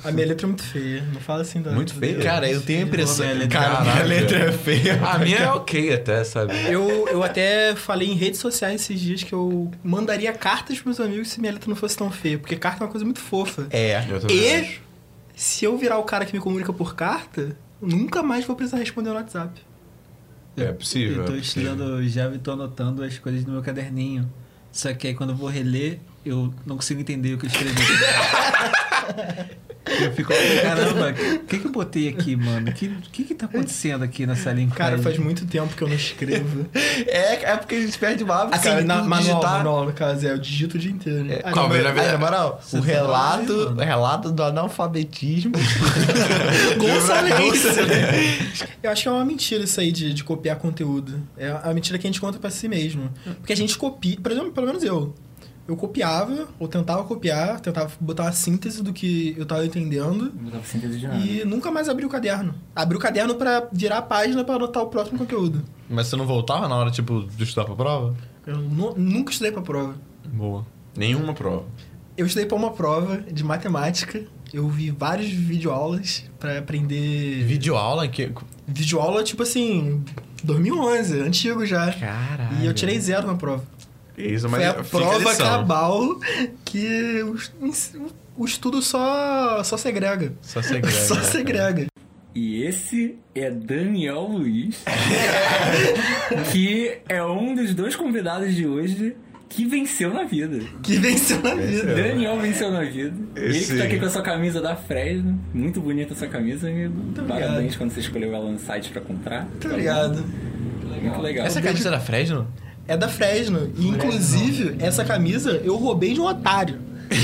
A minha letra é muito feia. Não fala assim da... Muito feia? Cara, eu tenho a impressão... Cara, minha letra é feia. A minha é ok até, sabe? Eu até falei em redes sociais esses dias que eu mandaria cartas pros meus amigos se minha letra não fosse tão feia. Porque carta é uma coisa muito fofa. Eu também E acho. se eu virar o cara que me comunica por carta, nunca mais vou precisar responder no WhatsApp. É possível. Eu tô é possível. estudando Java e tô anotando as coisas no meu caderninho. Só que aí quando eu vou reler, eu não consigo entender o que eu escrevi. Eu fico, caramba, o que eu botei aqui, mano? O que tá acontecendo aqui nessa linguagem? Cara, faz muito tempo que eu não escrevo. É porque a gente perde o hábito, Assim, cara. na de manual, digitar. no caso, eu digito o dia inteiro. Na moral, Você o tá relato do analfabetismo. Gonçalves. Eu acho que é uma mentira isso aí de copiar conteúdo. É a mentira que a gente conta pra si mesmo. Porque a gente copia, por exemplo, pelo menos eu copiava, ou tentava copiar, tentava botar uma síntese do que eu tava entendendo. Não dava síntese de nada. E nunca mais abri o caderno. Abri o caderno pra virar a página pra anotar o próximo conteúdo. Mas você não voltava na hora, tipo, de estudar pra prova? Eu nunca estudei pra prova. Boa. Nenhuma prova. Eu estudei pra uma prova de matemática. Eu vi vários videoaulas pra aprender... Videoaula? Videoaula, tipo assim, 2011, antigo já. Caralho. E eu tirei 0 na prova. Isso, Foi a prova cabal que o estudo só segrega. Só segrega. Só segrega. E esse é Daniel Luiz, que é um dos 2 convidados de hoje que venceu na vida. Que venceu na vida. Daniel venceu na vida. Ele que Sim. tá aqui com a sua camisa da Fresno. Muito bonita essa camisa, amigo. Parabéns obrigado. quando você escolheu ela no site pra comprar. Muito obrigado. Muito legal. Essa camisa da Fresno? É da Fresno. E, inclusive, essa camisa eu roubei de um otário.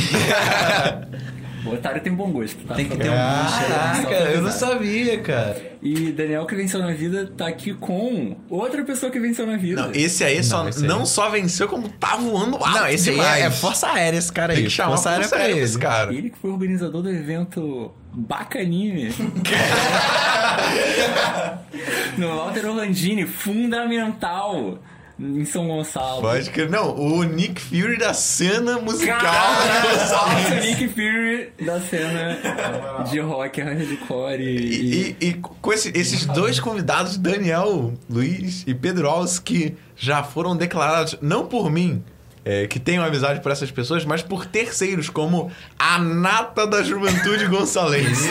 O otário tem bom gosto, tá? Tem que ter um Caraca, eu não sabia, cara. E Daniel que venceu na vida tá aqui com outra pessoa que venceu na vida. Não, esse aí não só venceu, como tá voando alto Não, esse demais. aí é Força Aérea, esse cara aí. Tem que chamar Força Aérea pra ele. esse cara. Ele que foi organizador do evento Bacanime. No Walter Orlandini, fundamental. Em São Gonçalo. Pode que não, o Nick Fury da cena musical. Nossa, Nick Fury da cena de rock, hardcore E com esses 2 convidados, Daniel Luiz e Pedro Alves, que já foram declarados, não por mim, que tenho amizade por essas pessoas, mas por terceiros, como a nata da juventude gonçalense.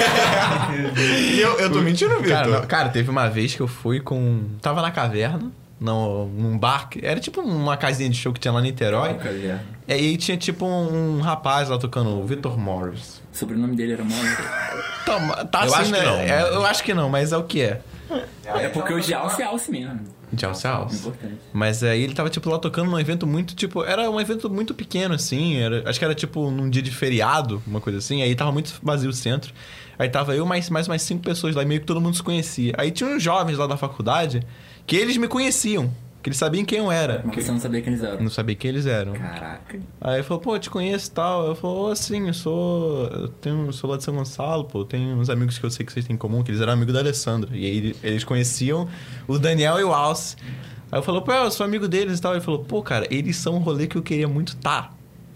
E eu tô mentindo, Vitor? Cara, teve uma vez que eu fui com... Tava na caverna, num bar. Era tipo uma casinha de show que tinha lá em Niterói. E aí tinha tipo um rapaz lá tocando, o Victor Morris. O sobrenome dele era Morris. Tá Eu assim, acho né? que não. Eu acho que não, mas é o que é. É porque o de Alce é Alce mesmo. De Alce a Alce. Importante. Mas aí ele tava, tipo, lá tocando num evento muito, tipo... Era um evento muito pequeno, assim. Acho que era, tipo, num dia de feriado, uma coisa assim. Aí tava muito vazio o centro. Aí tava eu mais 5 pessoas lá. E meio que todo mundo se conhecia. Aí tinha uns jovens lá da faculdade que eles me conheciam. Que eles sabiam quem eu era. Mas você não sabia quem eles eram. Não sabia quem eles eram. Caraca. Aí ele falou, pô, eu te conheço e tal. Eu falei, sim, eu sou lá de São Gonçalo, pô. Tenho uns amigos que eu sei que vocês têm em comum, que eles eram amigos da Alessandra. E aí eles conheciam o Daniel e o Alce. Aí eu falei, pô, eu sou amigo deles e tal. Ele falou, pô, cara, eles são um rolê que eu queria muito tá.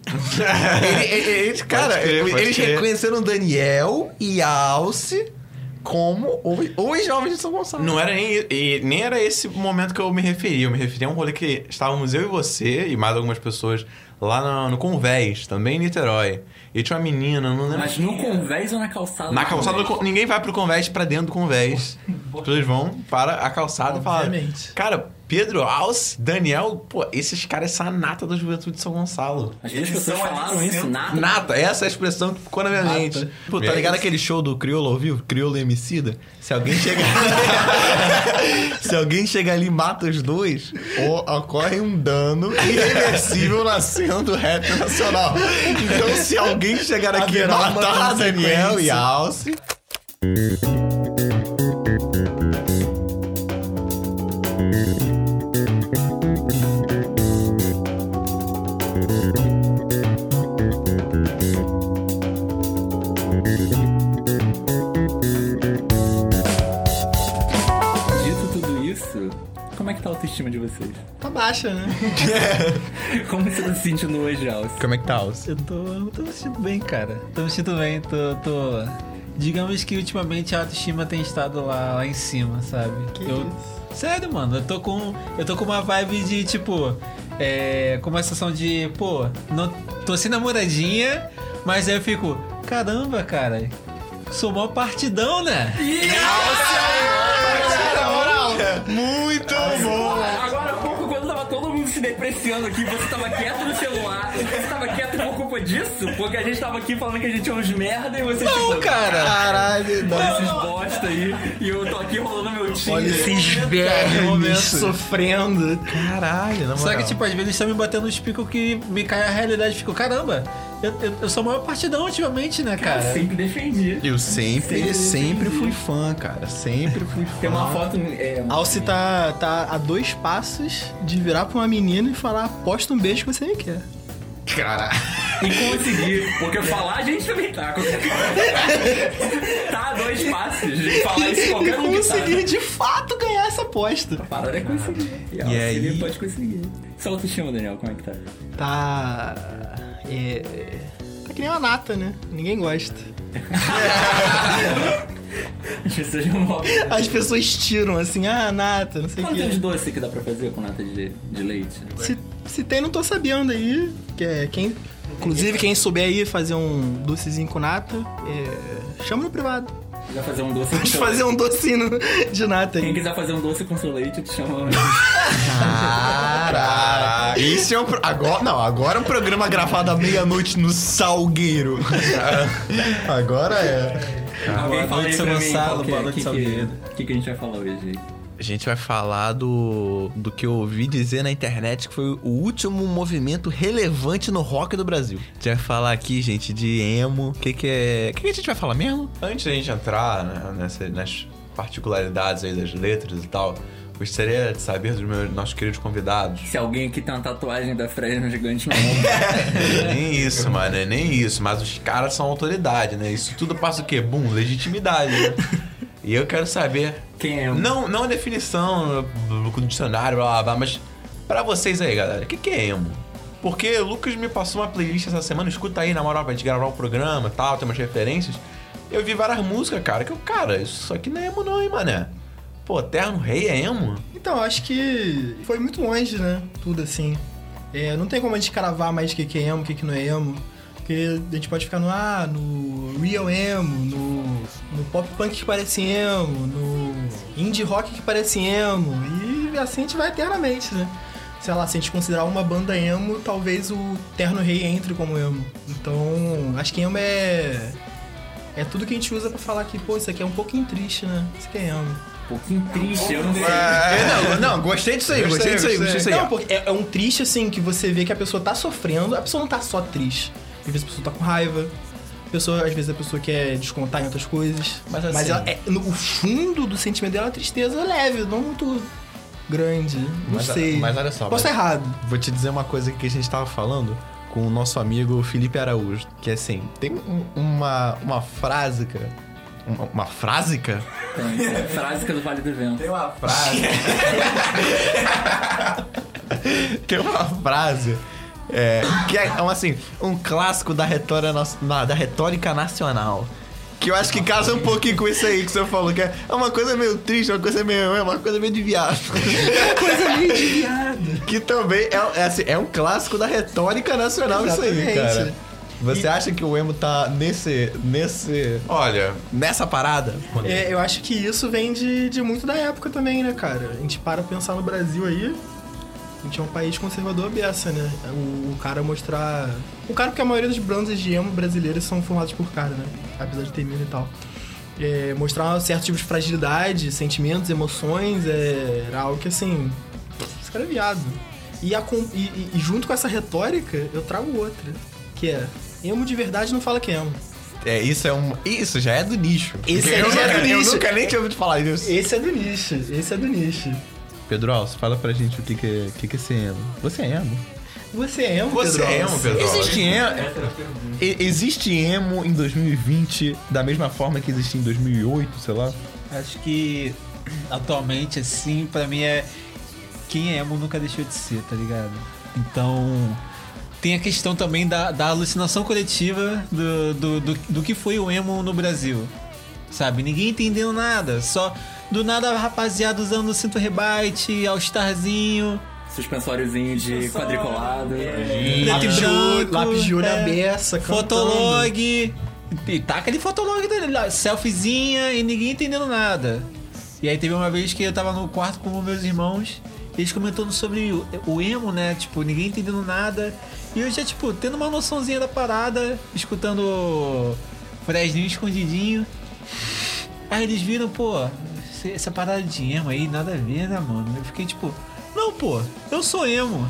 Eles reconheceram o Daniel e a Alce como os jovens de São Gonçalo. Não era nem era esse momento que eu me referi. Eu me referi a um rolê que estávamos eu e você e mais algumas pessoas lá no Convés, também em Niterói. E tinha uma menina, não lembro. Mas no Convés ou na calçada? Na calçada ninguém vai pro Convés pra dentro do Convés. As pessoas vão para a calçada e falam: cara, Pedro Alce, Daniel, pô, esses caras são a nata da juventude de São Gonçalo. As duas pessoas falaram isso, nada. Nata, essa é a expressão que ficou na minha mente. Pô, tá ligado aquele show do Criolo ao vivo? Criolo e Emicida? Se alguém chegar... Se alguém chegar ali e mata os dois, ocorre um dano irreversível na cena do rap nacional. Então, se alguém chegar aqui e matar a Daniel e a Alce... autoestima de vocês? Tá baixa, né? Como você tá se sentindo hoje, Alce? Como é que tá, Alce? Eu tô me sentindo bem, cara. Tô me sentindo bem, tô... Digamos que ultimamente a autoestima tem estado lá em cima, sabe? Que isso? Sério, mano, eu tô com uma vibe de, tipo... com uma sensação de, pô, não, tô sem namoradinha, mas aí eu fico... Caramba, cara, sou mó partidão, né? Muito bom! Agora há pouco, quando tava todo mundo se depreciando aqui, você tava quieto no celular. Você tava quieto por culpa disso? Porque a gente tava aqui falando que a gente é uns merda e você Não, tipo... cara! Caralho, Olha esses bosta aí. E eu tô aqui rolando meu time. Olha esses vermes sofrendo. Caralho, na moral. Só que, tipo, às vezes estão me batendo nos picos que me cai a realidade e fico, caramba, eu sou a maior partidão ultimamente, né, cara? Eu sempre defendi. Eu sempre fui fã, cara. Sempre fui fã. Tem uma foto... Alce tá a 2 passos de virar pra uma menina e falar: posta um beijo que você me quer. Caralho. E conseguir. Porque falar a gente também tá. Tá a 2 passos de falar isso qualquer um que tá, conseguir né? de fato ganhar essa aposta. A parada é conseguir. E a aí? Alcine pode conseguir. Só autoestima, Daniel, como é que tá? Tá. Tá que nem uma nata, né? Ninguém gosta. As pessoas não vão... As pessoas tiram assim: nata, não sei o Quanto tem de que. doce que dá pra fazer com nata de leite? Se tem, não tô sabendo aí. Inclusive, quem souber aí fazer um docezinho com nata, chama no privado. Quiser fazer um doce com Pode seu... fazer um docinho de nata Quem aí. quiser fazer um doce com seu leite, eu te chamo. Caralho. Isso é um... Agora é um programa gravado à meia-noite no Salgueiro. Agora é... Alguém fala aí pra mim Boa noite, Salgueiro. o que a gente vai falar hoje aí? A gente vai falar do que eu ouvi dizer na internet que foi o último movimento relevante no rock do Brasil. A gente vai falar aqui, gente, de emo. O que a gente vai falar mesmo? Antes da gente entrar, né, nas particularidades aí das letras e tal, gostaria de saber dos nossos queridos convidados. Se alguém aqui tem uma tatuagem da Fresno gigante no ombro. Nem isso, mano, é nem isso. Mas os caras são autoridade, né? Isso tudo passa o quê? Legitimidade, né? E eu quero saber... Quem é? Não a definição do dicionário, blá, blá, blá, mas pra vocês aí, galera, o que é emo? Porque o Lucas me passou uma playlist essa semana, escuta aí, na moral, pra gente gravar o programa e tal, tem umas referências. Eu vi várias músicas, cara, isso aqui não é emo não, hein, mané? Pô, Terno Rei é emo? Então, acho que foi muito longe, né? Tudo assim. Não tem como a gente cravar mais o que é emo, o que não é emo. Porque a gente pode ficar no real emo, no pop punk que parece emo, no indie rock que parece emo. E assim a gente vai eternamente, né? Sei lá, se a gente considerar uma banda emo, talvez o Terno Rei entre como emo. Então, acho que emo é tudo que a gente usa pra falar que, pô, isso aqui é um pouquinho triste, né? Isso aqui é emo. Um pouquinho triste, eu não sei. Não, gostei disso aí, gostei disso aí. Não, porque é um triste, assim, que você vê que a pessoa tá sofrendo. A pessoa não tá só triste. Às vezes a pessoa tá com raiva. Às vezes a pessoa quer descontar em outras coisas. Mas assim- Mas ela, o fundo do sentimento dela é tristeza leve, não muito grande. Não sei. Mas olha só. Posso estar errado. Vou te dizer uma coisa que a gente tava falando com o nosso amigo Felipe Araújo. Que é assim, tem uma frase, cara. Uma frase, cara? Tem, frase do Vale do Vento. Tem uma frase. Tem uma frase. Que é assim, um clássico da retórica nacional. Que eu acho que casa um pouquinho com isso aí que você falou, que é uma coisa meio triste, uma coisa meio de viado. Coisa meio de viado. Que também é um clássico da retórica nacional. Exatamente. Isso aí, cara. Você acha que o emo tá Olha, nessa parada? Eu acho que isso vem de muito da época também, né, cara? A gente para pensar no Brasil aí, a gente é um país conservador beça, né? O cara mostrar... O cara, porque a maioria das bandas de emo brasileiras são formadas por cara, né? Apesar de ter mina e tal. Mostrar um certo tipo de fragilidade, sentimentos, emoções, era algo que, assim... Esse cara é viado. E junto com essa retórica, eu trago outra, que é... Emo de verdade não fala que é emo. Isso já é do nicho. Eu nunca nem tinha ouvido falar disso. Esse é do nicho. Pedro Alves, fala pra gente o que é ser emo. Você é emo? Você é emo, você Pedro? é emo, Pedro? Existe emo em 2020 da mesma forma que existia em 2008, sei lá? Acho que atualmente, assim, pra mim quem é emo nunca deixou de ser, tá ligado? Então, tem a questão também da alucinação coletiva do que foi o emo no Brasil, sabe? Ninguém entendendo nada, só do nada a rapaziada usando o cinto rebite, all-starzinho, Suspensóriozinho de quadriculado. preto e branco, lápis de olho aberta, fotolog, e taca ali fotolog dele lá, selfiezinha e ninguém entendendo nada. E aí teve uma vez que eu tava no quarto com meus irmãos, eles comentando sobre o emo, né? Tipo, ninguém entendendo nada. E eu já, tipo, tendo uma noçãozinha da parada, escutando Fresninho escondidinho. Aí eles viram, pô, essa parada de emo aí, nada a ver, né, mano? Eu fiquei tipo, não, pô, eu sou emo.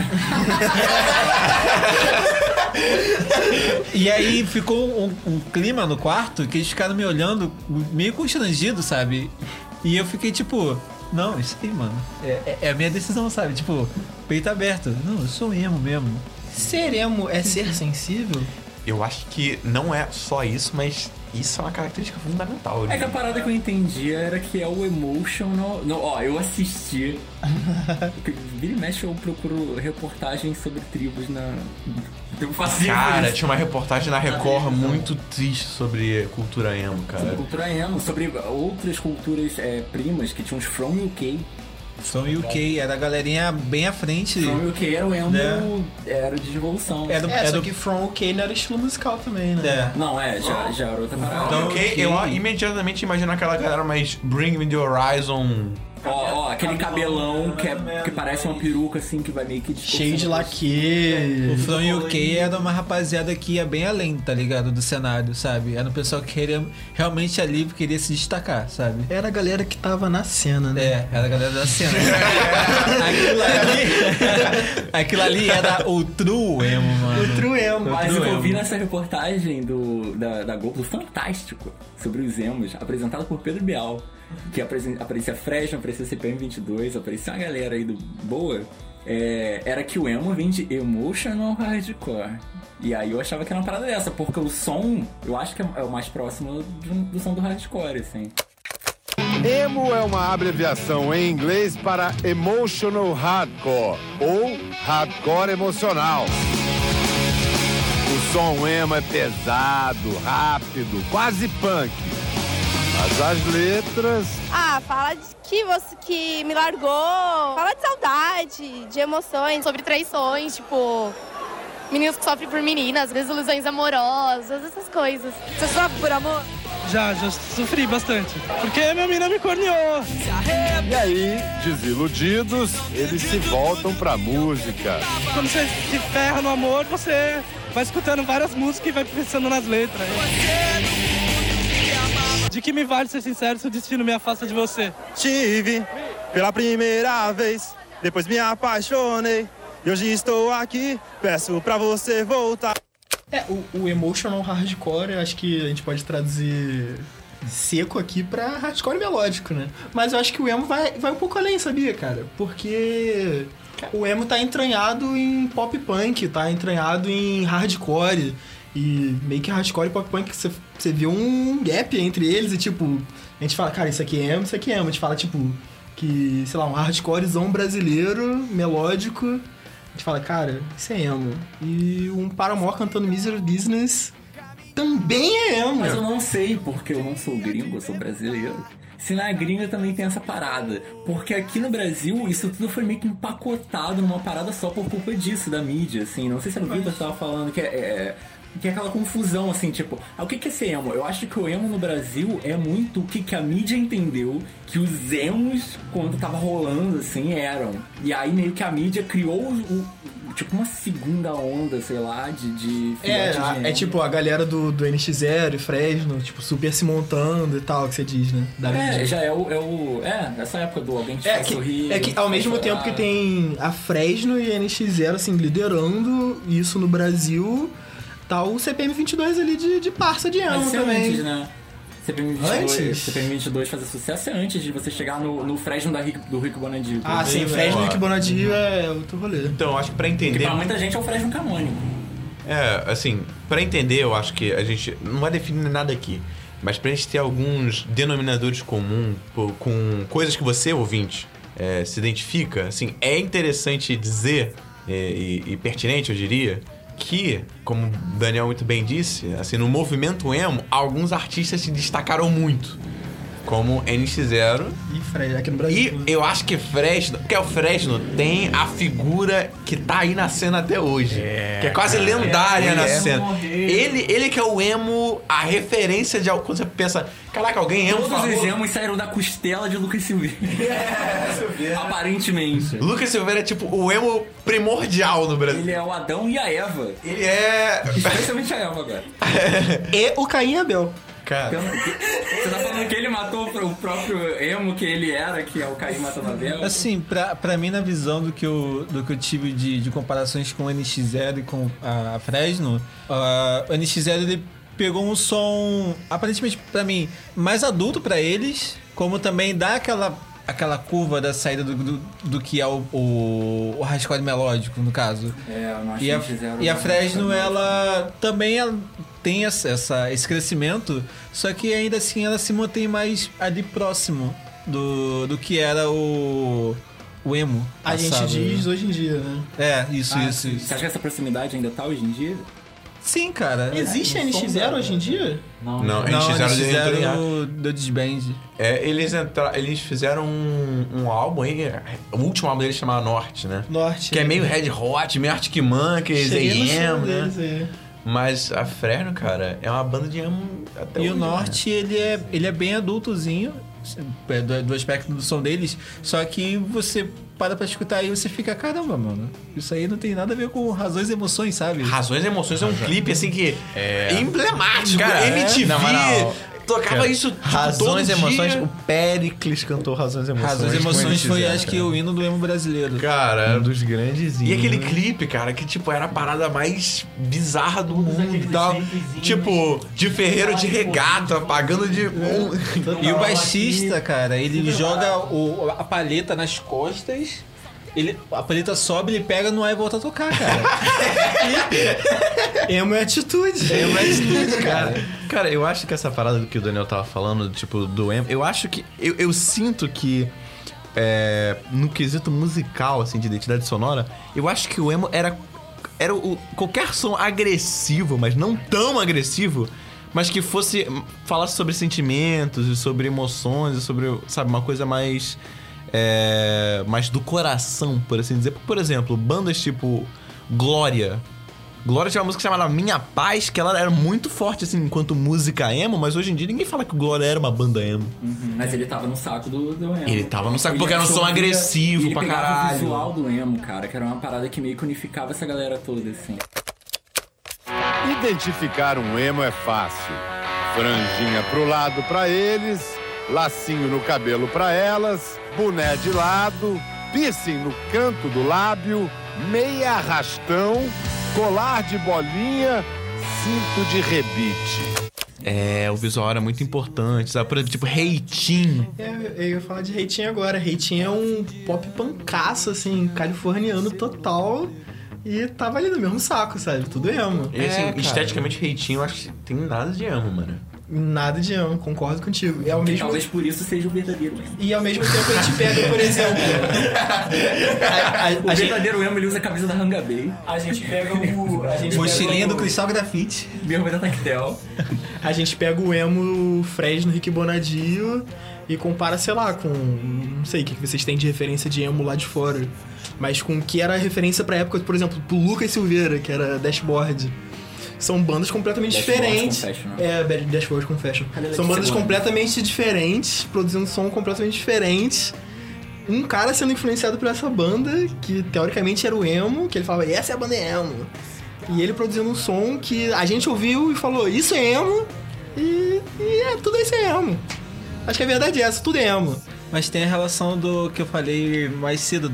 E aí ficou um clima no quarto que eles ficaram me olhando meio constrangido, sabe? E eu fiquei tipo, não, isso aí, mano, é a minha decisão, sabe? Tipo, peito aberto. Não, eu sou emo mesmo. Ser emo é ser sensível? Eu acho que não é só isso, mas isso é uma característica fundamental. É que a parada que eu entendi era que é o emotional... Não, ó, eu assisti... Vira e mexe eu procuro reportagens sobre tribos na... Eu fazia Cara, isso. tinha uma reportagem na Record muito triste sobre cultura emo, cara. Sobre cultura emo, sobre outras culturas primas que tinham os From UK. From UK, era a galerinha bem à frente. From UK era o emo, Né? era de revolução. Só que From UK não era estilo musical também, né? É. não, já era outra parada. Então, Ok, eu imediatamente imagino aquela galera mais Bring Me The Horizon. Ó, aquele cabelão que parece uma peruca, assim, que vai meio que... Cheio de laque. O From UK era uma rapaziada que ia bem além, tá ligado? Do cenário, sabe? Era um pessoal que queria, realmente ali queria se destacar, sabe? Era a galera que tava na cena, né? É, era a galera da cena. Aquilo ali era o true emo, mano. O true emo. Mas True eu emo. vi nessa reportagem da Globo, do Fantástico, sobre os emos, apresentado por Pedro Bial, que aparecia Fresno, aparecia CPM 22, aparecia uma galera aí do boa, era que o emo vem de emotional hardcore. E aí eu achava que era uma parada dessa, porque o som, eu acho que é o mais próximo do som do hardcore, assim. Emo é uma abreviação em inglês para Emotional Hardcore ou Hardcore Emocional. O som emo é pesado, rápido, quase punk. Mas as letras... Fala de que me largou. Fala de saudade, de emoções, sobre traições, tipo... Meninos que sofrem por meninas, desilusões amorosas, essas coisas. Você sofre por amor? Já sofri bastante. Porque minha mina me corneou. E aí, desiludidos, eles se voltam pra música. Quando você se ferra no amor, você vai escutando várias músicas e vai pensando nas letras. De que me vale ser sincero se o destino me afasta de você? Tive pela primeira vez, depois me apaixonei. E hoje estou aqui, peço pra você voltar. O emotional hardcore, eu acho que a gente pode traduzir seco aqui pra hardcore melódico, né? Mas eu acho que o emo vai um pouco além, sabia, cara? Porque o emo tá entranhado em pop punk, tá entranhado em hardcore. E meio que hardcore e pop punk, você vê um gap entre eles e tipo... A gente fala, cara, isso aqui é emo, isso aqui é emo. A gente fala, tipo, que, sei lá, um hardcorezão brasileiro, melódico... A gente fala, cara, isso é emo. E um Paramore cantando Misery Business também é emo. Mas eu não sei, porque eu não sou gringo, eu sou brasileiro. Se na gringa também tem essa parada. Porque aqui no Brasil, isso tudo foi meio que empacotado numa parada só por culpa disso, da mídia, assim. Não sei se era o Vitor que tava falando que é aquela confusão, assim, tipo... o que é ser emo? Eu acho que o emo no Brasil é muito o que a mídia entendeu que os emos, quando tava rolando, assim, eram. E aí meio que a mídia criou tipo uma segunda onda, sei lá, de É tipo a galera do NX0 e Fresno, tipo, super se montando e tal, que você diz, né? Da mídia. Já essa época do Alguém Te Faz Sorrir. É que ao mesmo tempo que tem a Fresno e a NX0, assim, liderando isso no Brasil... Tá o CPM 22 ali de parça de emo também. Antes, né? CPM 22 fazer sucesso antes de você chegar no Fresno do Rico Bonadio. Sim, Fresno do Rico Bonadio é outro rolê. Então, eu acho que pra entender... Porque pra muita gente é o Fresno canônico. Assim, pra entender, eu acho que a gente não vai definir nada aqui. Mas pra gente ter alguns denominadores comuns com coisas que você, ouvinte, se identifica, assim, é interessante dizer, e pertinente, eu diria, que, como o Daniel muito bem disse, assim, no movimento emo, alguns artistas se destacaram muito. Como NX0. E Fresno, aqui no Brasil. E eu acho que Fresno... Porque o Fresno tem a figura que tá aí na cena até hoje. Que é quase lendária na cena. Ele que é o emo, a referência de... Quando você pensa... Caraca, alguém emo... Todos os emos saíram da costela de Lucas Silveira. Aparentemente. Lucas Silveira é tipo o emo primordial no Brasil. Ele é o Adão e a Eva. Ele é... Especialmente a Eva agora. E o Caim e Abel. Cara... Você tá falando que ele matou o próprio emo que ele era, que é o Caim matando a Abel? Assim, pra mim, na visão do que eu tive de comparações com o NX0 e com a Fresno, o NX0 ele pegou um som, aparentemente pra mim, mais adulto pra eles, como também dá aquela curva da saída do que é o hardcore melódico, no caso. Eu não acho e a Fresno, ela também tem esse crescimento, só que ainda assim ela se mantém mais ali próximo do que era o emo. A gente diz hoje em dia, né? Isso. Você acha que essa proximidade ainda tá hoje em dia? Sim, cara. Existe NX0 hoje em dia? Não, NX0 do Disband. Eles fizeram um álbum aí, o último álbum deles chamava Norte, né? Norte. Que é meio Red Hot, meio Arctic Monkeys, emo, né? Aí. Mas a Fresno, cara, é uma banda de emo até hoje. E o Norte, né? ele é bem adultozinho, do aspecto do som deles, só que você para pra escutar e você fica, caramba, mano, isso aí não tem nada a ver com Razões e Emoções, sabe? Razões e Emoções é um clipe, assim, que é emblemático. Cara, MTV tocava isso tipo, Razões e todo Emoções. dia. O Péricles cantou Razões e Emoções. Razões e Emoções foi, cara. acho que, o hino do emo brasileiro. Cara, Um dos grandes e hinos. aquele clipe, cara, que tipo era a parada mais bizarra do mundo e tal. Tipo, de ferreiro de regata, pagando de... E o baixista, cara, ele joga a palheta nas costas, a palheta sobe, ele pega no ar e volta a tocar, cara. Emo é atitude. Cara. Cara, eu acho que essa parada do que o Daniel tava falando, tipo, do emo, eu acho que... Eu sinto que... no quesito musical, assim, de identidade sonora, eu acho que o emo era qualquer som agressivo, mas não tão agressivo, mas que falasse sobre sentimentos e sobre emoções e sobre, sabe, uma coisa mais do coração, por assim dizer. Por exemplo, bandas tipo Glória tinha uma música chamada Minha Paz, que ela era muito forte, assim, enquanto música emo, mas hoje em dia ninguém fala que o Glória era uma banda emo. Mas ele tava no saco do emo. Ele tava no saco porque era um som agressivo pra caralho. O visual do emo, cara, que era uma parada que meio que unificava essa galera toda, assim. Identificar um emo é fácil. Franjinha pro lado pra eles, lacinho no cabelo pra elas, boné de lado, piercing no canto do lábio, meia arrastão, colar de bolinha, cinto de rebite. O visual era muito importante, sabe? Por exemplo, tipo, Reitinho. Eu ia falar de Reitinho agora. Reitinho é um pop pancaço, assim, californiano total. E tava ali no mesmo saco, sabe? Tudo emo. E assim, esteticamente, Reitinho, eu acho que tem nada de emo, mano. Nada de emo, concordo contigo. E ao mesmo... Talvez por isso seja o verdadeiro emo. E ao mesmo tempo a gente pega, por exemplo... o verdadeiro emo, ele usa a camisa da Hangabei. A gente pega o... Mochilinha do Cristal Grafite. Bermuda Tactel. A gente pega o emo Fresno, Rick Bonadio e compara, sei lá, com... Não sei o que vocês têm de referência de emo lá de fora. Mas com o que era referência pra época, por exemplo, pro Lucas Silveira, que era Dashboard. São bandas completamente diferentes. Dashboard Confession. São bandas completamente diferentes, produzindo som completamente diferente. Um cara sendo influenciado por essa banda, que teoricamente era o emo, que ele falava, essa é a banda emo. E ele produzindo um som que a gente ouviu e falou, isso é emo, e tudo isso é emo. Acho que a verdade é essa, tudo é emo. Mas tem a relação do que eu falei mais cedo,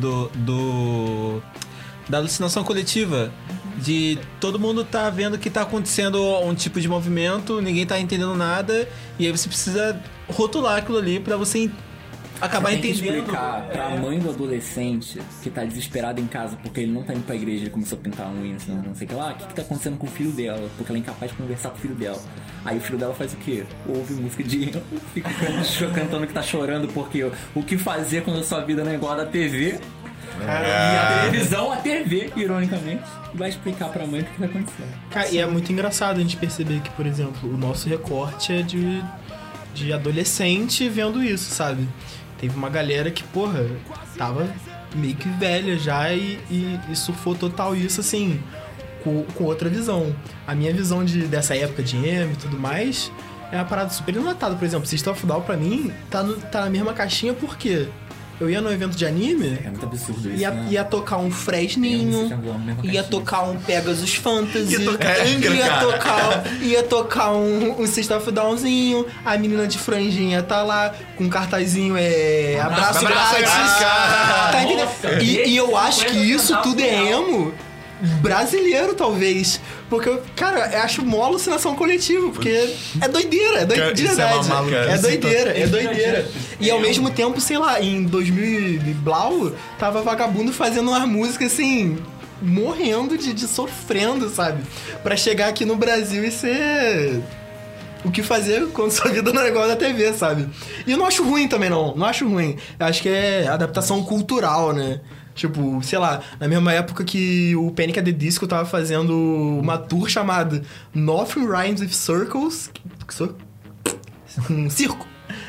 da alucinação coletiva. De todo mundo tá vendo que tá acontecendo um tipo de movimento, ninguém tá entendendo nada, e aí você precisa rotular aquilo ali pra você acabar Você tem que entendendo. explicar pra mãe do adolescente que tá desesperada em casa porque ele não tá indo pra igreja, ele começou a pintar unhas, não sei o que lá, o que tá acontecendo com o filho dela, porque ela é incapaz de conversar com o filho dela. Aí o filho dela faz o quê? Ouve música de emo, fica cantando que tá chorando porque o que fazer quando a sua vida não é igual a da TV. E a televisão, a TV, ironicamente, vai explicar pra mãe o que tá acontecendo. Cara, e é muito engraçado a gente perceber que, por exemplo, o nosso recorte é de adolescente vendo isso, sabe? Teve uma galera que, porra, tava meio que velha já e surfou total isso, assim, com outra visão. A minha visão dessa época de emo e tudo mais é uma parada super enlatada. Por exemplo, System of a Down, pra mim, tá na mesma caixinha porque eu ia no evento de anime, É muito absurdo isso, né? ia tocar um Fresninho, ia tocar um Pegasus Fantasy, Ia tocar Angra, ia tocar um System of a Downzinho, a menina de franjinha tá lá com um cartazinho, abraço grátis, cara. tá entendendo? E eu acho que isso tudo é emo brasileiro, talvez. Porque, cara, eu acho mó alucinação coletiva, porque é doideira, de Cara, isso é verdade. uma maluquice. É doideira. E ao mesmo tempo, sei lá, em 2000 e blau, tava vagabundo fazendo uma música assim, morrendo de sofrendo, sabe? Pra chegar aqui no Brasil e ser o que fazer quando sua vida não é igual da TV, sabe? E eu não acho ruim também, não acho ruim. Eu acho que é adaptação cultural, né? Tipo, sei lá, na mesma época que o Panic! At the Disco tava fazendo uma tour chamada Nothing Rhymes with Circles, um circo.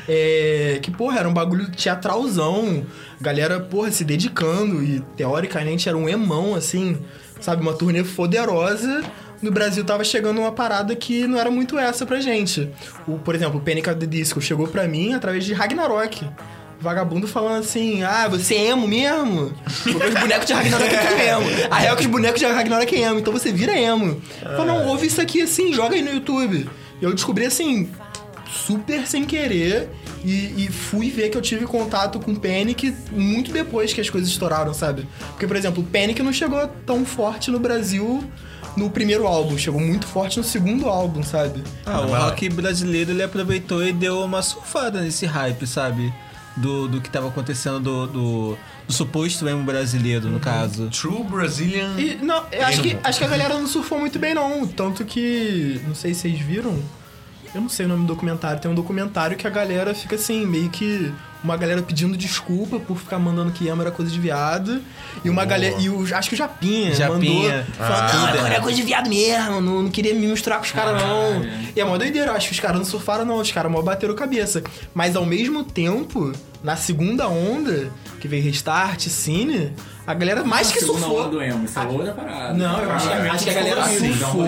Que, porra, era um bagulho teatralzão, galera, porra, se dedicando e, teoricamente, era um emão, assim, sabe? Uma turnê poderosa. No Brasil tava chegando uma parada que não era muito essa pra gente. Por exemplo, o Panic! At the Disco chegou pra mim através de Ragnarok. Vagabundo falando assim, você é emo mesmo? Porque os bonecos de Ragnarok é emo. A real é que os bonecos de Ragnarok é emo, então você vira emo. Falou, não, ouve isso aqui assim, joga aí no YouTube. E eu descobri assim, super sem querer, e fui ver que eu tive contato com o Panic muito depois que as coisas estouraram, sabe? Porque, por exemplo, o Panic não chegou tão forte no Brasil no primeiro álbum, chegou muito forte no segundo álbum, sabe? O rock brasileiro, ele aproveitou e deu uma surfada nesse hype, sabe? Do que tava acontecendo do suposto emo brasileiro, no caso. True Brazilian. E, não, eu acho que a galera não surfou muito bem, não. Tanto que, não sei se vocês viram, eu não sei o nome do documentário, tem um documentário que a galera fica assim, meio que uma galera pedindo desculpa por ficar mandando que emo era coisa de viado. E uma galera. Acho que o Japinha mandou. Falando, não, é coisa de viado mesmo, não queria me misturar com os caras, não. E é mó doideira, acho que os caras não surfaram, não. Os caras mó bateram cabeça. Mas ao mesmo tempo, na segunda onda, que veio Restart, Cine, a galera mais que surfou. Do emo, isso é outra parada. Não, eu acho que a galera surfou.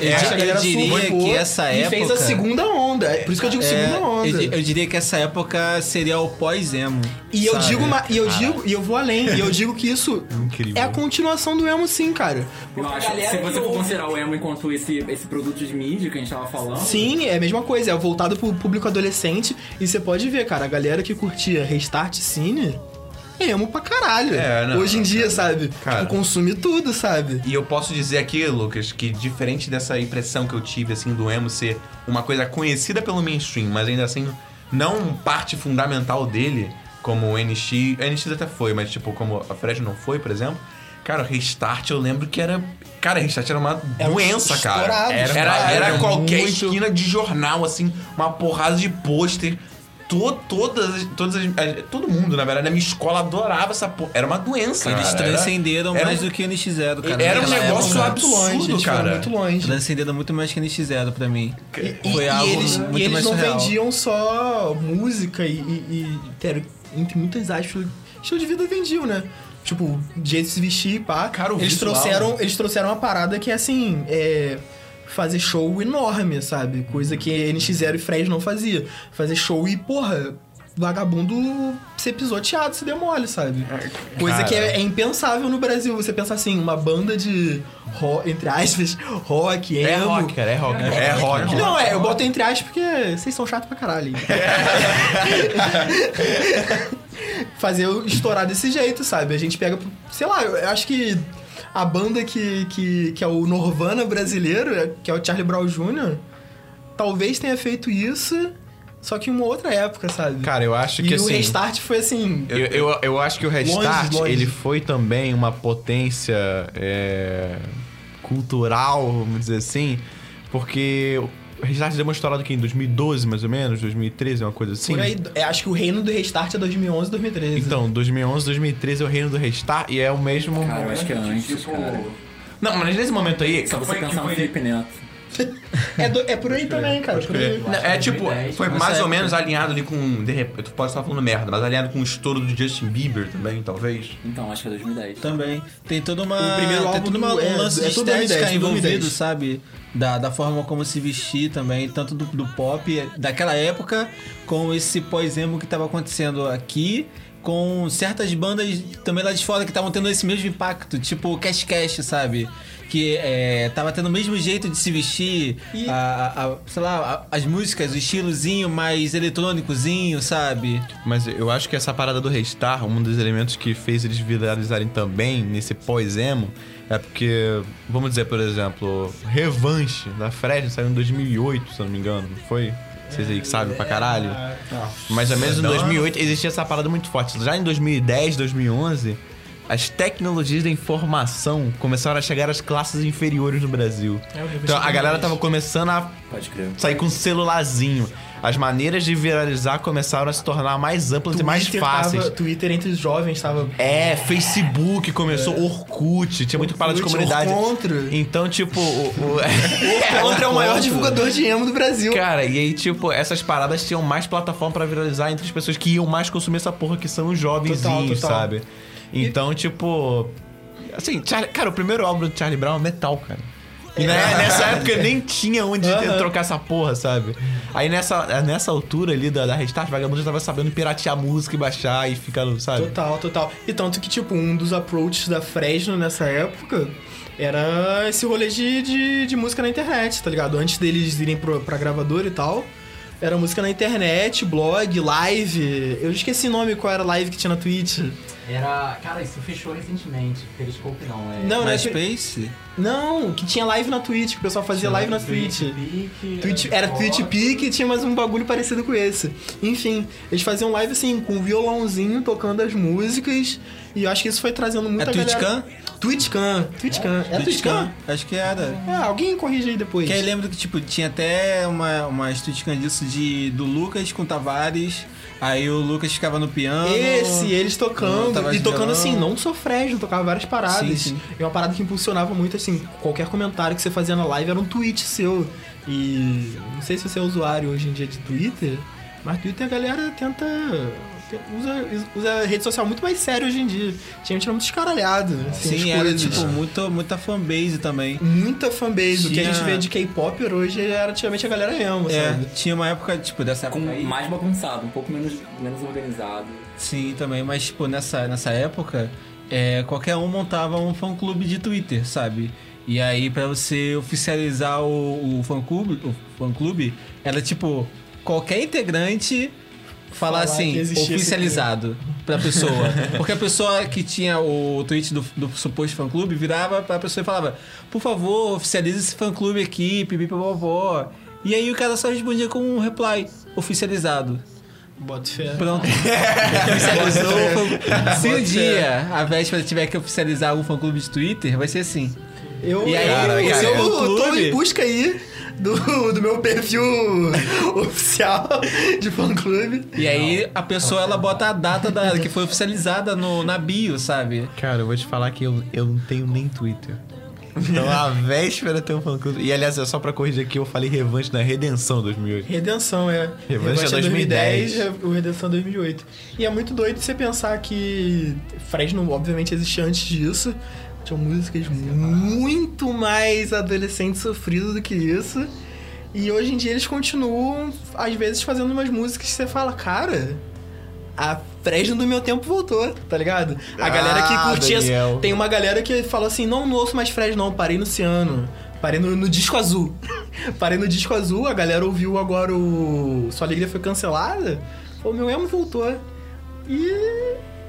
Eu diria que essa época... E fez a segunda onda. Por isso que eu digo segunda onda. Eu diria que essa época seria o pós-emo. E eu digo, e eu vou além, e eu digo que isso é a continuação do emo, sim, cara. Eu acho que se você for considerar o emo enquanto esse produto de mídia que a gente tava falando... Sim, é a mesma coisa, é voltado pro público adolescente, e você pode ver, cara, a galera que curtia Restart Cine... emo pra caralho. Hoje em dia, sabe? Cara, tipo, consome tudo, sabe? E eu posso dizer aqui, Lucas, que diferente dessa impressão que eu tive, assim, do emo ser uma coisa conhecida pelo mainstream, mas ainda assim, não parte fundamental dele, como o NX... A NX até foi, mas tipo, como a Fred não foi, por exemplo. Cara, o Restart eu lembro que era... Cara, Restart era uma doença, cara. Era qualquer esquina de jornal, assim, uma porrada de pôster. Todo mundo, na verdade, na minha escola adorava essa porra. Era uma doença, Eles cara. transcenderam mais do que o NX0, cara. Era um negócio absurdo, absurdo, cara. Muito longe. Transcenderam muito mais que o NX0 pra mim. Foi algo eles muito mais não surreal. vendiam só música e entre muitas aspas, estilo de vida vendiam, né? Tipo, jeito de se vestir, pá. Cara, eles trouxeram uma parada que é assim, fazer show enorme, sabe? Coisa que NX0 e Fred não fazia. Fazer show e, porra, vagabundo ser pisoteado, se demole, sabe? Coisa que é impensável no Brasil. Você pensa assim, uma banda de rock, entre aspas, rock, emo... É rock, cara, é rock. Não, eu boto entre aspas porque vocês são chatos pra caralho. Fazer estourar desse jeito, sabe? A gente pega... Sei lá, eu acho que a banda que é o Nirvana brasileiro, que é o Charlie Brown Jr., talvez tenha feito isso só que em uma outra época, sabe? Cara, eu acho que e assim... o Restart foi assim... Eu acho que o Restart, longe. ele foi também uma potência cultural, vamos dizer assim, porque o Restart deu uma estourada aqui em 2012, mais ou menos, 2013, uma coisa assim. Por aí, acho que o reino do Restart é 2011, 2013. Então, 2011, 2013 é o reino do Restart e é o mesmo... Cara, eu acho que é antes, cara. Não, mas nesse momento aí... Só você pensar no Felipe Neto. É por aí também, cara. Por aí. É tipo, foi mais ou menos alinhado ali com. De repente, tu pode estar falando merda, mas alinhado com o estouro do Justin Bieber também, talvez. Então, acho que é 2010. Também. Tem toda uma. O primeiro tem álbum todo do- um lance de tudo estética 2010, envolvido, 2010. sabe? Da forma como se vestir também, tanto do pop daquela época, com esse pós-emo que tava acontecendo aqui, com certas bandas também lá de fora que estavam tendo esse mesmo impacto, tipo o Cash Cash, sabe? Que tava tendo o mesmo jeito de se vestir, E- sei lá, as músicas, o estilozinho mais eletrônicozinho, sabe? Mas eu acho que essa parada do Restart, um dos elementos que fez eles viralizarem também nesse pós-emo, é porque, vamos dizer, por exemplo, Revanche da Fresno saiu em 2008, se eu não me engano, não foi? Vocês aí que sabem pra caralho. Mais ou menos em 2008 existia essa parada muito forte. Já em 2010, 2011, as tecnologias da informação começaram a chegar às classes inferiores no Brasil. Então a galera tava começando a Pode crer. sair com um celularzinho. As maneiras de viralizar começaram a se tornar mais amplas e mais fáceis. Twitter entre os jovens tava... Facebook começou, Orkut, tinha muito parada de comunidade. Orcontra. Então, tipo, Orcontra é o maior divulgador de emo do Brasil. Cara, e aí, tipo, essas paradas tinham mais plataforma pra viralizar entre as pessoas que iam mais consumir essa porra, que são os jovenzinhos, Total. sabe? Então, tipo... Assim, cara, o primeiro álbum do Charlie Brown é metal, cara. E nessa época nem tinha onde trocar essa porra, sabe? Aí nessa altura ali da Restart, o vagabundo já tava sabendo piratear música e baixar e ficar, sabe? Total. E tanto que, tipo, um dos approaches da Fresno nessa época era esse rolê de música na internet, tá ligado? Antes deles irem pra gravadora e tal, era música na internet, blog, live. Eu esqueci o nome, qual era a live que tinha na Twitch. Era... Cara, isso fechou recentemente. Periscope não, é... Não, né? MySpace? Não, que tinha live na Twitch, que o pessoal fazia live na Twitch. Era Twitch Peak e tinha mais um bagulho parecido com esse. Enfim, eles faziam live assim, com um violãozinho tocando as músicas. E eu acho que isso foi trazendo muita galera. TwitchCam? É TwitchCam? Acho que era. Alguém corrige aí depois. Que aí lembro que, tipo, tinha até uma TwitchCam disso do Lucas com Tavares. Aí o Lucas ficava no piano. Eles tocando. Tavares E tocando violão. assim, não só Fresno, tocava várias paradas. Sim. E uma parada que impulsionava muito, assim, qualquer comentário que você fazia na live era um tweet seu. E não sei se você é usuário hoje em dia de Twitter, mas Twitter a galera usa rede social muito mais sério hoje em dia. Tinha gente muito escaralhado. Assim, Sim, as era coisas. tipo muita fanbase também. Muita fanbase. O que a Tinha- gente vê de K-pop hoje era antigamente a galera emo, sabe? Tinha uma época, tipo, dessa Com época aí. mais bagunçado, um pouco menos organizado. Sim, também, mas, tipo, nessa época, qualquer um montava um fã-clube de Twitter, sabe? E aí, pra você oficializar o fã-clube, era, tipo, qualquer integrante falar Falar assim, que existia oficializado pra pessoa. Porque a pessoa que tinha o tweet do suposto fã-clube virava pra pessoa e falava: por favor, oficialize esse fã-clube aqui, pipipopopó. E aí o cara só respondia com um reply: oficializado. Bota fé. Pronto. Oficializou. Se um dia a Véspera tiver que oficializar algum fã-clube de Twitter, vai ser assim. Eu, Cara, eu tô clube? em busca aí do meu perfil oficial de fã-clube. E aí a pessoa ela bota a data que foi oficializada na bio, sabe? Cara, eu vou te falar que eu não tenho nem Twitter. Então a véspera tem um fã-clube. E aliás, é só pra corrigir aqui, eu falei Revanche na Redenção 2008. Redenção, Revanche é 2010. O Redenção 2008. E é muito doido você pensar que Fresno, obviamente, existia antes disso. Tinham músicas muito mais adolescentes sofridos do que isso. E hoje em dia eles continuam, às vezes, fazendo umas músicas que você fala, cara, a Fresno do meu tempo voltou, tá ligado? A galera que curtia... Daniel. Tem uma galera que fala assim, não ouço mais Fresno não, parei no Ciano. Parei no Disco Azul. Parei no Disco Azul, a galera ouviu agora o Sua Alegria Foi Cancelada. O meu emo voltou. E...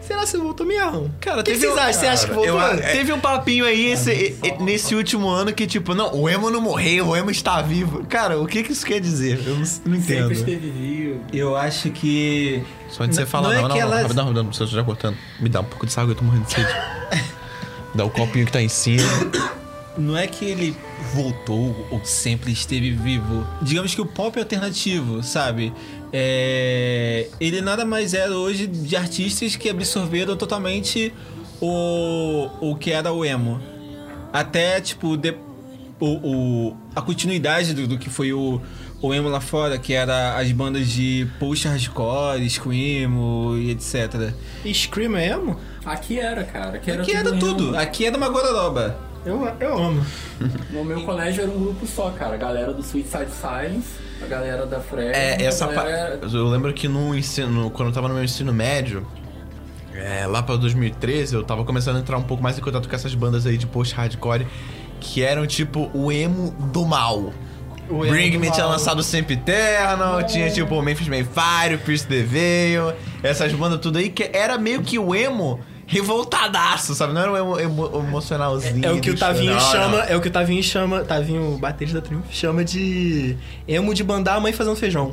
Será que você voltou mesmo? Cara, o que vocês acham? Você acha que voltou? Teve um papinho aí nesse último ano que, tipo, não, o emo não morreu, o emo está vivo. Cara, o que isso quer dizer? Eu não entendo. Sempre esteve vivo. Eu acho que... Só antes de você falar, não, rapidão, você já cortando. Me dá um pouco de água, eu tô morrendo de sede. Dá o copinho que tá em cima. Não é que ele voltou ou sempre esteve vivo. Digamos que o pop alternativo, sabe? Ele nada mais era hoje de artistas que absorveram totalmente o que era o emo. Até, tipo, a continuidade do que foi o emo lá fora, que era as bandas de post-hardcore, screamo e etc. E screamo é emo? Aqui era, cara. Aqui era tudo. Aqui era uma gororoba. Eu amo. No meu colégio era um grupo só, cara. A galera do Suicide Silence, a galera da Fred. Eu lembro que no ensino, quando eu tava no meu ensino médio, lá pra 2013, eu tava começando a entrar um pouco mais em contato com essas bandas aí de post-hardcore, que eram tipo o emo do mal. Bring Me tinha lançado Sempre Eternal, tinha tipo Memphis Mayfire, Pierce the Veil, essas bandas tudo aí, que era meio que o emo revoltadaço, sabe? Não era um emocionalzinho. É o que o Tavinho chama. É o que o Tavinho chama. Tavinho, o baterista da Triunfo, chama de emo de mandar a mãe fazendo feijão.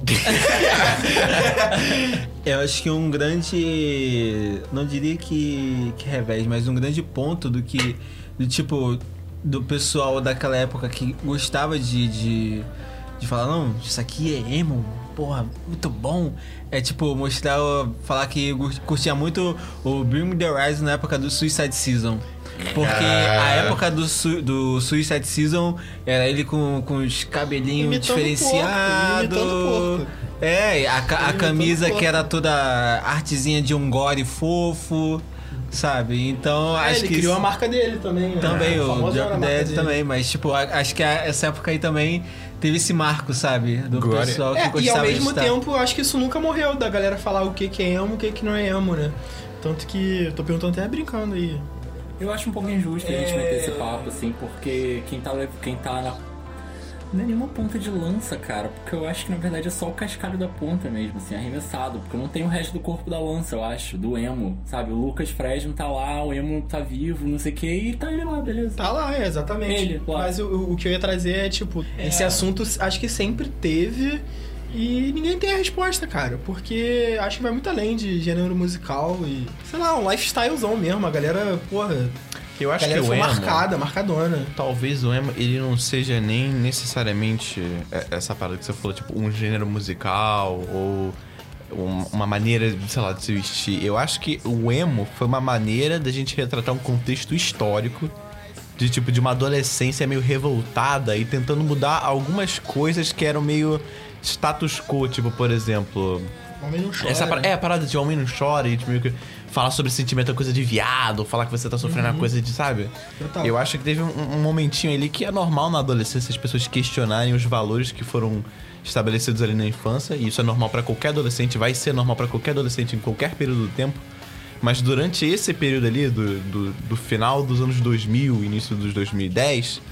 Eu acho que um grande. Não diria que revés, mas um grande ponto do tipo. Do pessoal daquela época que gostava de falar, não, isso aqui é emo, porra, muito bom. É tipo, falar que curtia muito o Bring Me The Horizon na época do Suicide Season. Porque a época do Suicide Season era ele com os cabelinhos diferenciados. A camisa que era toda artezinha de um gore fofo. Sabe? Então, acho ele que... criou a marca dele também, né? Também, o Drop Dead também. Mas, tipo, acho que essa época aí também teve esse marco, sabe? Do pessoal que gostava de e ao mesmo tempo, acho que isso nunca morreu, da galera falar o que é emo, o que não é emo, né? Tanto que eu tô perguntando até brincando aí. Eu acho um pouco injusto a gente meter esse papo, assim, porque quem tá na... Não é nenhuma ponta de lança, cara, porque eu acho que na verdade é só o cascalho da ponta mesmo, assim, arremessado, porque não tem o resto do corpo da lança, eu acho, do emo, sabe? O Lucas Fresno tá lá, o emo tá vivo, não sei o que, e tá ele lá, beleza. Tá lá, exatamente. Ele, lá. Mas o que eu ia trazer é, tipo, esse assunto acho que sempre teve e ninguém tem a resposta, cara, porque acho que vai muito além de gênero musical e, sei lá, um lifestylezão mesmo, a galera, porra... Eu acho que o emo, marcadona. Talvez o emo, ele não seja nem necessariamente essa parada que você falou, tipo, um gênero musical ou uma maneira, sei lá, de se vestir. Eu acho que o emo foi uma maneira da gente retratar um contexto histórico de, tipo, de uma adolescência meio revoltada e tentando mudar algumas coisas que eram meio status quo, tipo, por exemplo... Homem não chora. A parada de homem não chora e, tipo, meio que... Falar sobre sentimento é coisa de viado, falar que você tá sofrendo é coisa de, sabe? Total. Eu acho que teve um momentinho ali que é normal na adolescência as pessoas questionarem os valores que foram estabelecidos ali na infância, e isso é normal pra qualquer adolescente, vai ser normal pra qualquer adolescente em qualquer período do tempo. Mas durante esse período ali, do final dos anos 2000, início dos 2010,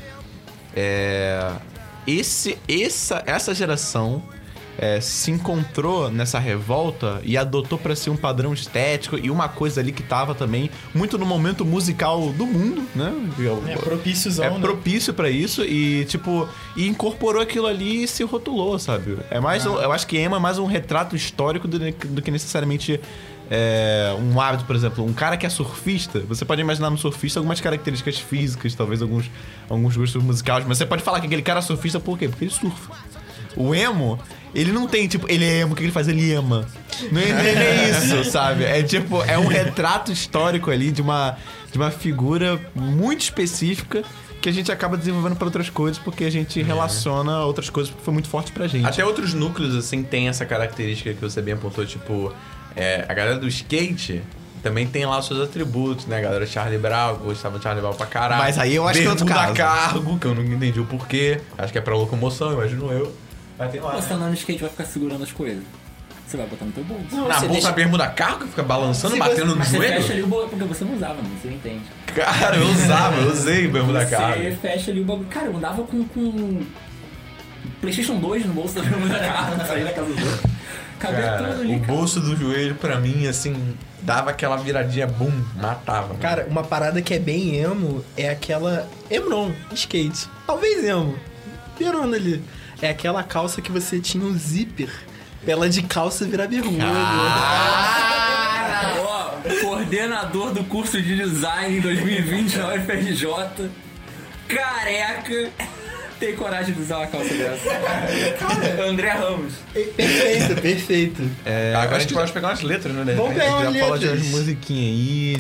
essa geração... se encontrou nessa revolta e adotou pra si um padrão estético e uma coisa ali que tava também muito no momento musical do mundo, né? Propíciozão, né? Propício pra isso e, tipo, e incorporou aquilo ali e se rotulou, sabe? Eu acho que emo é mais um retrato histórico do que necessariamente um hábito, por exemplo. Um cara que é surfista, você pode imaginar no surfista algumas características físicas, talvez alguns gostos musicais, mas você pode falar que aquele cara é surfista por quê? Porque ele surfa. O emo, ele não tem, tipo, ele é emo, o que ele faz? Ele ema. Não é isso, sabe? É tipo, é um retrato histórico ali de uma figura muito específica que a gente acaba desenvolvendo para outras coisas porque a gente relaciona a outras coisas porque foi muito forte pra gente. Até outros núcleos, assim, tem essa característica que você bem apontou, tipo, a galera do skate... Também tem lá os seus atributos, né? A galera Charlie Brown, gostava de Charlie Brown pra caralho. Mas aí eu acho que é outro caso. Cargo, que eu não entendi o porquê. Acho que é pra locomoção, imagino eu. Mas tem lá. Você andando no skate vai ficar segurando as coisas. Você vai botar no teu bolso. Não, na bolsa bermuda cargo, fica balançando, batendo no joelho? Você fecha ali o bolso, porque você não usava, mano. Você não entende. Cara, eu usei bermuda cargo. Você fecha ali o bagulho. Cara, eu andava com PlayStation 2 no bolso da bermuda cargo, saí da casa dos outros. Cabia Cara, tudo ali, o cara. bolso do joelho, pra mim, assim, dava aquela viradinha, bum, matava. Cara, uma parada que é bem emo é aquela... Emo não, skate. Talvez emo. Pirando ali. É aquela calça que você tinha um zíper pra ela de calça virar bermuda. Ó, coordenador do curso de design em 2020 na UFRJ, careca, tem coragem de usar uma calça dessa. André Ramos. Perfeito. Agora a gente pode pegar umas letras, né? Vamos pegar umas Já fala de umas letras. musiquinhas aí.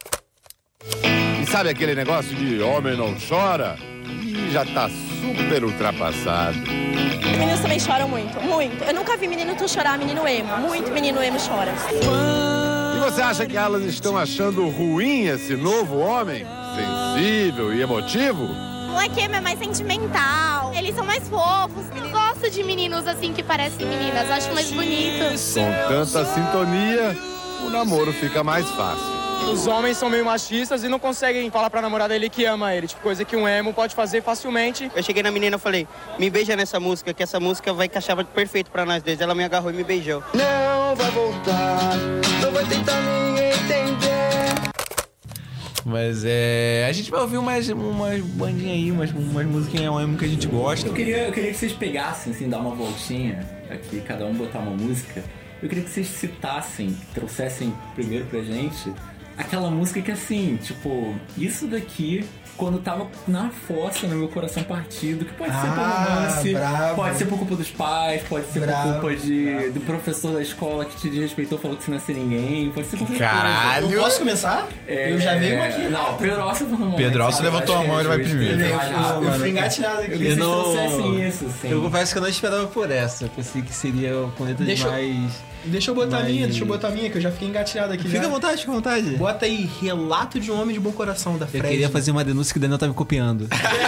E sabe aquele negócio de homem não chora? Ih, já tá super ultrapassado. Meninos também choram muito, muito. Eu nunca vi menino tu chorar, menino emo. Muito menino emo chora. E você acha que elas estão achando ruim esse novo homem? Sensível e emotivo? Moleque emo é mais sentimental. Eles são mais fofos. Eu gosto de meninos assim que parecem meninas. Acho mais bonito. Com tanta sintonia, o namoro fica mais fácil. Os homens são meio machistas e não conseguem falar pra namorada dele que ama ele. Tipo, coisa que um emo pode fazer facilmente. Eu cheguei na menina e falei, me beija nessa música, que essa música vai encaixar perfeito pra nós dois. Ela me agarrou e me beijou. Não vai voltar, não vai tentar me entender. Mas a gente vai ouvir umas bandinhas aí, umas musiquinhas emo que a gente gosta. Eu queria que vocês pegassem, assim, dar uma voltinha aqui, cada um botar uma música. Eu queria que vocês citassem, trouxessem primeiro pra gente aquela música que, assim, tipo, isso daqui, quando tava na fossa, no meu coração partido, que pode ser por romance, bravo. pode ser por culpa dos pais, pode ser Bravo. por culpa do professor da escola que te desrespeitou, falou que você não ia ser ninguém, pode ser por qualquer Caralho. coisa. Eu posso começar? Eu já veio uma aqui. Não, Pedro Alça foi uma Pedro Alça levantou a mão, ele vai primeiro. Eu fui engatilhado Eu aqui. queria que vocês não- trouxessem isso, assim. Eu confesso que eu não esperava por essa. Eu pensei que seria com letras Deixa eu- mais... Deixa eu botar a Mas- minha, que eu já fiquei engatilhado aqui. Fica já. à vontade, fica à vontade. Bota aí, Relato de um Homem de Bom Coração, da Eu Fred. queria fazer uma denúncia que o Daniel tá me copiando.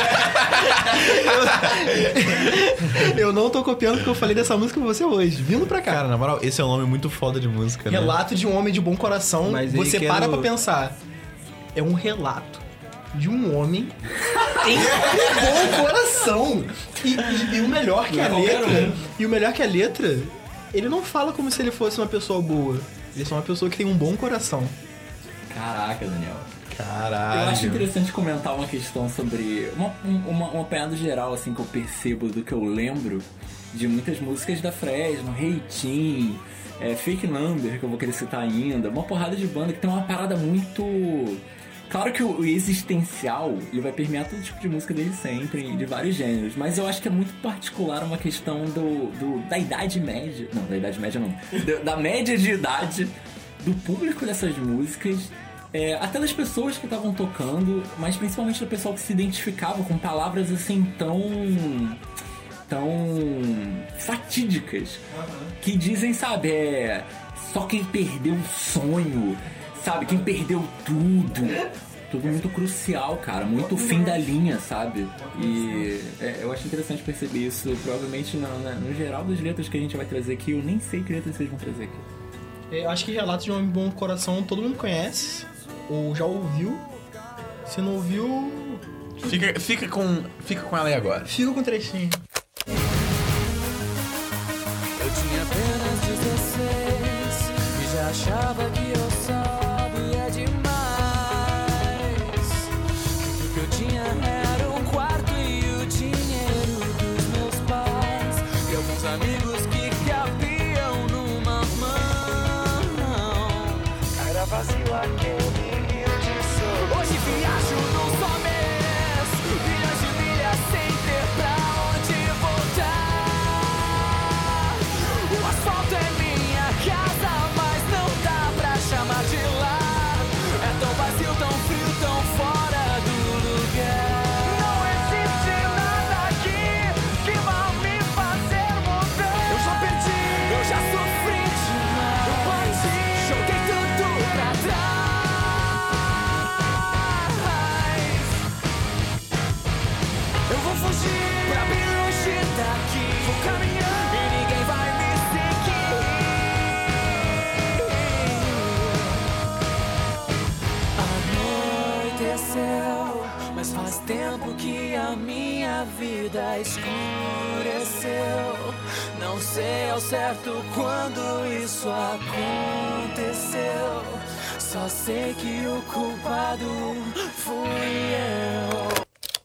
Eu não tô copiando porque eu falei dessa música pra você hoje, vindo pra cá. Cara, na moral, esse é um nome muito foda de música, né? Relato de um Homem de Bom Coração, Mas aí você quero- para pra pensar. É um relato de um homem em um bom coração. E o melhor que a letra... E o melhor que a letra... Ele não fala como se ele fosse uma pessoa boa. Ele é só uma pessoa que tem um bom coração. Caraca, Daniel. Caralho. Eu acho interessante comentar uma questão sobre um apanhado geral, assim, que eu percebo do que eu lembro de muitas músicas da Fresno, Reitinho, Fake Number, que eu vou querer citar ainda, uma porrada de banda que tem uma parada muito... Claro que o existencial, ele vai permear todo tipo de música desde sempre, de vários gêneros, mas eu acho que é muito particular uma questão da idade média, não, da idade média não, da média de idade do público dessas músicas, até das pessoas que estavam tocando, mas principalmente do pessoal que se identificava com palavras assim tão fatídicas, que dizem, sabe, só quem perdeu o sonho, sabe, quem perdeu tudo muito crucial, cara, muito fim da linha, sabe? E eu acho interessante perceber isso, provavelmente no geral das letras que a gente vai trazer aqui, eu nem sei que letras vocês vão trazer aqui. Eu acho que Relato de um Homem de Bom Coração todo mundo conhece, ou já ouviu. Se não ouviu, Fica com ela aí agora. fica com um trechinho. Eu tinha apenas 16 e já achava que eu sabia demais. Tudo que eu tinha era um quarto e o dinheiro dos meus pais e alguns amigos que cabiam numa mão. Era vazio aquele rio de sol. Hoje viajo num só mês, milhões de milhas sem ter pra onde voltar. O asfalto é minha casa, mas não dá pra chamar de lar. É tão vazio, tão frio, tão fora do lugar. Não existe nada aqui que vá me fazer mudar. Eu já perdi, eu já sofri demais. Eu bati, joguei tudo pra trás. Eu vou fugir pra bem longe daqui. Vou caminhar e ninguém vai me seguir. Anoiteceu, mas faz tempo que a minha vida escureceu. Não sei ao certo quando isso aconteceu. Só sei que o culpado fui eu.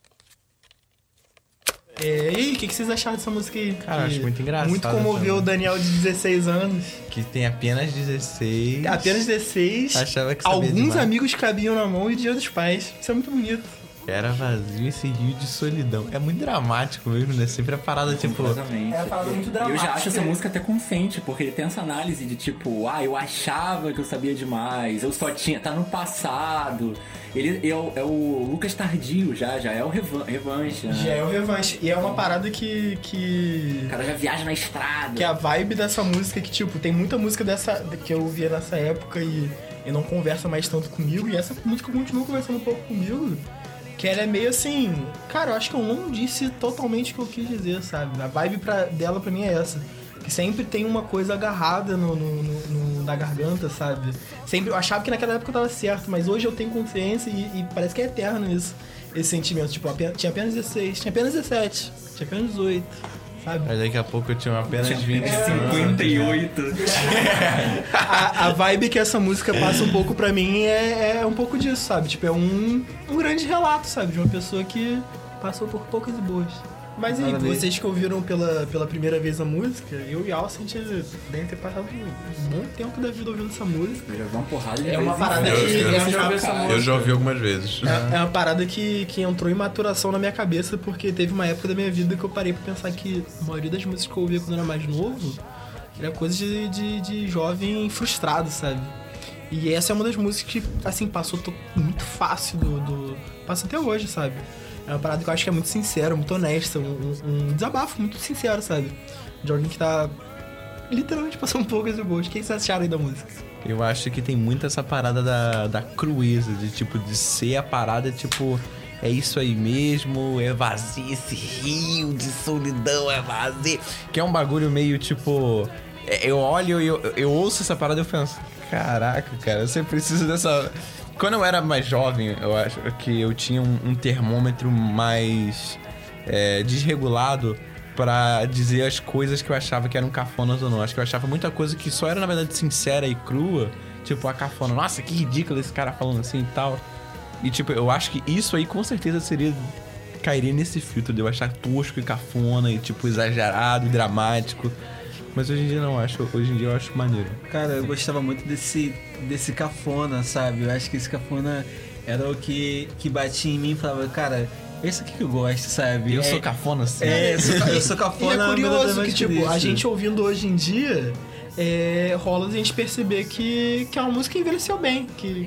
E aí, o que vocês acharam dessa música aí? Cara, acho muito engraçado. Muito comoveu o Daniel de 16 anos. Que tem apenas 16. Apenas 16. Achava que sabia Alguns demais. amigos cabiam na mão e Dia dos Pais. Isso é muito bonito. Era vazio esse rio de solidão. É muito dramático mesmo, né? Sempre a parada, tipo... Exatamente. É uma parada muito Eu dramática. já acho essa música até consciente, porque ele tem essa análise de tipo, eu achava que eu sabia demais, eu só tinha, tá no passado. Ele é o Lucas Tardio já é o revanche, né? Já é o revanche. E é uma parada que... O cara já viaja na estrada. Que é a vibe dessa música que, tipo, tem muita música que eu ouvia nessa época e não conversa mais tanto comigo. E essa música continua conversando um pouco comigo. Que ela é meio assim... Cara, eu acho que eu não disse totalmente o que eu quis dizer, sabe? A vibe dela pra mim é essa. Que sempre tem uma coisa agarrada na garganta, sabe? Sempre, eu achava que naquela época eu tava certo, mas hoje eu tenho consciência e parece que é eterno isso. Esse sentimento. Tipo, tinha apenas 16, tinha apenas 17, tinha apenas 18, sabe? Mas daqui a pouco eu tinha apenas 20. 58. A vibe que essa música passa um pouco pra mim é um pouco disso, sabe? Tipo, é um grande relato, sabe? De uma pessoa que passou por poucas e boas. Mas aí, vocês que ouviram pela primeira vez a música, eu e Alce, a gente devem ter passado um bom tempo da vida ouvindo essa música. Já vi uma porrada de É uma vezes. parada Eu já ouvi algumas vezes. É uma parada que entrou em maturação na minha cabeça, porque teve uma época da minha vida que eu parei pra pensar que a maioria das músicas que eu ouvia quando eu era mais novo era coisa de jovem frustrado, sabe? E essa é uma das músicas que, assim, passou muito fácil passa até hoje, sabe? É uma parada que eu acho que é muito sincera, muito honesta, um desabafo muito sincero, sabe? De alguém que tá literalmente passando poucas e boas. O que vocês acharam aí da música? Eu acho que tem muito essa parada da crueza, de ser a parada, tipo, é isso aí mesmo, é vazio, esse rio de solidão é vazio. Que é um bagulho meio, tipo, eu olho e eu ouço essa parada e eu penso, caraca, cara, você precisa dessa... Quando eu era mais jovem, eu acho que eu tinha um termômetro mais desregulado pra dizer as coisas que eu achava que eram cafonas ou não. Acho que eu achava muita coisa que só era, na verdade, sincera e crua. Tipo, a cafona. Nossa, que ridículo esse cara falando assim e tal. E, tipo, eu acho que isso aí, com certeza, cairia nesse filtro de eu achar tosco e cafona e, tipo, exagerado e dramático. Mas hoje em dia não acho. Hoje em dia eu acho maneiro. Cara, eu gostava muito desse cafona, sabe? Eu acho que esse cafona era o que batia em mim e falava, cara, esse aqui que eu gosto, sabe? Eu sou cafona, assim. Eu sou cafona. E é curioso que, tipo, a gente ouvindo hoje em dia, rola a gente perceber que a música envelheceu bem.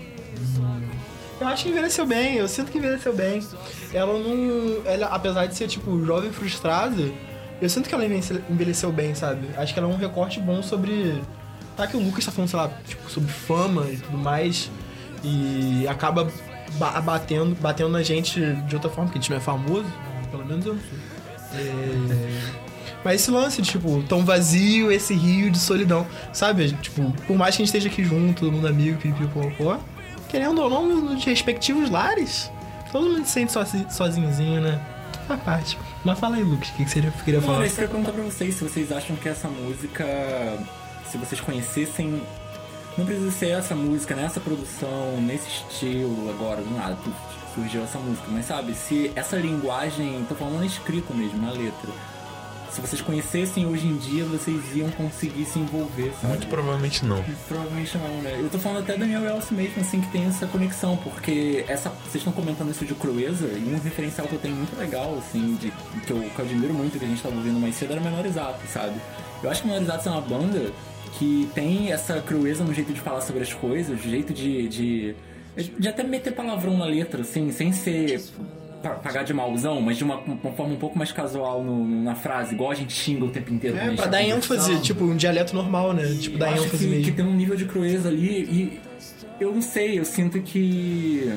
Eu acho que envelheceu bem, eu sinto que envelheceu bem. Ela, apesar de ser, tipo, jovem frustrada, eu sinto que ela envelheceu bem, sabe? Acho que ela é um recorte bom sobre... Tá que o Lucas tá falando, sei lá, tipo, sobre fama e tudo mais. E acaba batendo na gente de outra forma, porque a gente não é famoso. Pelo menos eu não sou. Mas esse lance, tipo, tão vazio, esse rio de solidão, sabe? Tipo, por mais que a gente esteja aqui junto, todo mundo amigo, pipipopó, querendo ou não, nos respectivos lares, todo mundo se sente sozinhozinho, né? A parte. Mas fala aí, Lucas, o que você queria falar? Não, eu queria perguntar pra vocês se vocês acham que essa música, se vocês conhecessem, não precisa ser essa música, nessa produção, nesse estilo agora, do nada, surgiu essa música, mas sabe, se essa linguagem, tô falando na escrita mesmo, na letra, se vocês conhecessem hoje em dia, vocês iam conseguir se envolver, sabe? Muito provavelmente não. Provavelmente não, né? Eu tô falando até Daniel Elcio mesmo, assim, que tem essa conexão, porque vocês estão comentando isso de crueza, e um referencial que eu tenho muito legal, assim, que eu admiro muito, que a gente tava ouvindo mais cedo, era Menor Exato, sabe? Eu acho que Menor Exato é uma banda que tem essa crueza no jeito de falar sobre as coisas, o jeito de até meter palavrão na letra, assim, sem ser... pagar de mauzão, mas de uma forma um pouco mais casual na frase, igual a gente xinga o tempo inteiro. Pra dar ênfase, tipo, um dialeto normal, né? Tipo, dar ênfase mesmo. Que tem um nível de crueza ali e eu não sei, eu sinto que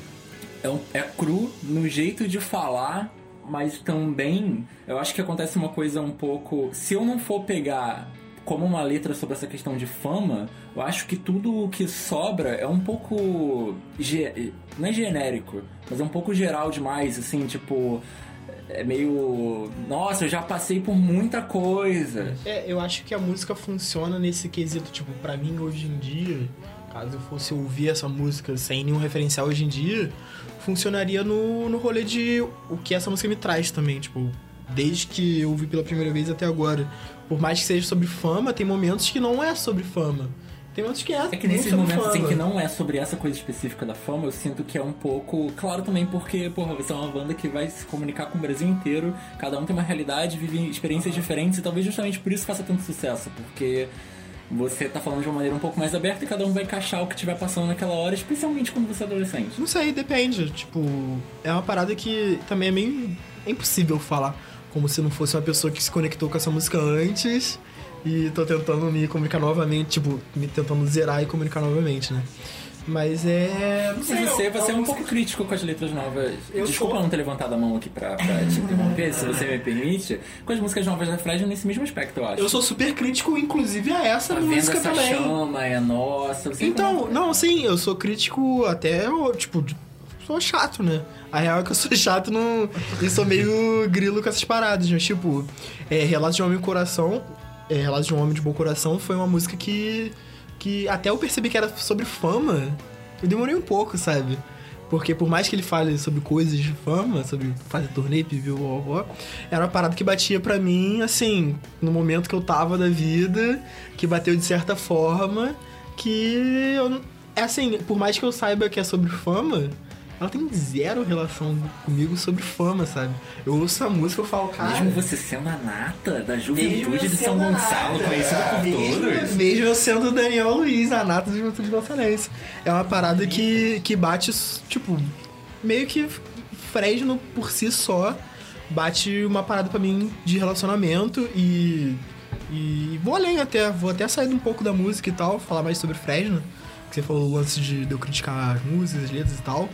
é cru no jeito de falar, mas também eu acho que acontece uma coisa um pouco... Se eu não for pegar como uma letra sobre essa questão de fama, eu acho que tudo o que sobra é um pouco... não é genérico, mas é um pouco geral demais, assim, tipo... é meio... Nossa, eu já passei por muita coisa. Eu acho que a música funciona nesse quesito, tipo, pra mim hoje em dia, caso eu fosse ouvir essa música sem nenhum referencial hoje em dia, funcionaria no rolê de o que essa música me traz também, tipo, desde que eu ouvi pela primeira vez até agora. Por mais que seja sobre fama, tem momentos que não é sobre fama. Tem momentos que É que nesses momentos assim, que não é sobre essa coisa específica da fama, eu sinto que é um pouco... Claro também porque, porra, você é uma banda que vai se comunicar com o Brasil inteiro, cada um tem uma realidade, vive experiências diferentes, e talvez justamente por isso faça tanto sucesso, porque você tá falando de uma maneira um pouco mais aberta e cada um vai encaixar o que estiver passando naquela hora, especialmente quando você é adolescente. Não sei, depende. Tipo, é uma parada que também é meio impossível falar como se não fosse uma pessoa que se conectou com essa música antes e tô tentando me comunicar novamente, tipo, me tentando zerar e comunicar novamente, né? Mas não sei, Você é um pouco crítico com as letras novas. Desculpa não ter levantado a mão aqui pra te interromper, se você me permite. Com as músicas novas da Fresno nesse mesmo aspecto, eu acho. Eu sou super crítico, inclusive, a essa música essa também. Chama, é nossa. Então, não, sim, eu sou crítico até, tipo, sou chato, né? A real é que eu sou chato e sou meio grilo com essas paradas, mas, tipo, Relatos de um Homem Coração, Relatos de um Homem de Bom Coração foi uma música que até eu percebi que era sobre fama, eu demorei um pouco, sabe? Porque por mais que ele fale sobre coisas de fama, sobre fazer torneio, piviu, era uma parada que batia pra mim, assim, no momento que eu tava da vida, que bateu de certa forma, que eu... assim, por mais que eu saiba que é sobre fama, ela tem zero relação comigo sobre fama, sabe? Eu ouço a música e eu falo, cara... Mesmo você sendo a nata da juventude de São Gonçalo, conhecida por todos. Mesmo eu sendo o Daniel Luiz, a nata da juventude gonçalense. É uma parada que bate, tipo, meio que Fresno por si só, bate uma parada pra mim de relacionamento e vou além até, vou até sair um pouco da música e tal, falar mais sobre Fresno, que você falou o lance de eu criticar as músicas, as letras e tal.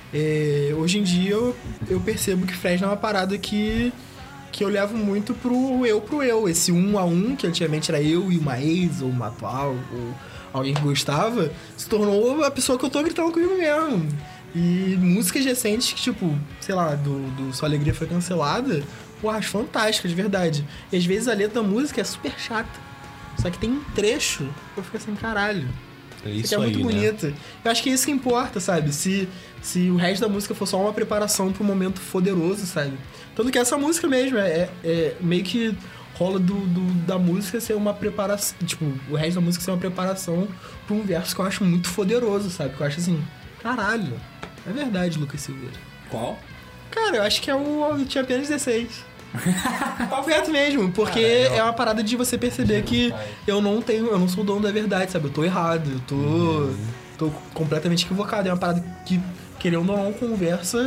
Hoje em dia eu percebo que Fresno é uma parada que eu levo muito pro eu. Esse 1 a 1, que antigamente era eu e uma ex, ou uma atual, ou alguém que gostava, se tornou a pessoa que eu tô gritando comigo mesmo. E músicas recentes que, tipo, sei lá, do Sua Alegria Foi Cancelada, eu acho fantásticas, de verdade. E às vezes a letra da música é super chata. Só que tem um trecho que eu fico assim, caralho. Isso é muito aí, bonito. Né? Eu acho que é isso que importa, sabe? Se o resto da música for só uma preparação pra um momento poderoso, sabe? Tanto que essa música mesmo é meio que rola da música ser uma preparação. Tipo, o resto da música ser uma preparação pra um verso que eu acho muito poderoso, sabe? Que eu acho assim, caralho. É verdade, Lucas Silveira. Qual? Cara, eu acho que eu tinha apenas 16. Tá perto mesmo, porque é uma parada de você perceber que eu não sou o dono da verdade, sabe? Eu tô errado, eu tô completamente equivocado. É uma parada que, querendo ou não, conversa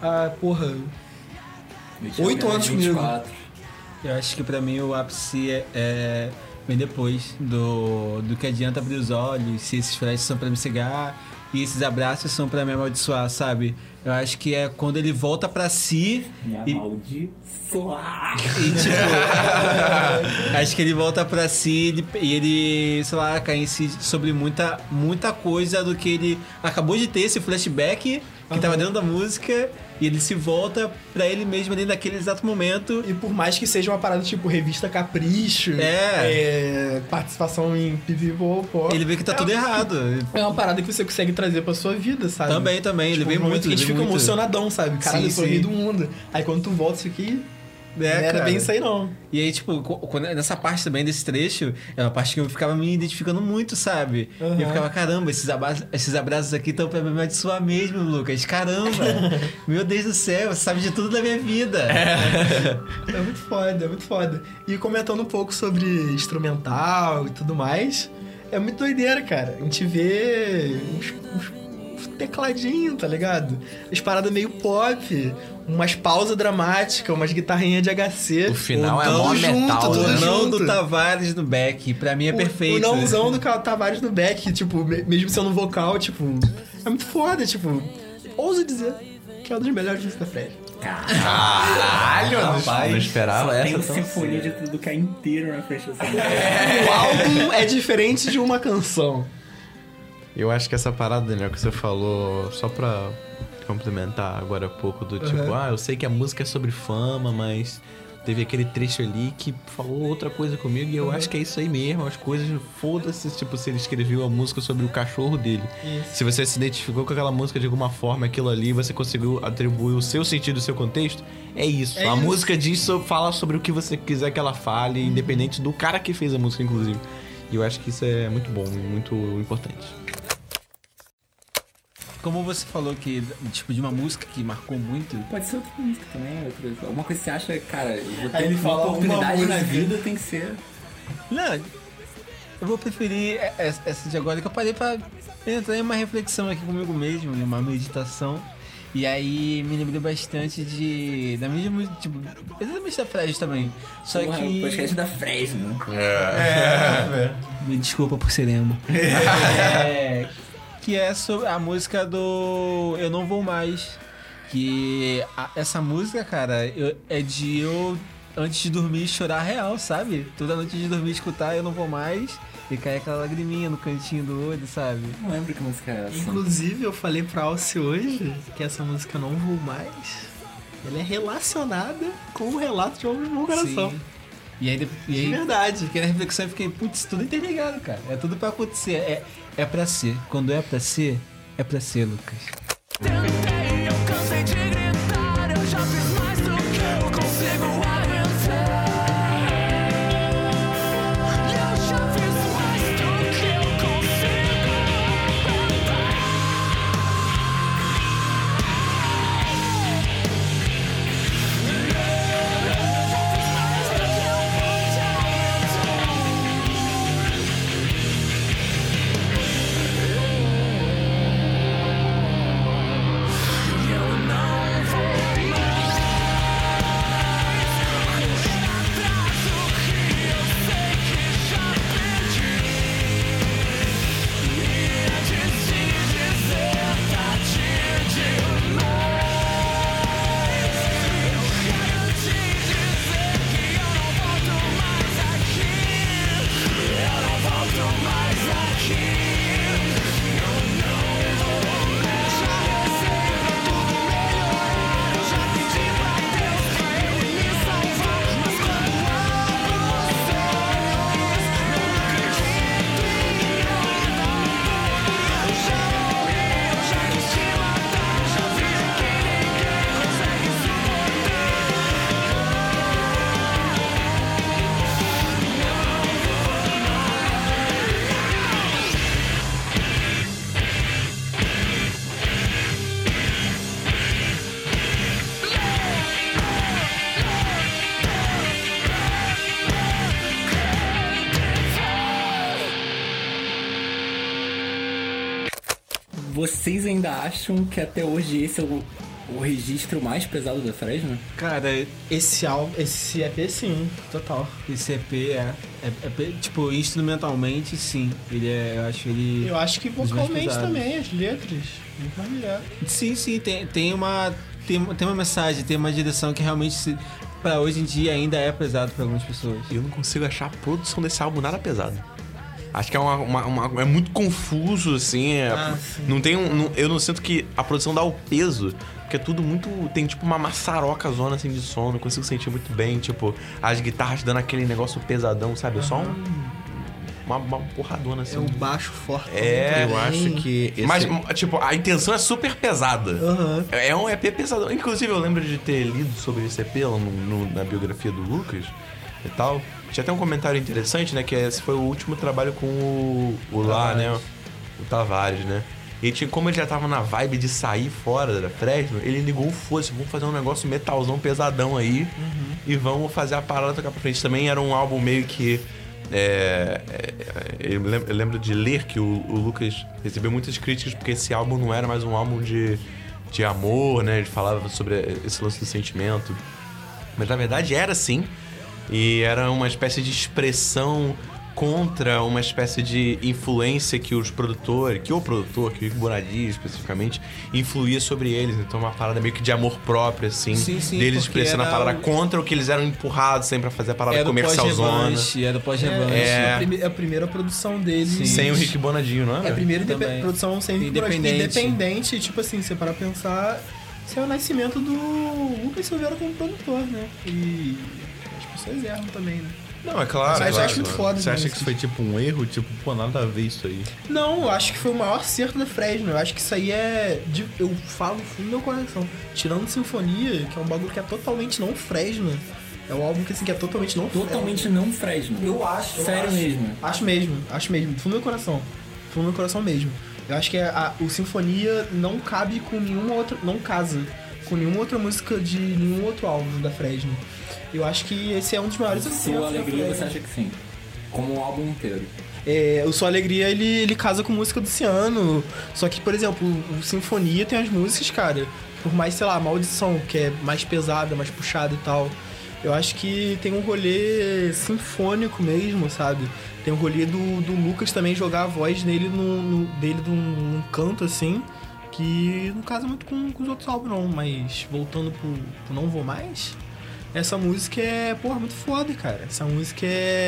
8 anos comigo. Eu acho que pra mim o ápice vem depois do que adianta abrir os olhos, se esses flashes são pra me cegar e esses abraços são pra me amaldiçoar, sabe? Eu acho que é quando ele volta pra si amaldiçoar. E tipo, acho que ele volta pra si e ele, sei lá, cai em si sobre muita coisa do que ele acabou de ter, esse flashback que tava dentro da música, e ele se volta pra ele mesmo ali naquele exato momento. E por mais que seja uma parada tipo revista Capricho, participação em Pipipopó, ele vê que tá tudo errado. É uma parada que você consegue trazer pra sua vida, sabe? Também, ele vê muito. Que a gente fica emocionadão, sabe? Caralho, eu sou rei do mundo. Aí quando tu volta, você fica... Não era bem isso aí, não. E aí, tipo, nessa parte também desse trecho, é uma parte que eu ficava me identificando muito, sabe? E eu ficava, caramba, esses abraços aqui estão pra me amaldiçoar mesmo, Lucas. Caramba! Meu Deus do céu, você sabe de tudo da minha vida. É muito foda. E comentando um pouco sobre instrumental e tudo mais, é muito doideira, cara. A gente vê uns tecladinho, tá ligado? As paradas meio pop, umas pausas dramáticas, umas guitarrinhas de HC. O final é mó metal, tudo né? O não do Tavares no back, pra mim é perfeito. O nãozão do Tavares no back, tipo, mesmo sendo vocal, tipo, é muito foda, tipo, ouso dizer que é uma das melhores músicas da Fred. Caralho, rapaz, não esperava essa. Tem uma sinfonia de tudo que é inteiro na frente assim. O álbum é diferente de uma canção. Eu acho que essa parada, Daniel, que você falou, só pra complementar agora há pouco do tipo, eu sei que a música é sobre fama, mas teve aquele trecho ali que falou outra coisa comigo e eu acho que é isso aí mesmo, as coisas, foda-se, tipo, se ele escreveu a música sobre o cachorro dele. Isso. Se você se identificou com aquela música de alguma forma, aquilo ali, você conseguiu atribuir o seu sentido, o seu contexto, é isso. É a isso. música fala sobre o que você quiser que ela fale, independente do cara que fez a música, inclusive. E eu acho que isso é muito bom, muito importante. Como você falou que, tipo, de uma música que marcou muito... Pode ser outra música também, alguma coisa que você acha, cara, eu vou Aí ter ele uma fala oportunidade uma na música. vida, tem que ser... Não, eu vou preferir essa de agora, que eu parei pra entrar em uma reflexão aqui comigo mesmo, em uma meditação. E aí me lembrei bastante da mesma, tipo, exatamente da Fresno também. Só Porra, que... o podcast da Fresno. Me desculpa por ser emo. Que é sobre a música do Eu Não Vou Mais. Que essa música, cara, é de eu, antes de dormir, chorar real, sabe? Toda noite de dormir, escutar Eu Não Vou Mais e cair aquela lagriminha no cantinho do olho, sabe? Não lembro que música é essa. Inclusive, eu falei pra Alce hoje que essa música Eu Não Vou Mais, ela é relacionada com o relato de Homem do Meu Coração. Sim. E aí, verdade. Fiquei na reflexão e fiquei, putz, tudo interligado, cara. É tudo pra acontecer. É pra ser. Quando é pra ser, Lucas. Tentei, eu cansei de gritar, eu já fiz mais do que eu consigo aguentar. Eu já fiz mais do que eu consigo aguentar. Vocês ainda acham que até hoje esse é o registro mais pesado da Fresno? Cara, esse EP sim, total. Esse EP tipo, instrumentalmente sim. Eu acho que vocalmente também, as letras, muito mais melhor. Sim, tem uma mensagem, tem uma direção que realmente pra hoje em dia ainda é pesado pra algumas pessoas. Eu não consigo achar a produção desse álbum nada pesada. Acho que é é muito confuso, assim. Não tem eu não sinto que a produção dá o peso, porque é tudo muito... Tem tipo uma maçaroca zona assim de som, não consigo sentir muito bem. Tipo, as guitarras dando aquele negócio pesadão, sabe? É só uma porradona assim. É um baixo forte. Eu acho que... Mas, tipo, a intenção é super pesada. É um EP pesadão. Inclusive, eu lembro de ter lido sobre esse EP lá na biografia do Lucas e tal. Tinha até um comentário interessante, né? Que esse foi o último trabalho com o lá, né? O Tavares, né? E como ele já tava na vibe de sair fora da Fresno, ele ligou o foda-se, vamos fazer um negócio metalzão pesadão aí e vamos fazer a parada tocar pra frente. Também era um álbum meio que... eu lembro de ler que o Lucas recebeu muitas críticas porque esse álbum não era mais um álbum de amor, né? Ele falava sobre esse lance do sentimento. Mas na verdade era sim. E era uma espécie de expressão contra uma espécie de influência que os produtores, que o Rico Bonadio especificamente, influía sobre eles. Então uma parada meio que de amor próprio, assim, deles expressando a parada contra o que eles eram empurrados sempre a fazer a parada comercialzona. Era pós-revanche. É a primeira produção deles. Sem o Rick Bonadio, não é? É a primeira produção sem Rick Bonadio. Independente, tipo assim, você para pensar, isso é o nascimento do Lucas Silveira como produtor, né? E as pessoas erram também, né? Não, é claro. Mas eu acho muito foda. Você acha que isso foi tipo um erro? Tipo, pô, nada a ver isso aí. Não, eu acho que foi o maior acerto da Fresno. Eu acho que isso aí é... eu falo no fundo do meu coração. Tirando Sinfonia, que é um bagulho que é totalmente não Fresno. É um álbum que, assim, que é totalmente não Fresno. Totalmente não Fresno. Eu acho. Sério mesmo? Acho mesmo. Do fundo do meu coração. Do fundo do meu coração mesmo. Eu acho que o Sinfonia não cabe com nenhuma outra... Não casa com nenhuma outra música de nenhum outro álbum da Fresno. Eu acho que esse é um dos maiores acertos. Sua Alegria, você acha que sim? Como o álbum inteiro. O Sua Alegria, ele casa com música do Ciano. Só que, por exemplo, o Sinfonia tem as músicas, cara, por mais, sei lá, Maldição, que é mais pesada, mais puxada e tal. Eu acho que tem um rolê sinfônico mesmo, sabe? Tem um rolê do Lucas também jogar a voz dele num canto, assim, que não casa muito com os outros álbuns, não. Mas voltando pro Não Vou Mais... Essa música é, muito foda, cara. Essa música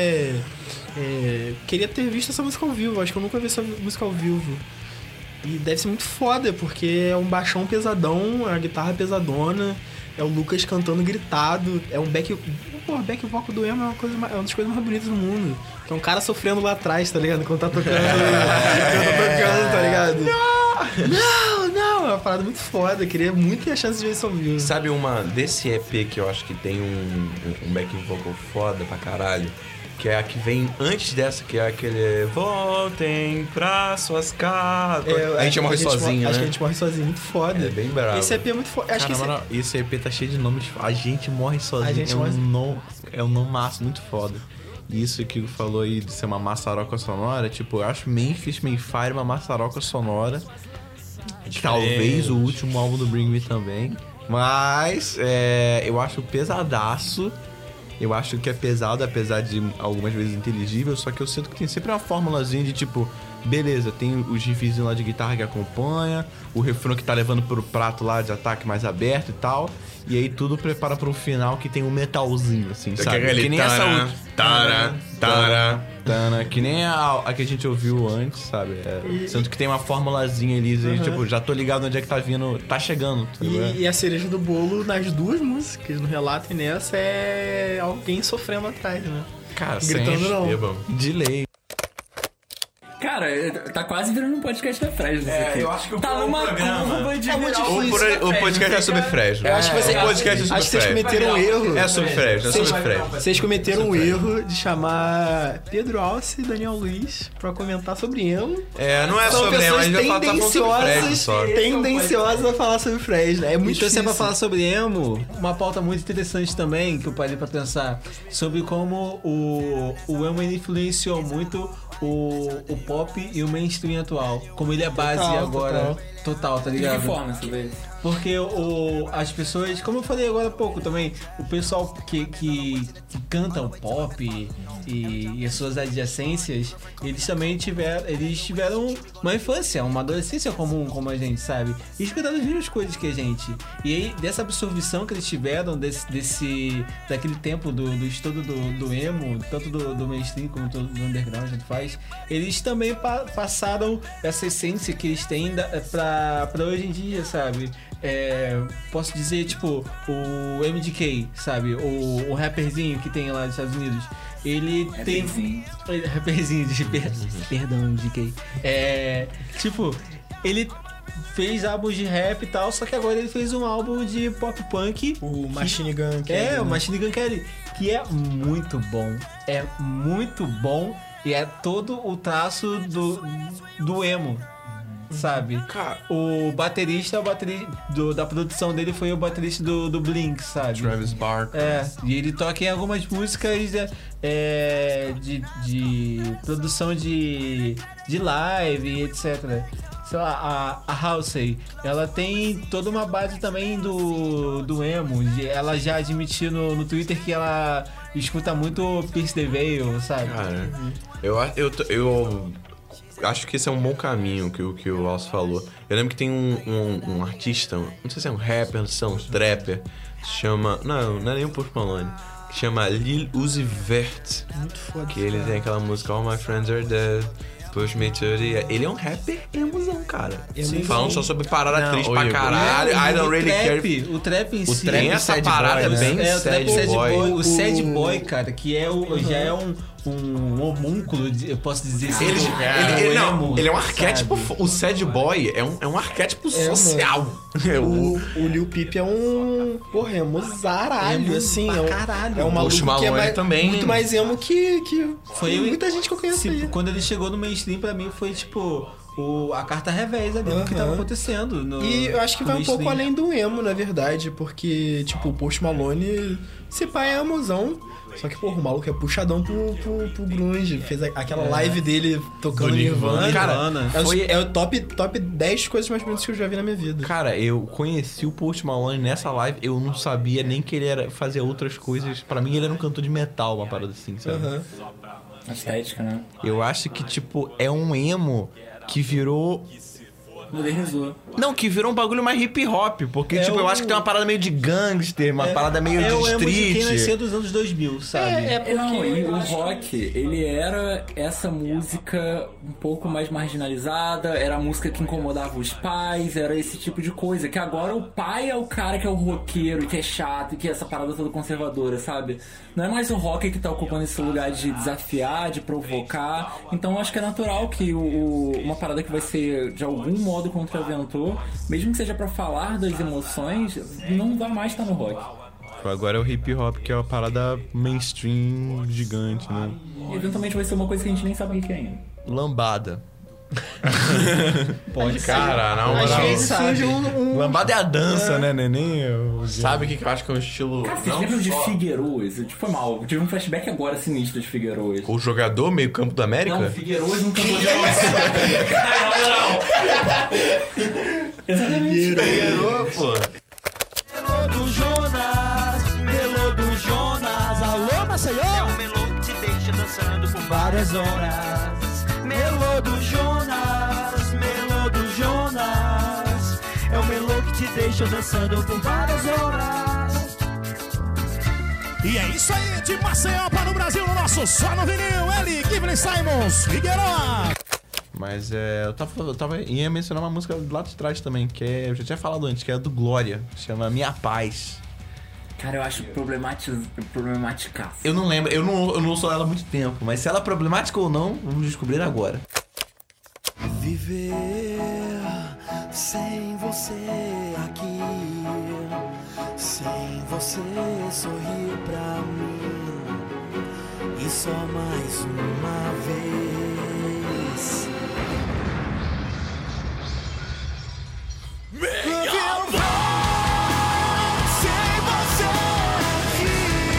queria ter visto essa música ao vivo. Acho que eu nunca vi essa música ao vivo. E deve ser muito foda, porque é um baixão pesadão, a guitarra pesadona, é o Lucas cantando gritado, é um back vocal do emo é uma das coisas mais bonitas do mundo. Que é um cara sofrendo lá atrás, tá ligado? Quando tá tocando, tá ligado? Não, é uma parada muito foda. Eu queria muito ter a chance de ver isso ao vivo. Sabe uma desse EP que eu acho que tem um backing vocal foda pra caralho? Que é a que vem antes dessa, que é aquele Voltem pra suas casas. A gente morre sozinho, né? Acho que a gente morre sozinho, muito foda. É bem bravo. Esse EP é muito foda. Esse EP tá cheio de nomes. A gente morre sozinho. É um nomaço muito foda. Isso que falou aí de ser uma maçaroca sonora, tipo, eu acho Memphis May Fire uma maçaroca sonora. Talvez o último álbum do Bring Me também. Mas eu acho pesadaço. Eu acho que é pesado, apesar de algumas vezes inteligível. Só que eu sinto que tem sempre uma formulazinha de tipo... Beleza, tem os riffzinhos lá de guitarra que acompanha, o refrão que tá levando pro prato lá de ataque mais aberto e tal. E aí tudo prepara pro final que tem um metalzinho, assim, sabe? Que nem essa última. Que nem a que a gente ouviu antes, sabe? Sinto que tem uma formulazinha ali, tipo, já tô ligado onde é que tá vindo, tá chegando. Tá e a cereja do bolo nas duas músicas, no relato e nessa, é alguém sofrendo atrás, né? Cara, gritando não. De lei. Cara, tá quase virando um podcast da Fresno. Eu acho que tá numa curva de o podcast é sobre Fresno. Eu acho que o podcast é sobre vocês cometeram um erro. É sobre Fresno, Vocês cometeram um erro de chamar Pedro Alce e Daniel Luiz pra comentar sobre emo. Não é sobre emo, a gente vai falar sobre Fresno só. Tendenciosas a falar sobre Fresno. É muito difícil. Então, se é pra falar sobre emo, uma pauta muito interessante também, que eu parei pra pensar, sobre como o emo influenciou muito o pop e o mainstream atual. Como ele é base agora. Total, tá ligado? De que forma você vê? Porque as pessoas, como eu falei agora há pouco também, o pessoal que canta o pop e as suas adjacências, eles também tiveram uma infância, uma adolescência comum como a gente, sabe? E escutaram as mesmas coisas que a gente. E aí, dessa absorção que eles tiveram daquele tempo do estudo do emo, tanto do mainstream como do underground, a gente faz, eles também passaram essa essência que eles têm pra hoje em dia, sabe? Posso dizer, tipo, o MDK, sabe? O rapperzinho que tem lá nos Estados Unidos. Ele tem... Rapperzinho, perdão, MDK. Tipo, ele fez álbuns de rap e tal, só que agora ele fez um álbum de pop punk. O Machine Gun Kelly. O Machine Gun Kelly, que é muito bom. É muito bom e é todo o traço do emo. Sabe? O baterista da produção dele foi o baterista do Blink, sabe? Travis Barker. E ele toca em algumas músicas de produção de live, etc. sei lá, a Halsey, ela tem toda uma base também do emo. Ela já admitiu no Twitter que ela escuta muito Pierce the Veil, sabe? Cara, eu acho que esse é um bom caminho que o Alcio falou. Eu lembro que tem um artista, não sei se é um rapper, não sei se é um trapper, se chama... Não é nem o Post Malone. Que chama Lil Uzi Vert. Muito foda. Que ele tem aquela música All My Friends Are Dead, Push Me to the... Ele é um rapper emozão, cara. Sim, falando só sobre parada triste pra Oi, caralho. I don't really care. O trap em si. Tem essa parada bem o trap sad boy. O sad boy, cara, que é já é um homúnculo, eu posso dizer assim. Ele é um arquétipo. O sad boy é um arquétipo social. O Lil Peep é um... Porra, é mozaralho, assim. Caralho. É um maluco que é também. muito mais emo que foi muita gente que eu conheço aí. Quando ele chegou no mainstream, pra mim, foi tipo... a carta revés ali do que tava acontecendo. E eu acho que vai um pouco além do emo, na verdade, porque, tipo, o Post Malone, se pá, é emozão. Só que, porra, o maluco é puxadão pro grunge. Fez aquela live dele tocando Nirvana. Cara, é o top 10 coisas mais bonitas que eu já vi na minha vida. Cara, eu conheci o Post Malone nessa live, eu não sabia nem que ele fazia outras coisas. Pra mim, ele era um cantor de metal, uma parada assim, sabe? A estética, né? Eu acho que, tipo, é um emo que virou... Modernizou. Não, que virou um bagulho mais hip hop. Porque, eu acho que tem uma parada meio de gangster, uma parada meio de o street. emo de quem nasceu dos anos 2000, sabe? Não, e o rock, ele era essa música um pouco mais marginalizada, era a música que incomodava os pais, era esse tipo de coisa. Que agora o pai é o cara que é o roqueiro, que é chato, que é essa parada toda conservadora, sabe? Não é mais o rock que tá ocupando esse lugar de desafiar, de provocar. Então eu acho que é natural que uma parada que vai ser de algum modo contraventor, mesmo que seja pra falar das emoções, não vai mais estar no rock. Agora é o hip hop, que é uma parada mainstream gigante, né? E eventualmente vai ser uma coisa que a gente nem sabe o que é ainda. Lambada. Pode ser. Cara, não, Às não. vezes surge Lambada é a dança, né? Nem Sabe o que eu acho que é um estilo... Cara, vocês lembram de Figueireas? Foi mal. Eu tive um flashback agora sinistro de Figueireas. O jogador meio campo da América? Não, Figueireas não cantou de nossa. Exatamente. Figueireas, pô. Melô do Jonas, alô Maceió. É um melô que te deixa dançando por várias horas. Melô do Jonas, é um melô que te deixa dançando por várias horas. E é isso aí, de Maceió para o Brasil, no nosso Só no Vinil, ele, Kivlin Simons, Figueiredo. Mas eu ia mencionar uma música lá de trás também, que eu já tinha falado antes, que é a do Glória, chama Minha Paz. Cara, eu acho problematicaço. Eu não lembro, eu não ouço ela há muito tempo, mas se ela é problemática ou não, vamos descobrir agora. Viver sem você aqui, sem você sorrir pra mim, e só mais uma vez. Minha voz, sem você aqui,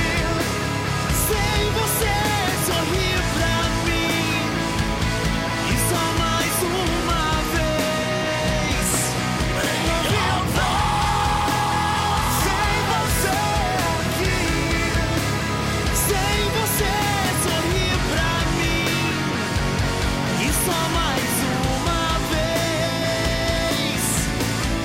sem você sorrir pra mim, e só mais uma vez. Minha voz, sem você aqui, sem você sorrir pra mim, e só mais uma vez.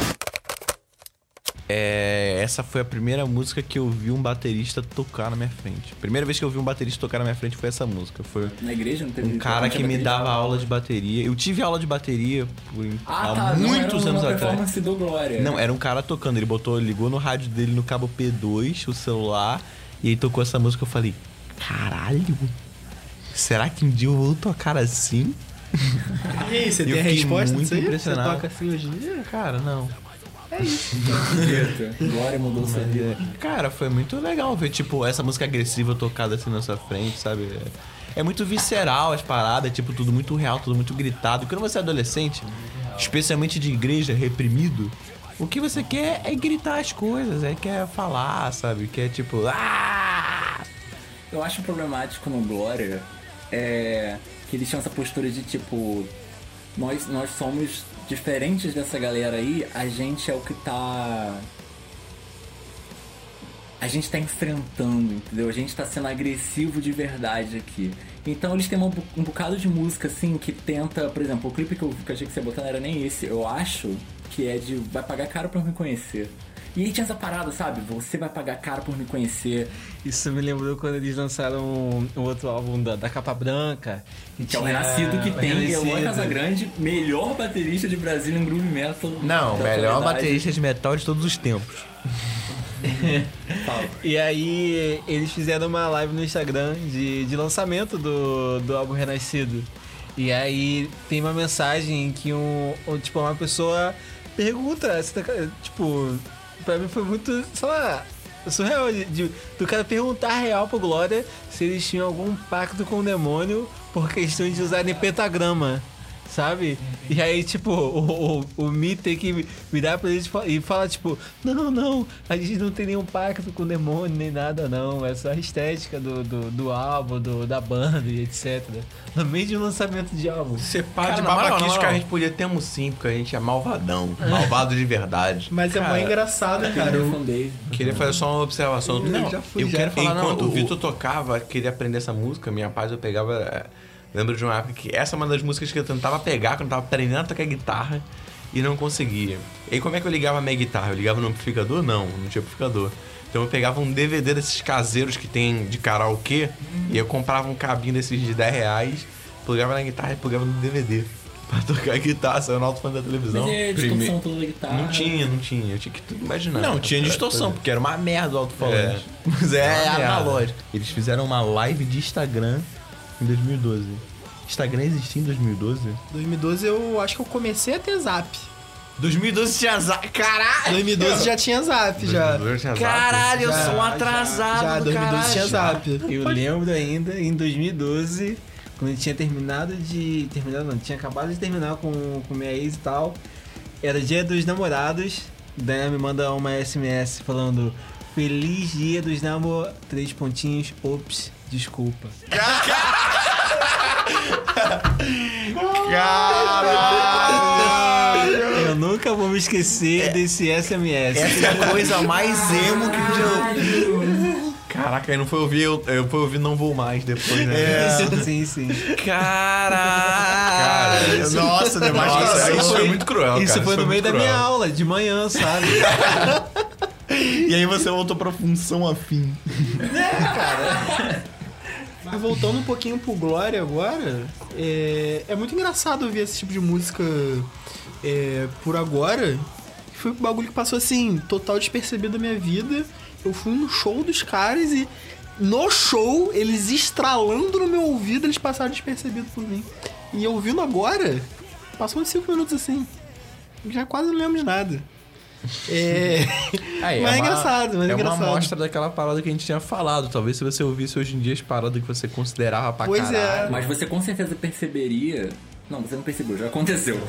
Essa foi a primeira música que eu vi um baterista tocar na minha frente. A primeira vez que eu vi um baterista tocar na minha frente foi essa música. Foi na igreja? Não teve um cara que me dava aula de bateria. Eu tive aula de bateria há muitos anos atrás. Performance do Glória. Não, era um cara tocando. Ele ligou no rádio dele no cabo P2, o celular, e aí tocou essa música. Eu falei, caralho, será que um dia eu vou tocar assim? E aí, você tem a resposta muito disso aí? impressionado. Você toca assim hoje em dia? Cara, não. É isso. Glória mudou sua vida. Cara, foi muito legal ver, tipo, essa música agressiva tocada assim na sua frente, sabe? É muito visceral as paradas, tipo, tudo muito real, tudo muito gritado. E quando você é adolescente, especialmente de igreja, reprimido, o que você quer é gritar as coisas, quer falar, sabe? Quer, tipo, Eu acho problemático no Glória que eles tinham essa postura de, tipo, nós somos diferentes dessa galera aí, a gente é o que tá... A gente tá enfrentando, entendeu? A gente tá sendo agressivo de verdade aqui. Então eles têm um bocado de música, assim, que tenta... Por exemplo, o clipe que eu achei que você botou não era nem esse. Eu acho que é de vai pagar caro pra me conhecer. E aí tinha essa parada, sabe? Você vai pagar caro por me conhecer. Isso me lembrou quando eles lançaram um outro álbum da Capa Branca. Que é o Renascido, que tem Eloy Casagrande, melhor baterista de Brazilian Groove Metal. Não, melhor baterista de metal de todos os tempos. E aí eles fizeram uma live no Instagram de lançamento do álbum Renascido. E aí tem uma mensagem que tipo, uma pessoa pergunta, tipo, pra mim foi muito, sei lá, surreal do cara perguntar real pro Glória se eles tinham algum pacto com o demônio por questão de usarem pentagrama, sabe? E aí, tipo, o Mi tem que virar pra eles e falar, tipo, não, a gente não tem nenhum pacto com o demônio, nem nada, não. É só a estética do álbum, da banda e etc. No meio de um lançamento de álbum. Você para de babaquice que a gente podia ter sim, porque a gente é malvadão. Malvado de verdade. Mas é muito engraçado, cara. Eu queria fazer só uma observação. Eu quero falar, enquanto o Vitor tocava, queria aprender essa música, minha paz eu pegava... Lembro de uma época que essa é uma das músicas que eu tentava pegar quando eu tava aprendendo a tocar guitarra e não conseguia. E aí como é que eu ligava a minha guitarra? Eu ligava no amplificador? Não tinha amplificador. Então eu pegava um DVD desses caseiros que tem de karaokê e eu comprava um cabinho desses de R$10, plugava na guitarra e plugava no DVD. Pra tocar guitarra, saiu no alto-fã da televisão. Mas é distorção toda da guitarra? Não tinha. Eu tinha que tudo imaginar. Não, tinha distorção, porque era uma merda o alto-falante. Mas é analógico. Eles fizeram uma live de Instagram em 2012. Instagram existia em 2012? 2012 eu acho que eu comecei a ter Zap. 2012 tinha Zap? Caralho! 2012 já tinha Zap, já. Caralho, eu sou um atrasado já, do 2012 caralho. tinha Zap. Eu lembro ainda, em 2012, quando tinha tinha acabado de terminar com minha ex e tal. Era dia dos namorados. Daí me manda uma SMS falando: Feliz dia dos namorados. 3 pontinhos, ops, desculpa. Caralho! Eu nunca vou me esquecer desse SMS. Essa é a coisa mais emo que eu... Caraca, aí não foi ouvir, eu fui ouvir Não Vou Mais depois, né? Sim. Caralho! Nossa, demais. Isso foi muito cruel, Isso cara. foi no meio da minha aula, de manhã, sabe? E aí você voltou pra função afim. Cara. Mas voltando um pouquinho pro Glória agora, é muito engraçado ouvir esse tipo de música por agora. Foi um bagulho que passou assim, total despercebido da minha vida. Eu fui no show dos caras e no show, eles estralando no meu ouvido, eles passaram despercebido por mim. E ouvindo agora, passou uns 5 minutos assim. Já quase não lembro de nada. Mas é engraçado, mas é engraçado. É uma amostra daquela parada que a gente tinha falado. Talvez se você ouvisse hoje em dia as paradas que você considerava pra pois caralho. Mas você com certeza perceberia... Não, você não percebeu, já aconteceu.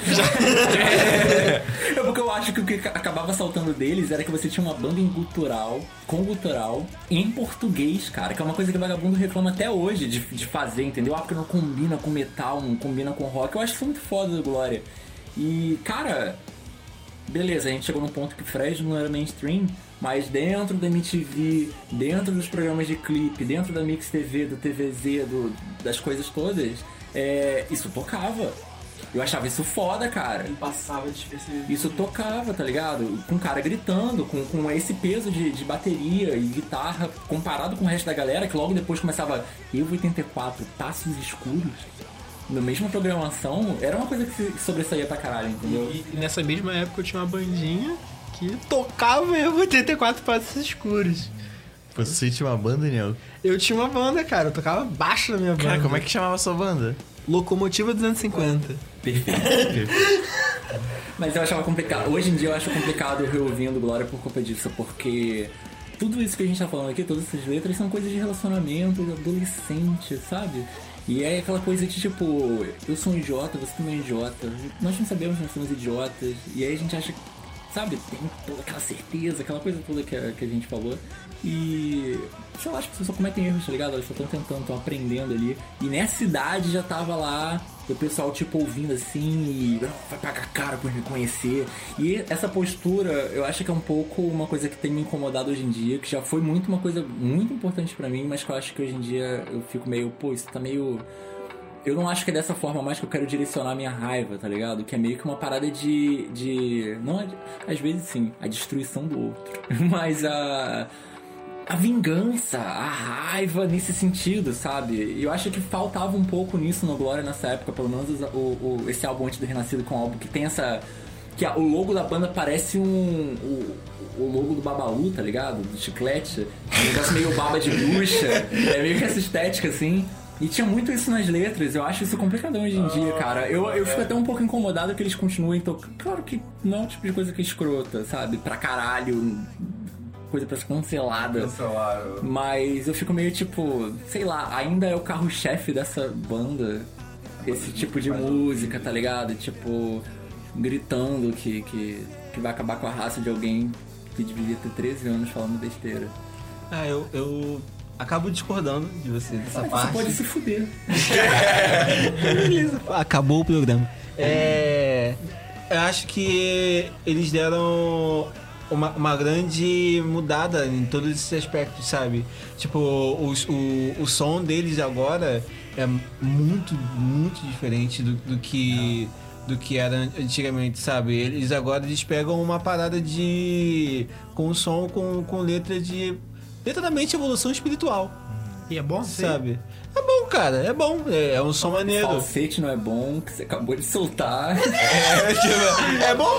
Porque eu acho que o que acabava saltando deles era que você tinha uma banda com gutural, em português, cara. Que é uma coisa que o vagabundo reclama até hoje de fazer, entendeu? Porque não combina com metal, não combina com rock. Eu acho isso muito foda do Glória. E, cara... Beleza, a gente chegou num ponto que Fresno não era mainstream, mas dentro da MTV, dentro dos programas de clipe, dentro da Mix TV, do TVZ, das coisas todas, isso tocava. Eu achava isso foda, cara. E passava despercebido. Isso tocava, tá ligado? Com o cara gritando, com esse peso de bateria e guitarra, comparado com o resto da galera, que logo depois começava Evo 84, Passos Escuros. Na mesma programação, era uma coisa que sobressaía pra caralho, entendeu? E nessa mesma época eu tinha uma bandinha que tocava Evo 84 Passos Escuros. Você tinha uma banda, Daniel? Eu tinha uma banda, cara. Eu tocava baixo na minha banda. Cara, como é que chamava a sua banda? Locomotiva 250. Perfeito. Mas eu achava complicado. Hoje em dia eu acho complicado eu reouvindo Glória por culpa disso, porque tudo isso que a gente tá falando aqui, todas essas letras, são coisas de relacionamento adolescente, sabe? E é aquela coisa de tipo, eu sou um idiota, você também é um idiota. Nós não sabemos que nós somos idiotas. E aí a gente acha, sabe, tem toda aquela certeza, aquela coisa toda que a gente falou. E sei lá, as pessoas só cometem erros, tá ligado? Elas só estão tentando, estão aprendendo ali. E nessa idade já tava lá o pessoal, tipo, ouvindo assim e vai pagar caro por me conhecer. E essa postura, eu acho que é um pouco uma coisa que tem me incomodado hoje em dia, que já foi muito uma coisa muito importante pra mim, mas que eu acho que hoje em dia eu fico meio, pô, isso tá meio... Eu não acho que é dessa forma mais que eu quero direcionar a minha raiva, tá ligado? Que é meio que uma parada de... Não, às vezes sim, a destruição do outro. Mas a vingança, a raiva nesse sentido, sabe? E eu acho que faltava um pouco nisso no Glória nessa época, pelo menos esse álbum antes do Renascido, com um álbum que tem essa... Que o logo da banda parece o logo do Babalu, tá ligado? Do Chiclete. Um negócio meio baba de bruxa. É meio que essa estética, assim. E tinha muito isso nas letras, eu acho isso complicadão hoje em dia, cara. Eu fico até um pouco incomodado que eles continuem tocando. Claro que não é o tipo de coisa que é escrota, sabe? Pra caralho, coisa pra ser cancelada. Mas eu fico meio tipo, sei lá, ainda é o carro-chefe dessa banda, esse tipo de música, tá ligado? Tipo, gritando que vai acabar com a raça de alguém que devia ter 13 anos falando besteira. Eu acabo discordando de você dessa parte. Você pode se fuder. Beleza. Acabou o programa. Eu acho que eles deram uma grande mudada em todos esses aspectos, sabe? Tipo, o som deles agora é muito, muito diferente do que era antigamente, sabe? Eles agora pegam uma parada com som, com letra de... literalmente evolução espiritual. E é bom, sabe? É bom, cara, é bom. É um som maneiro. O falsete não é bom, que você acabou de soltar. É bom?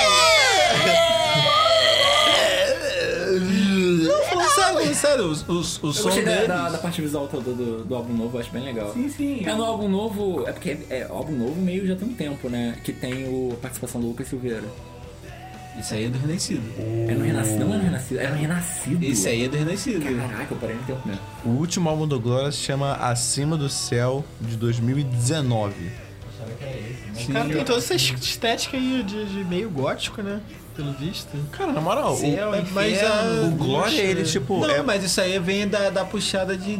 Não, falando sério, o som deles... da parte visual toda do álbum novo, eu acho bem legal. Sim. No álbum novo, é porque álbum novo meio já tem um tempo, né? Que tem a participação do Lucas Silveira. Isso aí é do Renascido. É no Renascido? Não é no Renascido, é no Renascido. Isso aí é do Renascido. Caraca, eu parei no tempo mesmo. O último álbum do Glória se chama Acima do Céu, de 2019. O cara tem toda essa estética aí de meio gótico, né? Pelo visto. Cara, na moral, mas o Glória, ele tipo... Não, mas isso aí vem da puxada do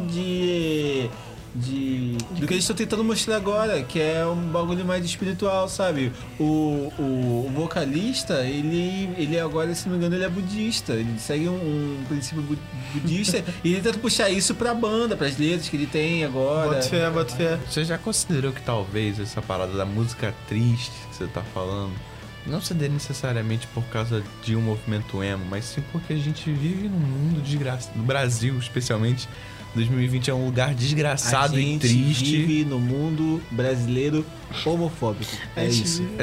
que eles estão tentando mostrar agora, que é um bagulho mais espiritual, sabe? O vocalista, ele agora, se não me engano, ele é budista. Ele segue um princípio budista e ele tenta puxar isso pra banda, pras letras que ele tem agora. Bota fé. Você já considerou que talvez essa parada da música triste que você tá falando não se dê necessariamente por causa de um movimento emo, mas sim porque a gente vive num mundo desgraçado, no Brasil especialmente? 2020 é um lugar desgraçado e triste. A gente vive no mundo brasileiro homofóbico. É isso. A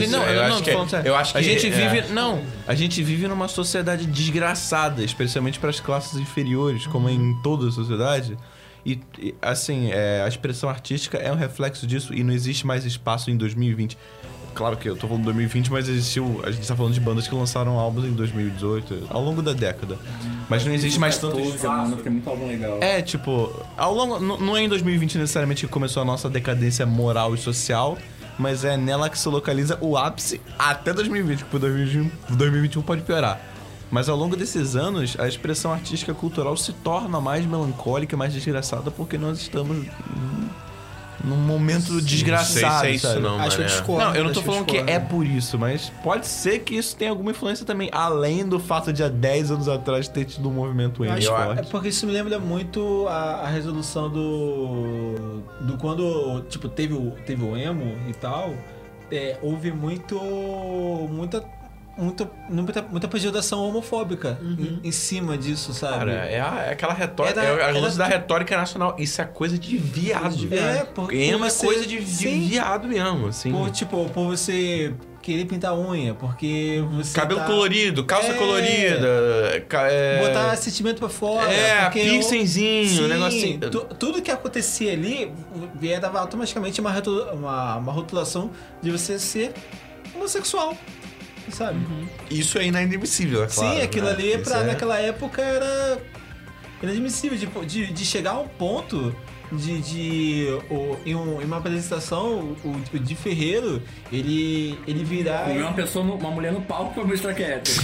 gente vive numa sociedade desgraçada, especialmente para as classes inferiores, como em toda a sociedade. E assim, a expressão artística é um reflexo disso e não existe mais espaço em 2020. Claro que eu tô falando de 2020, mas existiu... A gente tá falando de bandas que lançaram álbuns em 2018, ao longo da década. Mas não existe mais tanto espaço. Tem muito álbum legal. Tipo... Ao longo, não é em 2020 necessariamente que começou a nossa decadência moral e social, mas é nela que se localiza o ápice até 2020, porque 2021 pode piorar. Mas ao longo desses anos, a expressão artística cultural se torna mais melancólica, mais desgraçada, porque nós estamos... num momento desgraçado, sei se é isso não, acho que eu discordo. Não, eu não tô falando que é por isso, mas pode ser que isso tenha alguma influência também, além do fato de há 10 anos atrás ter tido um movimento emo forte. É porque isso me lembra muito a resolução do quando, tipo, teve o emo e tal, houve muita pejoração homofóbica em cima disso, sabe? Cara, é aquela retórica, a lance da retórica nacional. Isso é coisa de viado. Porque emo é coisa de viado mesmo, assim. Por você querer pintar unha, porque você cabelo colorido, calça colorida, botar sentimento pra fora, piercingzinho, um negócio assim. Tudo que acontecia ali dava automaticamente uma rotulação de você ser homossexual. Sabe? Isso é inadmissível, é claro. Sim, aquilo ali naquela época era inadmissível de chegar a um ponto em uma apresentação, o Di Ferreiro, ele virar... Comer uma mulher no palco pra mostrar que é hétero.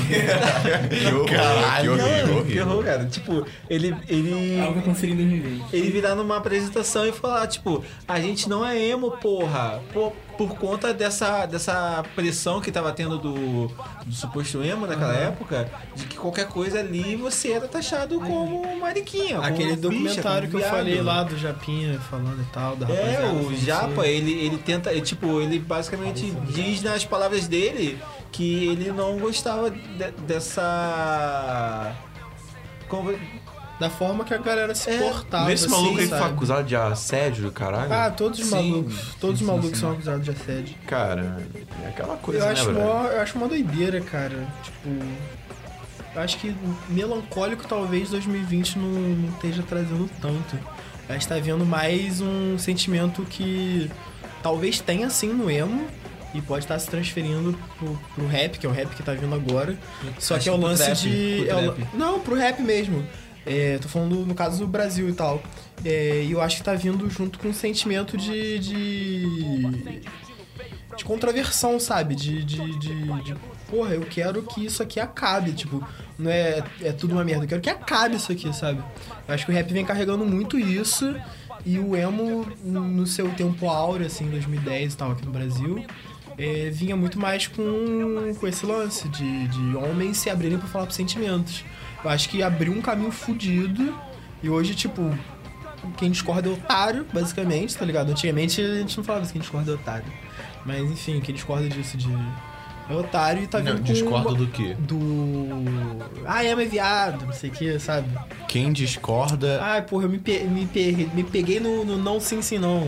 Que horror, cara. Tipo, ele... Algo que aconteceria em 2020. Ele virar numa apresentação e falar, tipo, a gente não é emo, porra. Por conta dessa pressão que tava tendo do suposto emo naquela época, de que qualquer coisa ali você era taxado como mariquinha. Aquele como documentário bicha, que eu como falei viado. lá do Japinha falando e tal, da rapaziada. O Japa, ele tenta, ele basicamente diz nas palavras dele que ele não gostava dessa... Da forma que a galera se portava. Nesse assim, maluco aí que foi sabe? acusado de assédio, caralho. Ah, todos os malucos. Todos os malucos são acusados de assédio. Cara, é aquela coisa, Eu acho uma doideira, cara. Tipo... Eu acho que melancólico talvez 2020 não esteja trazendo tanto. A gente tá vendo mais um sentimento que talvez tenha sim no emo e pode estar se transferindo pro rap, que é o rap que tá vindo agora. Só que é o lance de... Não, pro rap mesmo. Tô falando no caso do Brasil e tal. E eu acho que tá vindo junto com um sentimento de contraversão, sabe? De porra, eu quero que isso aqui acabe, tipo, não é tudo uma merda, eu quero que acabe isso aqui, sabe? Eu acho que o rap vem carregando muito isso e o emo, no seu tempo áureo, assim, 2010 e tal, aqui no Brasil, vinha muito mais com esse lance de homens se abrirem pra falar pros sentimentos. Eu acho que abriu um caminho fudido e hoje, tipo, quem discorda é otário, basicamente, tá ligado? Antigamente a gente não falava assim, quem discorda é otário. Mas, enfim, quem discorda disso é otário e tá vindo discorda do quê? Emo é viado, não sei o que, sabe? Quem discorda... Ai, porra, eu me peguei no não sim, sim, não.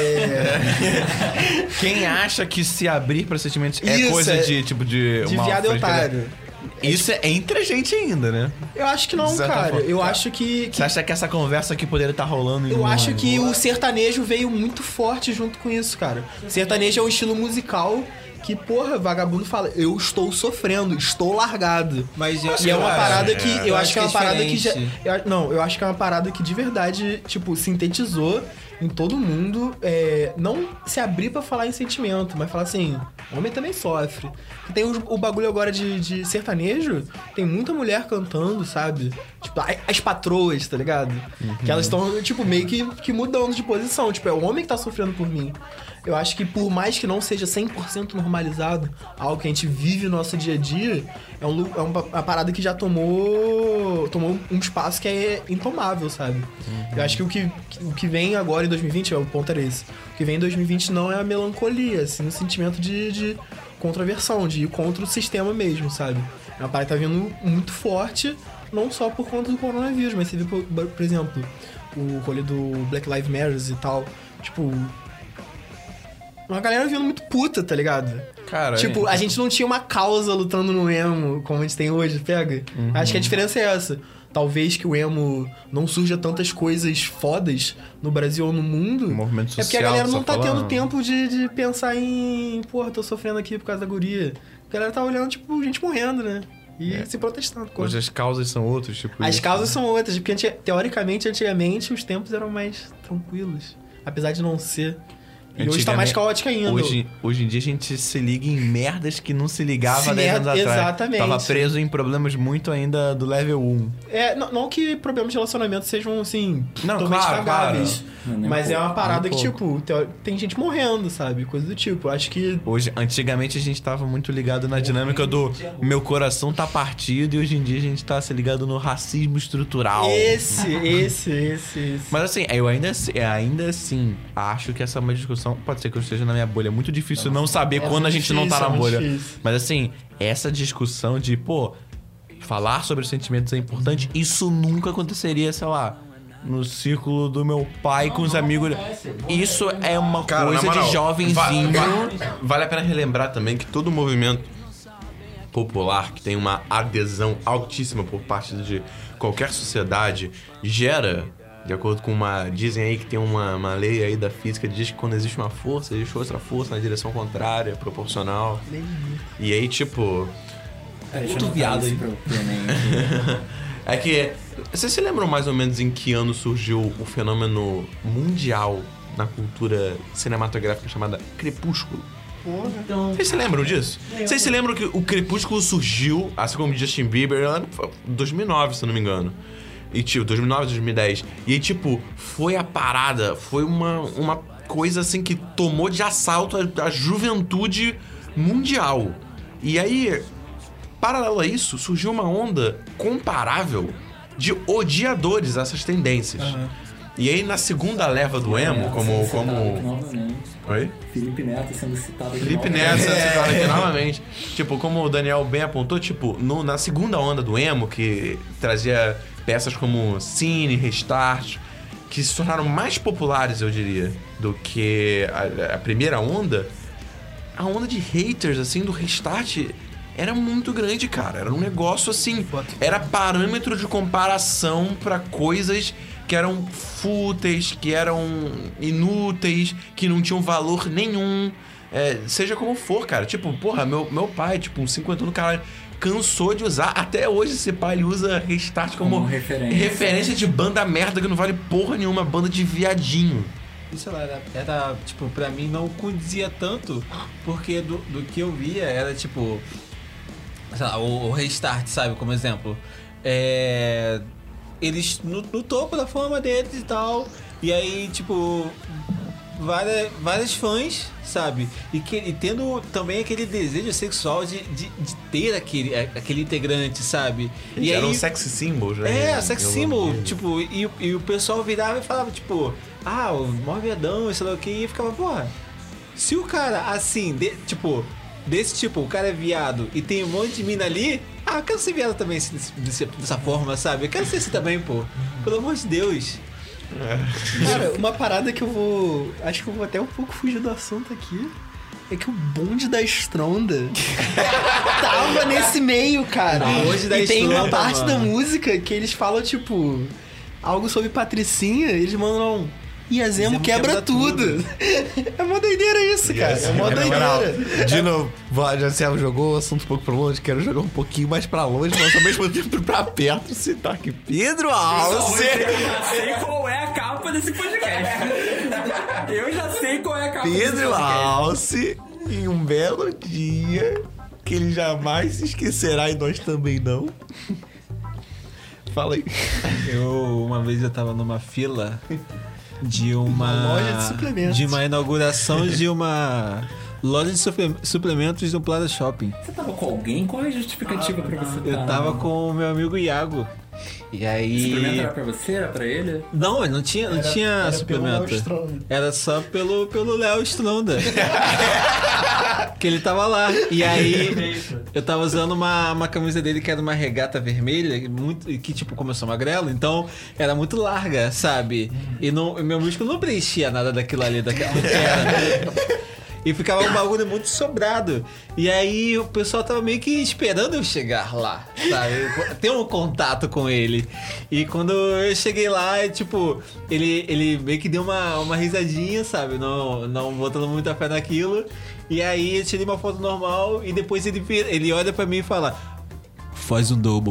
Quem acha que se abrir pra sentimentos Isso, coisa de, tipo, de uma viado é otário. Isso é entre a gente ainda, né? Eu acho que não, cara. Eu acho que... Você acha que essa conversa aqui poderia estar rolando? Eu acho que o sertanejo veio muito forte junto com isso, cara. Sertanejo é um estilo musical que, porra, vagabundo fala, eu estou sofrendo, estou largado. Mas e é uma parada que... Eu acho que é uma parada que já... Eu acho que é uma parada que de verdade, tipo, sintetizou em todo mundo, não se abrir pra falar em sentimento, mas falar assim, homem também sofre. E tem o bagulho agora de sertanejo, tem muita mulher cantando, sabe? Tipo, as patroas, tá ligado? Que elas estão, tipo, meio que mudando de posição. Tipo, é o homem que tá sofrendo por mim. Eu acho que por mais que não seja 100% normalizado, algo que a gente vive no nosso dia a dia, é uma parada que já tomou um espaço que é intomável, sabe? Eu acho que o que vem agora em 2020, o ponto era esse, o que vem em 2020 não é a melancolia, assim, o sentimento de contraversão, de ir contra o sistema mesmo, sabe? É uma parada que tá vindo muito forte, não só por conta do coronavírus, mas você vê, por exemplo, o rolê do Black Lives Matter e tal, tipo... Uma galera vindo muito puta, tá ligado? Cara, tipo, a gente não tinha uma causa lutando no emo como a gente tem hoje, pega? Acho que a diferença é essa. Talvez que o emo não surja tantas coisas fodas no Brasil ou no mundo. Movimento social, é porque a galera não tá tendo tempo de pensar em... Porra, tô sofrendo aqui por causa da guria. A galera tá olhando, tipo, gente morrendo, né? E se protestando. Hoje as causas são outras, tipo... As causas são outras, porque teoricamente, antigamente, os tempos eram mais tranquilos. Apesar de não ser... E hoje tá mais caótica ainda. Hoje em dia a gente se liga em merdas que não se ligava 10 anos atrás. Exatamente. Tava preso em problemas muito ainda do level 1. Não que problemas de relacionamento sejam, assim, totalmente cagáveis. Mas é uma parada que, tipo, tem gente morrendo, sabe? Coisa do tipo. Eu acho que... Antigamente a gente tava muito ligado na dinâmica do meu coração tá partido e hoje em dia a gente tá se ligado no racismo estrutural. Esse. Mas assim, eu ainda assim acho que essa é uma discussão... Pode ser que eu esteja na minha bolha. É muito difícil não saber quando a gente não tá na bolha. Mas assim, essa discussão de, falar sobre os sentimentos é importante, isso nunca aconteceria, sei lá, no círculo do meu pai com os amigos. Isso é uma coisa de jovenzinho. Vale a pena relembrar também que todo movimento popular que tem uma adesão altíssima por parte de qualquer sociedade gera... De acordo com dizem aí que tem uma lei aí da física que diz que quando existe uma força, existe outra força na direção contrária, proporcional. E aí, tipo... Muito viado aí. É que... Vocês se lembram mais ou menos em que ano surgiu o fenômeno mundial na cultura cinematográfica chamada Crepúsculo? Porra. Então, Vocês se lembram disso? Vocês se lembram que o Crepúsculo surgiu, assim como Justin Bieber, em 2009, se eu não me engano. E tipo, 2009, 2010. E aí, tipo, foi a parada, foi uma coisa assim que tomou de assalto a juventude mundial. E aí, paralelo a isso, surgiu uma onda comparável de odiadores a essas tendências. E aí, na segunda leva do emo, como... Oi? Felipe Neto sendo citado aqui Felipe Neto sendo citado aqui novamente. Tipo, como o Daniel bem apontou, tipo, na segunda onda do emo, que trazia peças como Cine, Restart, que se tornaram mais populares, eu diria, do que a primeira onda, a onda de haters, assim, do Restart era muito grande, cara. Era um negócio, assim, era parâmetro de comparação pra coisas que eram fúteis, que eram inúteis, que não tinham valor nenhum. Seja como for, cara. Tipo, porra, meu pai, tipo, uns 50 anos, cara, cansou de usar. Até hoje esse pai, ele usa Restart como referência de banda merda que não vale porra nenhuma, banda de viadinho. Isso era, tipo, pra mim não condizia tanto, porque do que eu via era, tipo, sei lá, o Restart, sabe, como exemplo. Eles no topo da fama deles e tal, e aí, tipo, várias fãs, sabe? E tendo também aquele desejo sexual de ter aquele integrante, sabe? E eram aí, sexy symbols, né? Sex symbol, tipo, e o pessoal virava e falava, tipo, o mó viadão, sei lá o que, e ficava, porra, se o cara, assim, desse tipo, o cara é viado e tem um monte de mina ali, eu quero ser viado também dessa forma, sabe? Eu quero ser assim também, pô. Pelo amor de Deus. Cara, uma parada que eu vou... Acho que eu vou até um pouco fugir do assunto aqui. É que o bonde da Stronda tava nesse meio, cara. O bonde da e tem uma Stronda, parte mano, da música que eles falam, tipo... Algo sobre Patricinha, eles mandam... E a Zemo quebra tudo. É mó doideira isso, cara. É mó doideira. De novo, já jogou o assunto um pouco pra longe, quero jogar um pouquinho mais pra longe, mas ao mesmo tempo pra perto, citar aqui Pedro Alce. Eu já sei qual é a capa desse podcast. Eu já sei qual é a capa desse podcast. Pedro Alce, em um belo dia, que ele jamais se esquecerá e nós também não. Fala aí. Uma vez eu tava numa fila de uma loja de suplementos. De uma inauguração de uma loja de suplementos no Plaza Shopping. Você tava com alguém? Qual é a justificativa pra você? Eu tava com o meu amigo Iago. E aí... O suplemento era pra você? Era pra ele? Não, não tinha suplemento. Era só pelo Léo Stronda. Que ele tava lá. E aí, eu tava usando uma camisa dele que era uma regata vermelha, que tipo, como eu sou magrelo, então era muito larga, sabe? E meu músculo não preenchia nada daquilo ali, daquela era. E ficava um bagulho muito sobrado. E aí o pessoal tava meio que esperando eu chegar lá, sabe? Ter um contato com ele. E quando eu cheguei lá, tipo, ele meio que deu uma risadinha, sabe? Não botando muita fé naquilo. E aí eu tirei uma foto normal e depois ele olha pra mim e fala: faz um double.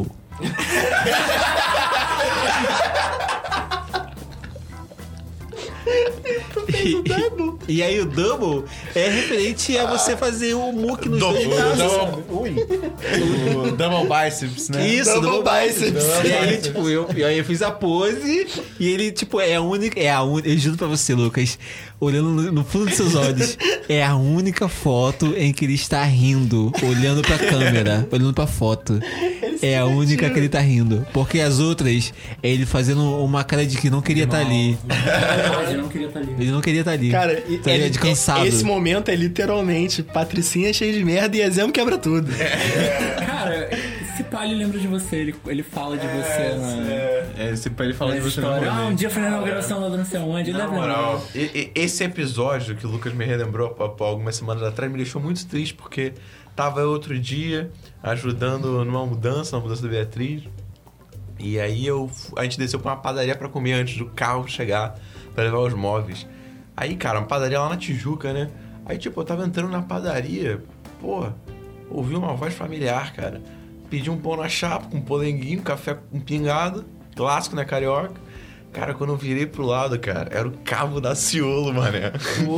E aí o double é referente a você fazer o muque nos dois braços. O double biceps, né? Isso, double biceps. E aí, biceps. tipo, eu fiz a pose e ele, tipo, é a única. Eu juro pra você, Lucas, olhando no fundo dos seus olhos, é a única foto em que ele está rindo, olhando pra câmera, olhando pra foto. É a única que ele tá rindo. Porque as outras, é ele fazendo uma cara de que não queria estar ali. Ele não queria estar ali. Ele não queria estar ali. Cara, de cansado. Esse momento é literalmente Patricinha cheia de merda e Ezemo quebra tudo. Cara, esse pai lembra de você, ele fala de você esse pai ele fala de você história. Um dia foi na inauguração lá do não sei onde. Na moral, esse episódio que o Lucas me relembrou há algumas semanas atrás me deixou muito triste, porque tava outro dia ajudando na mudança da Beatriz. E aí a gente desceu pra uma padaria pra comer antes do carro chegar pra levar os móveis. Aí, cara, uma padaria lá na Tijuca, né? Aí, tipo, eu tava entrando na padaria, pô, ouvi uma voz familiar, cara. pedi um pão na chapa com polenguinho, café com pingado, clássico, né, carioca. Cara, quando eu virei pro lado, cara, era o Cabo da Ciolo, mané.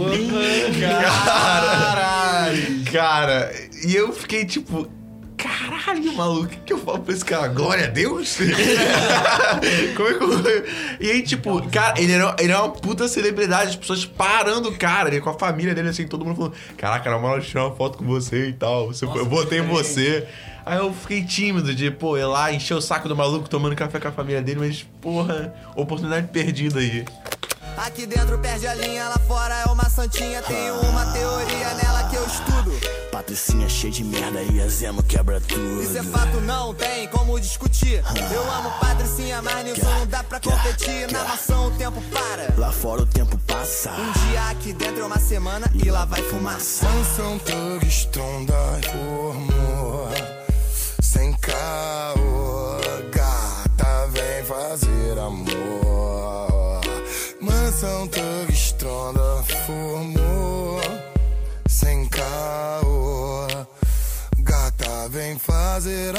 Caralho! Cara, e eu fiquei tipo... Caralho, maluco, o que eu falo pra esse cara? Glória a Deus? Como é que eu... E aí, tipo, cara, ele era uma puta celebridade, as pessoas parando o cara, ele com a família dele, assim, todo mundo falando: caraca, na moral, deixa eu tirar uma foto com você e tal. Eu votei em você. Aí eu fiquei tímido de, pô, ir lá, encher o saco do maluco tomando café com a família dele, mas, porra, oportunidade perdida aí. Aqui dentro perde a linha, lá fora é uma santinha. Tenho uma teoria nela que eu estudo. Patricinha cheia de merda e a Zemo quebra tudo. Isso é fato, não tem como discutir. Eu amo Patricinha, mas nisso não dá pra competir. Na maçã o tempo para, lá fora o tempo passa. Um dia aqui dentro é uma semana e lá vai fumaça. Mansão Thug Stronda formou sem caô. Gata vem fazer amor. Mansão Thug Stronda formou sem caô. Gata vem fazer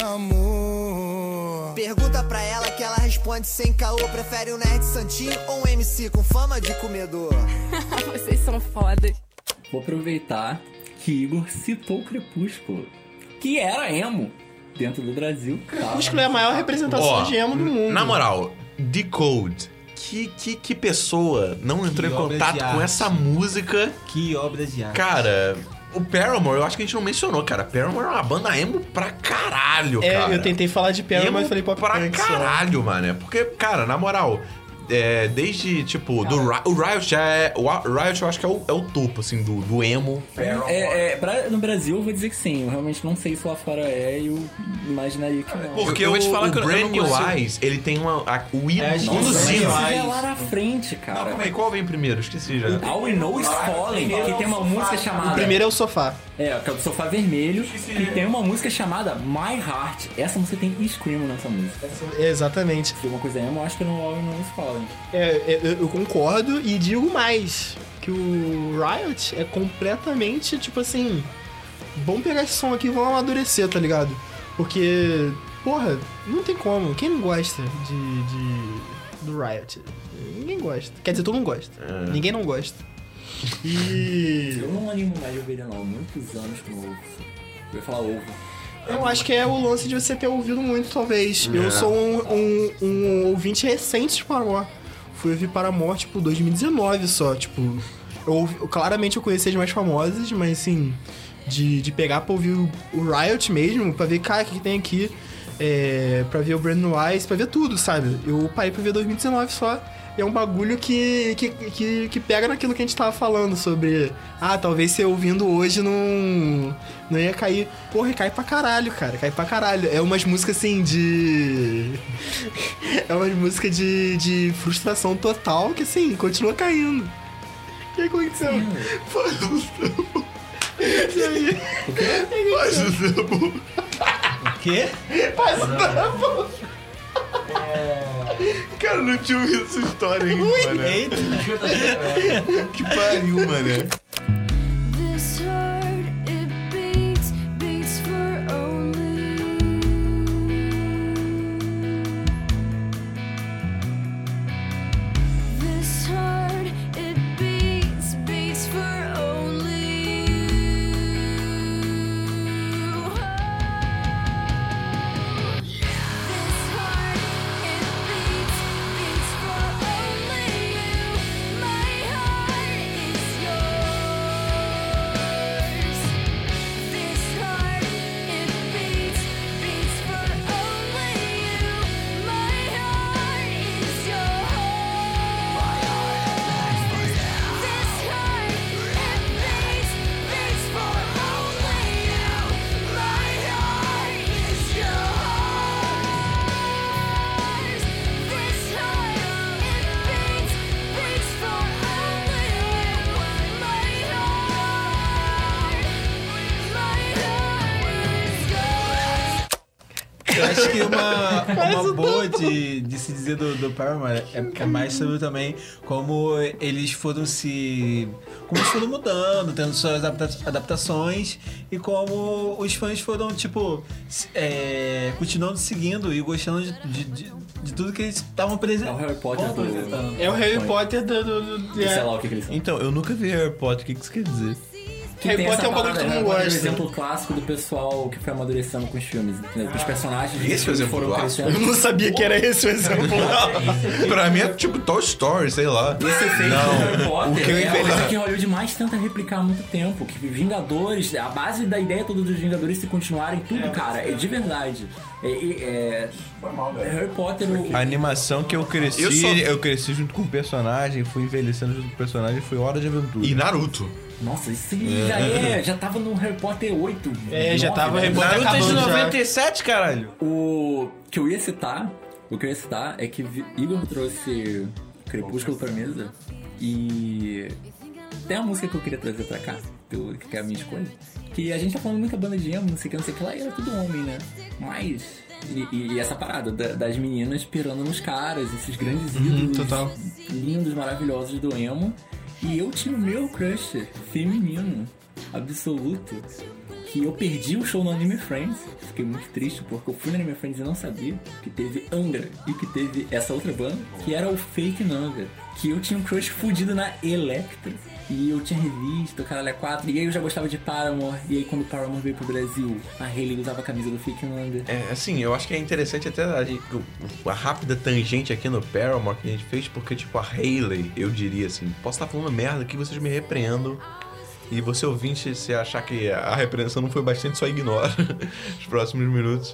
amor. Pergunta pra ela que ela responde sem caô. Prefere um nerd santinho ou um MC com fama de comedor? Vocês são fodas. Vou aproveitar que Igor citou o Crepúsculo, que era emo dentro do Brasil. Crepúsculo é a maior representação de emo do mundo. Na moral, Decode. Que pessoa não entrou em contato com essa música? Que obra de arte. Cara, o Paramore, eu acho que a gente não mencionou, cara. Paramore é uma banda emo pra caralho, cara. Eu tentei falar de Paramore, mas falei pop pra punk caralho, mano. Porque, cara, na moral... desde, tipo, o Riot o Riot eu acho que é o topo, assim, do emo. No Brasil eu vou dizer que sim. Eu realmente não sei se lá fora e eu imaginaria que não. Porque eu vou te falar que o Brand New Eyes, ele tem um dos singles. É lá na frente, cara. Não, calma aí, qual vem primeiro? Esqueci já. All We Know Is Falling, que tem uma música chamada... O primeiro é o Sofá. Que é o Sofá Vermelho, que tem uma música chamada My Heart. Essa música tem Screamo nessa música. Exatamente. Se uma coisa emo, eu acho que no All We Know Is Falling. Eu concordo e digo mais, que o Riot é completamente, tipo assim, vamos pegar esse som aqui e vamos amadurecer, tá ligado? Porque, porra, não tem como. Quem não gosta do Riot? Ninguém gosta. Quer dizer, todo mundo gosta. Ninguém não gosta. E... Eu não animo mais de ouvir ele não, muitos anos que eu ouvo. Eu ia falar ovo. Eu acho que é o lance de você ter ouvido muito, talvez. Eu sou um ouvinte recente de Paramore. Fui ouvir Paramore, tipo, 2019 só. Tipo, claramente eu conheci as mais famosas, mas assim, de pegar pra ouvir o Riot mesmo, pra ver, cara, o que tem aqui, pra ver o Brand New Eyes, pra ver tudo, sabe? Eu parei pra ver 2019 só. É um bagulho que pega naquilo que a gente tava falando sobre... talvez você ouvindo hoje não ia cair... Porra, cai pra caralho, cara. Cai pra caralho. É umas músicas, assim, de... É umas músicas de frustração total que, assim, continua caindo. O que aconteceu? Faz o sample. Faz o sample. O quê? Faz o sample. Cara, não tinha ouvido essa história ainda, mano. Eita. Que pariu, mano. Eu acho que uma boa de se dizer do Paramore é mais sobre também como eles foram mudando, tendo suas adaptações e como os fãs foram, tipo, continuando seguindo e gostando de tudo que eles estavam apresentando. É o Harry Potter É o Harry Potter do... Sei lá o que eles são. Então, eu nunca vi Harry Potter, o que isso quer dizer? Harry Potter é um bagulho que todo mundo gosta. É um exemplo clássico do pessoal que foi amadurecendo com os filmes, entendeu? Os personagens Esse é o exemplo foram clássico? crescendo. Eu não sabia que era esse o exemplo. Pra mim é tipo Toy Story, sei lá. Esse efeito do Harry o Potter que eu é a coisa envelheci. que Hollywood mais tenta replicar há muito tempo. Que Vingadores, a base da ideia toda dos Vingadores se continuarem, tudo, cara, é de verdade. Harry Potter... A animação que eu cresci, eu cresci junto com o personagem, fui envelhecendo junto com o personagem, foi Hora de Aventura. E Naruto. Nossa, isso já tava no Harry Potter 8. Já tava Harry Potter Naruto é de acabando 97, caralho. O que eu ia citar é que Igor trouxe Crepúsculo pra mesa e tem a música que eu queria trazer pra cá, que é a minha escolha, que a gente tá falando muita banda de emo, não sei o que lá, e era tudo homem, né? Mas... E essa parada das meninas pirando nos caras, esses grandes ídolos lindos, maravilhosos do emo. E eu tinha o meu crush feminino absoluto, que eu perdi o show no Anime Friends. Fiquei muito triste porque eu fui no Anime Friends e não sabia que teve Angra e que teve essa outra banda, que era o Fake Number, que eu tinha um crush fudido na Electra. E eu tinha revista, o Caralho é 4, e aí eu já gostava de Paramore. E aí quando o Paramore veio pro Brasil, a Hayley usava a camisa do Fake Number. Assim, eu acho que é interessante até a rápida tangente aqui no Paramore que a gente fez, porque tipo, a Hayley, eu diria assim, posso estar falando merda aqui, vocês me repreendam. E você ouvinte, se achar que a repreensão não foi bastante, só ignora os próximos minutos.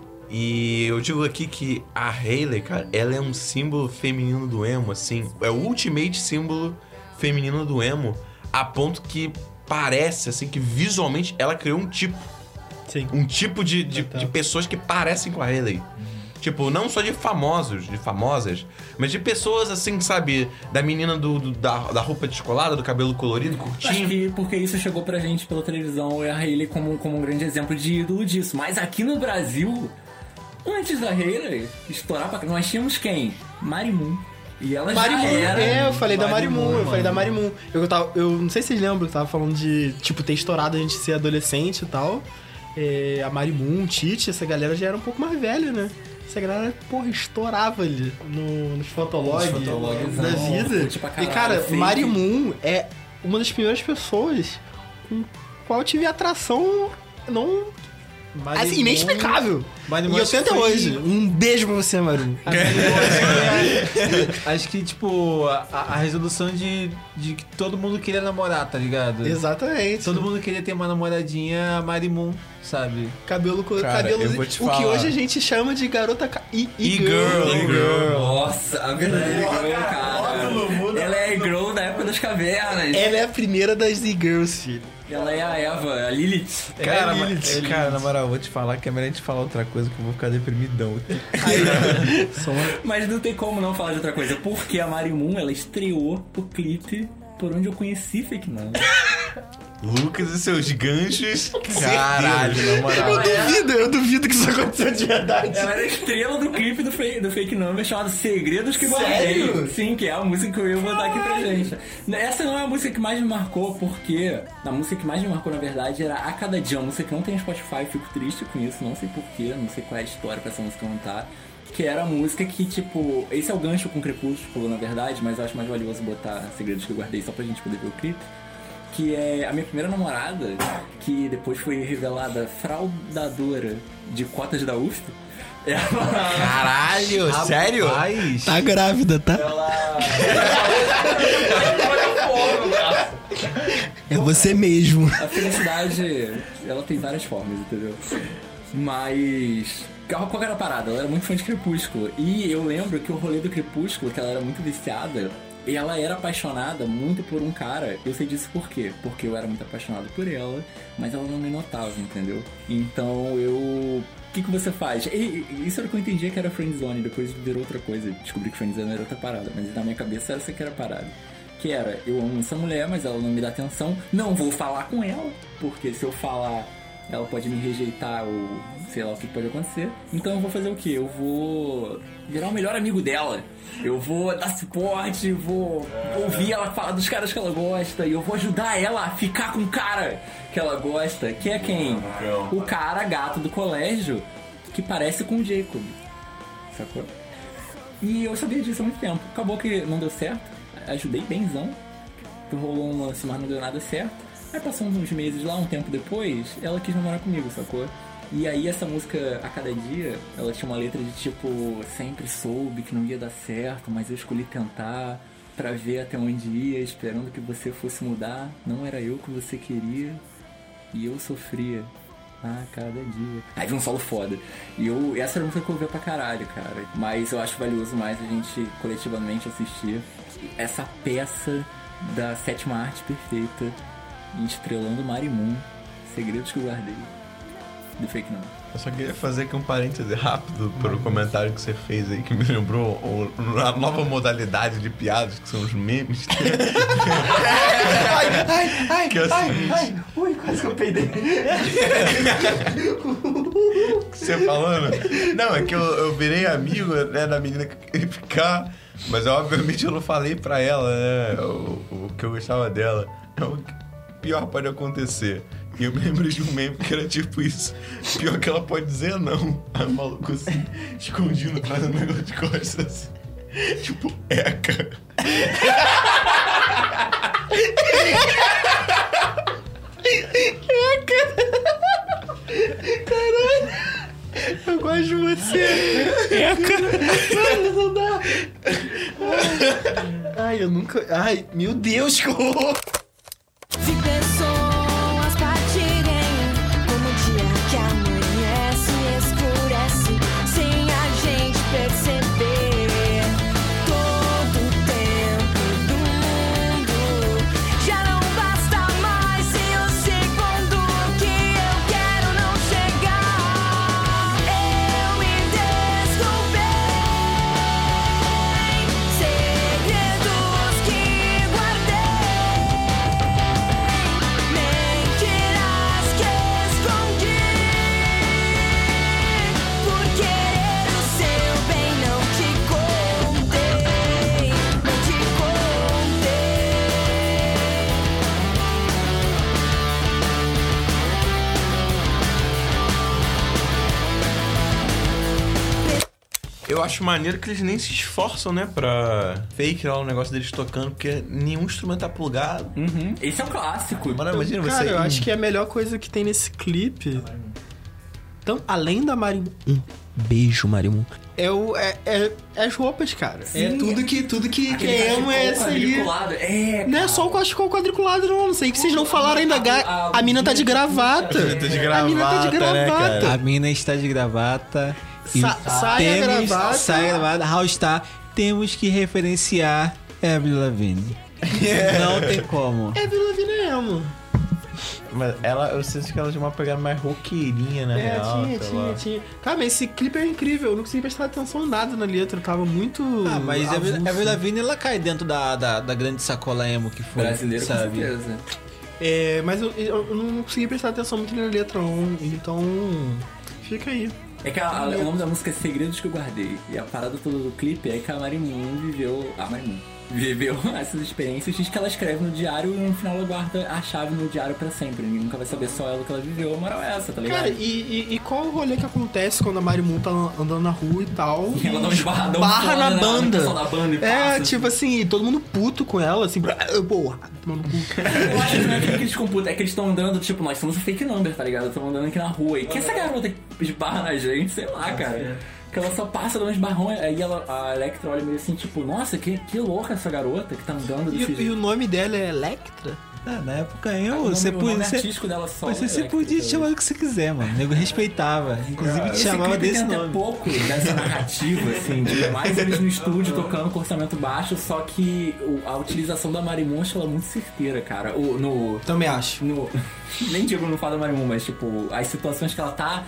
E eu digo aqui que a Hayley, cara, ela é um símbolo feminino do emo, assim, é o ultimate símbolo feminino do emo, a ponto que parece, assim, que visualmente ela criou um tipo. Sim. Um tipo de pessoas que parecem com a Hayley. Tipo, não só de famosos, de famosas, mas de pessoas, assim, sabe, da menina da roupa descolada, do cabelo colorido, curtinho. Acho que porque isso chegou pra gente pela televisão e a Hayley como um grande exemplo de ídolo disso. Mas aqui no Brasil, antes da Hayley estourar pra cá, nós tínhamos quem? Marimun. E ela já era... eu falei da Marimun, Eu não sei se vocês lembram, eu tava falando de, tipo, ter estourado a gente ser adolescente e tal. A Marimun, Tite, essa galera já era um pouco mais velha, né? Essa galera, porra, estourava ali nos fotologs da vida. E, cara, Marimun é uma das primeiras pessoas com qual eu tive atração não... assim, inexplicável. E eu tenho até hoje. Um beijo pra você, Marimun. Acho que, tipo, a resolução de que todo mundo queria namorar, tá ligado? Exatamente. Todo mundo queria ter uma namoradinha Marimun, sabe? Cabelo eu vou te falar. O que hoje a gente chama de garota E-girl. Nossa, a verdade E-girl, cara. Ela é a E-girl da época das cavernas. Ela é a primeira das E-girls, filho. Ela é a Eva, a Lilith. Cara, na moral, eu vou te falar que é melhor a gente falar outra coisa que eu vou ficar deprimidão aqui. Mas não tem como não falar de outra coisa, porque a Marimun, ela estreou o clipe Por Onde Eu Conheci Fake Number. Lucas e seus ganchos. Caralho, na moral. Eu duvido que isso aconteceu de verdade. Ela era a estrela do clipe do Fake Number chamado Segredos que Guardei. Sério? Sim, que é a música que eu ia botar aqui pra gente. Essa não é a música que mais me marcou, porque a música que mais me marcou, na verdade, era A Cada Dia, uma música que não tem no Spotify, fico triste com isso, não sei porquê, não sei qual é a história pra essa música não tá. Que era a música que, tipo, esse é o gancho com Crepúsculo, na verdade, mas eu acho mais valioso botar Segredos que eu Guardei só pra gente poder ver o clipe. Que é a minha primeira namorada, que depois foi revelada fraudadora de cotas da USP. Caralho, sério? Tá grávida, tá? É você mesmo. A felicidade, ela tem várias formas, entendeu? Mas... qual era a parada? Ela era muito fã de Crepúsculo. E eu lembro que o rolê do Crepúsculo, que ela era muito viciada... E ela era apaixonada muito por um cara. Eu sei disso por quê? Porque eu era muito apaixonado por ela, mas ela não me notava, entendeu? Então o que você faz? E isso era o que eu entendia que era friendzone, depois virou outra coisa. Descobri que friendzone era outra parada, mas na minha cabeça era essa que era a parada. Que era, eu amo essa mulher, mas ela não me dá atenção. Não vou falar com ela, porque se eu falar, ela pode me rejeitar ou sei lá o que pode acontecer. Então eu vou fazer o quê? Eu vou virar o melhor amigo dela. Eu vou dar suporte, vou ouvir ela falar dos caras que ela gosta e eu vou ajudar ela a ficar com o cara que ela gosta, que é quem? O cara gato do colégio que parece com o Jacob, sacou? E eu sabia disso há muito tempo. Acabou que não deu certo, ajudei benzão, rolou um lance, mas não deu nada certo. Aí passou uns meses lá, um tempo depois, ela quis namorar comigo, sacou? E aí essa música, A Cada Dia, ela tinha uma letra de tipo, sempre soube que não ia dar certo, mas eu escolhi tentar pra ver até onde ia, esperando que você fosse mudar. Não era eu que você queria e eu sofria a cada dia. Aí vem um solo foda. E essa era uma música que eu ouvia pra caralho, cara. Mas eu acho valioso mais a gente coletivamente assistir essa peça da sétima arte perfeita, estrelando Marimun, Segredos que eu guardei. Do Fake Não. Eu só queria fazer aqui um parêntese rápido pro comentário que você fez aí, que me lembrou a nova modalidade de piadas, que são os memes. Ui, quase que eu peidei. Você falando? Não, é que eu virei amigo, né, da menina que queria ficar, mas obviamente eu não falei pra ela, né, o que eu gostava dela. O pior pode acontecer. E eu me lembrei de um meme que era tipo isso. Pior que ela pode dizer não. Aí o maluco assim, escondido, trazendo um negócio de costas assim. Tipo, eca. Caralho. Eu gosto de você. Eca. Mano, não dá. Ai, eu nunca... Ai, meu Deus, que horror. Se pessoas partirem como o dia que amanhece e escurece sem a gente perceber, todo o tempo do mundo já não basta mais se o segundo que eu quero não chegar. Eu me desculpei, segredos que guardei, mentiras que escondi, por querer o seu bem não te contei, não te Eu acho maneiro que eles nem se esforçam, né, pra fake lá o negócio deles tocando, porque nenhum instrumento tá plugado. Esse é um clássico. Mano, imagina Cara, você... eu acho que a melhor coisa que tem nesse clipe, então, além da Marimun, beijo, Marimun, é as roupas, cara. Sim. É tudo que Aquele amo é cachecol essa aí. quadriculado. É, Não é só o cachecol quadriculado, não sei que vocês não falaram ainda. A mina tá de gravata. A mina tá de A mina tá de gravata, né, gravata. cara? A mina está de gravata. E Saia gravata. Saia gravata. All-Star. Temos que referenciar Avril Lavigne. Não tem como. Avril Lavigne é emo. Mas eu sinto que ela tinha uma pegada mais roqueirinha, na real. Tinha. Cara, mas esse clipe é incrível. Eu não consegui prestar atenção em nada na letra. Eu tava muito... Mas a avulso. Avril Lavigne, ela cai dentro da grande sacola emo que foi. brasileiro, com sabe? certeza. Mas eu não consegui prestar atenção muito na letra, não. Então, fica aí. É que o nome da música é Segredos que eu guardei. E a parada toda do clipe é que a Marimun viveu essas experiências, diz que ela escreve no diário e no final ela guarda a chave no diário pra sempre. Ninguém nunca vai saber só ela o que ela viveu. A moral é essa, tá ligado? Cara, e qual o rolê que acontece quando a Marimun tá andando na rua e tal? E ela dá um esbarradão barra na foda banda. pessoal da banda e passa, tipo assim, todo mundo puto com ela, assim, porra, tomando cu. Eu acho que não é que eles computam, é que eles estão andando, tipo, nós somos um fake number, tá ligado? Estão andando aqui na rua. E que essa garota que esbarra na gente, sei lá, cara. Que ela só passa dando uns barrão, aí a Electra olha meio assim, tipo, nossa, que louca essa garota que tá andando desse jeito. E o nome dela é Electra? Na época o nome artístico dela só você podia chamar o que você quiser, mano. O nego respeitava. Inclusive te chamava desse tem nome. Até pouco dessa narrativa, assim, tipo, mais eles no estúdio tocando com orçamento baixo, só que a utilização da Marimun eu acho ela muito certeira, cara. Também acho. Nem digo no fado da Marimun, mas tipo, as situações que ela tá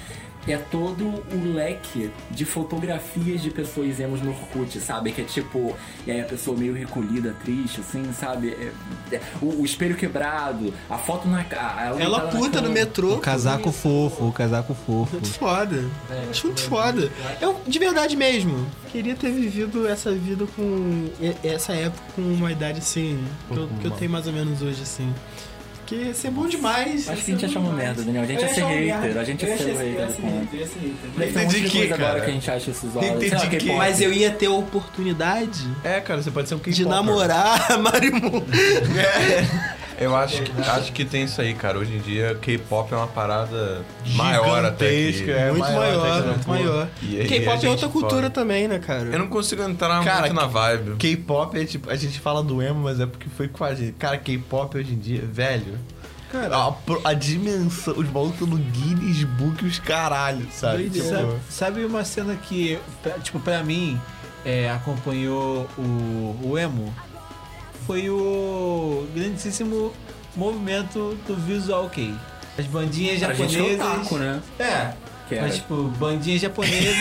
é todo o leque de fotografias de pessoas emos no Orkut, sabe? Que é tipo, e aí a pessoa meio recolhida, triste, assim, sabe? O espelho quebrado, a foto na cara. Ela puta no metrô. O casaco fofo, o casaco fofo. Muito foda. Acho muito foda. Eu, de verdade mesmo, queria ter vivido essa vida com... essa época com uma idade assim, que eu tenho mais ou menos hoje, assim. Porque ia ser bom demais. Acho que a gente ia achar uma merda, Daniel. A gente ia ser hater. A gente ia ser hater. Deve ter um monte de coisa agora que a gente acha esses olhos. Mas eu ia ter a oportunidade... cara, você pode ser um K-pop. De namorar a Marimun. Eu acho que tem isso aí, cara. Hoje em dia, K-pop é uma parada maior até que... Muito maior. K-pop é outra cultura também, né, cara? Eu não consigo entrar muito na vibe. K-pop é tipo... A gente fala do emo, mas é porque foi com a gente. Cara, K-pop hoje em dia, velho... Cara, a dimensão... Os malucos estão no Guinness Book e os caralho, sabe? Sabe uma cena que, tipo, pra mim, acompanhou o emo? Foi o grandíssimo movimento do Visual Kei. As bandinhas japonesas... A gente é otaku, né? Mas, tipo, bandinhas japonesas...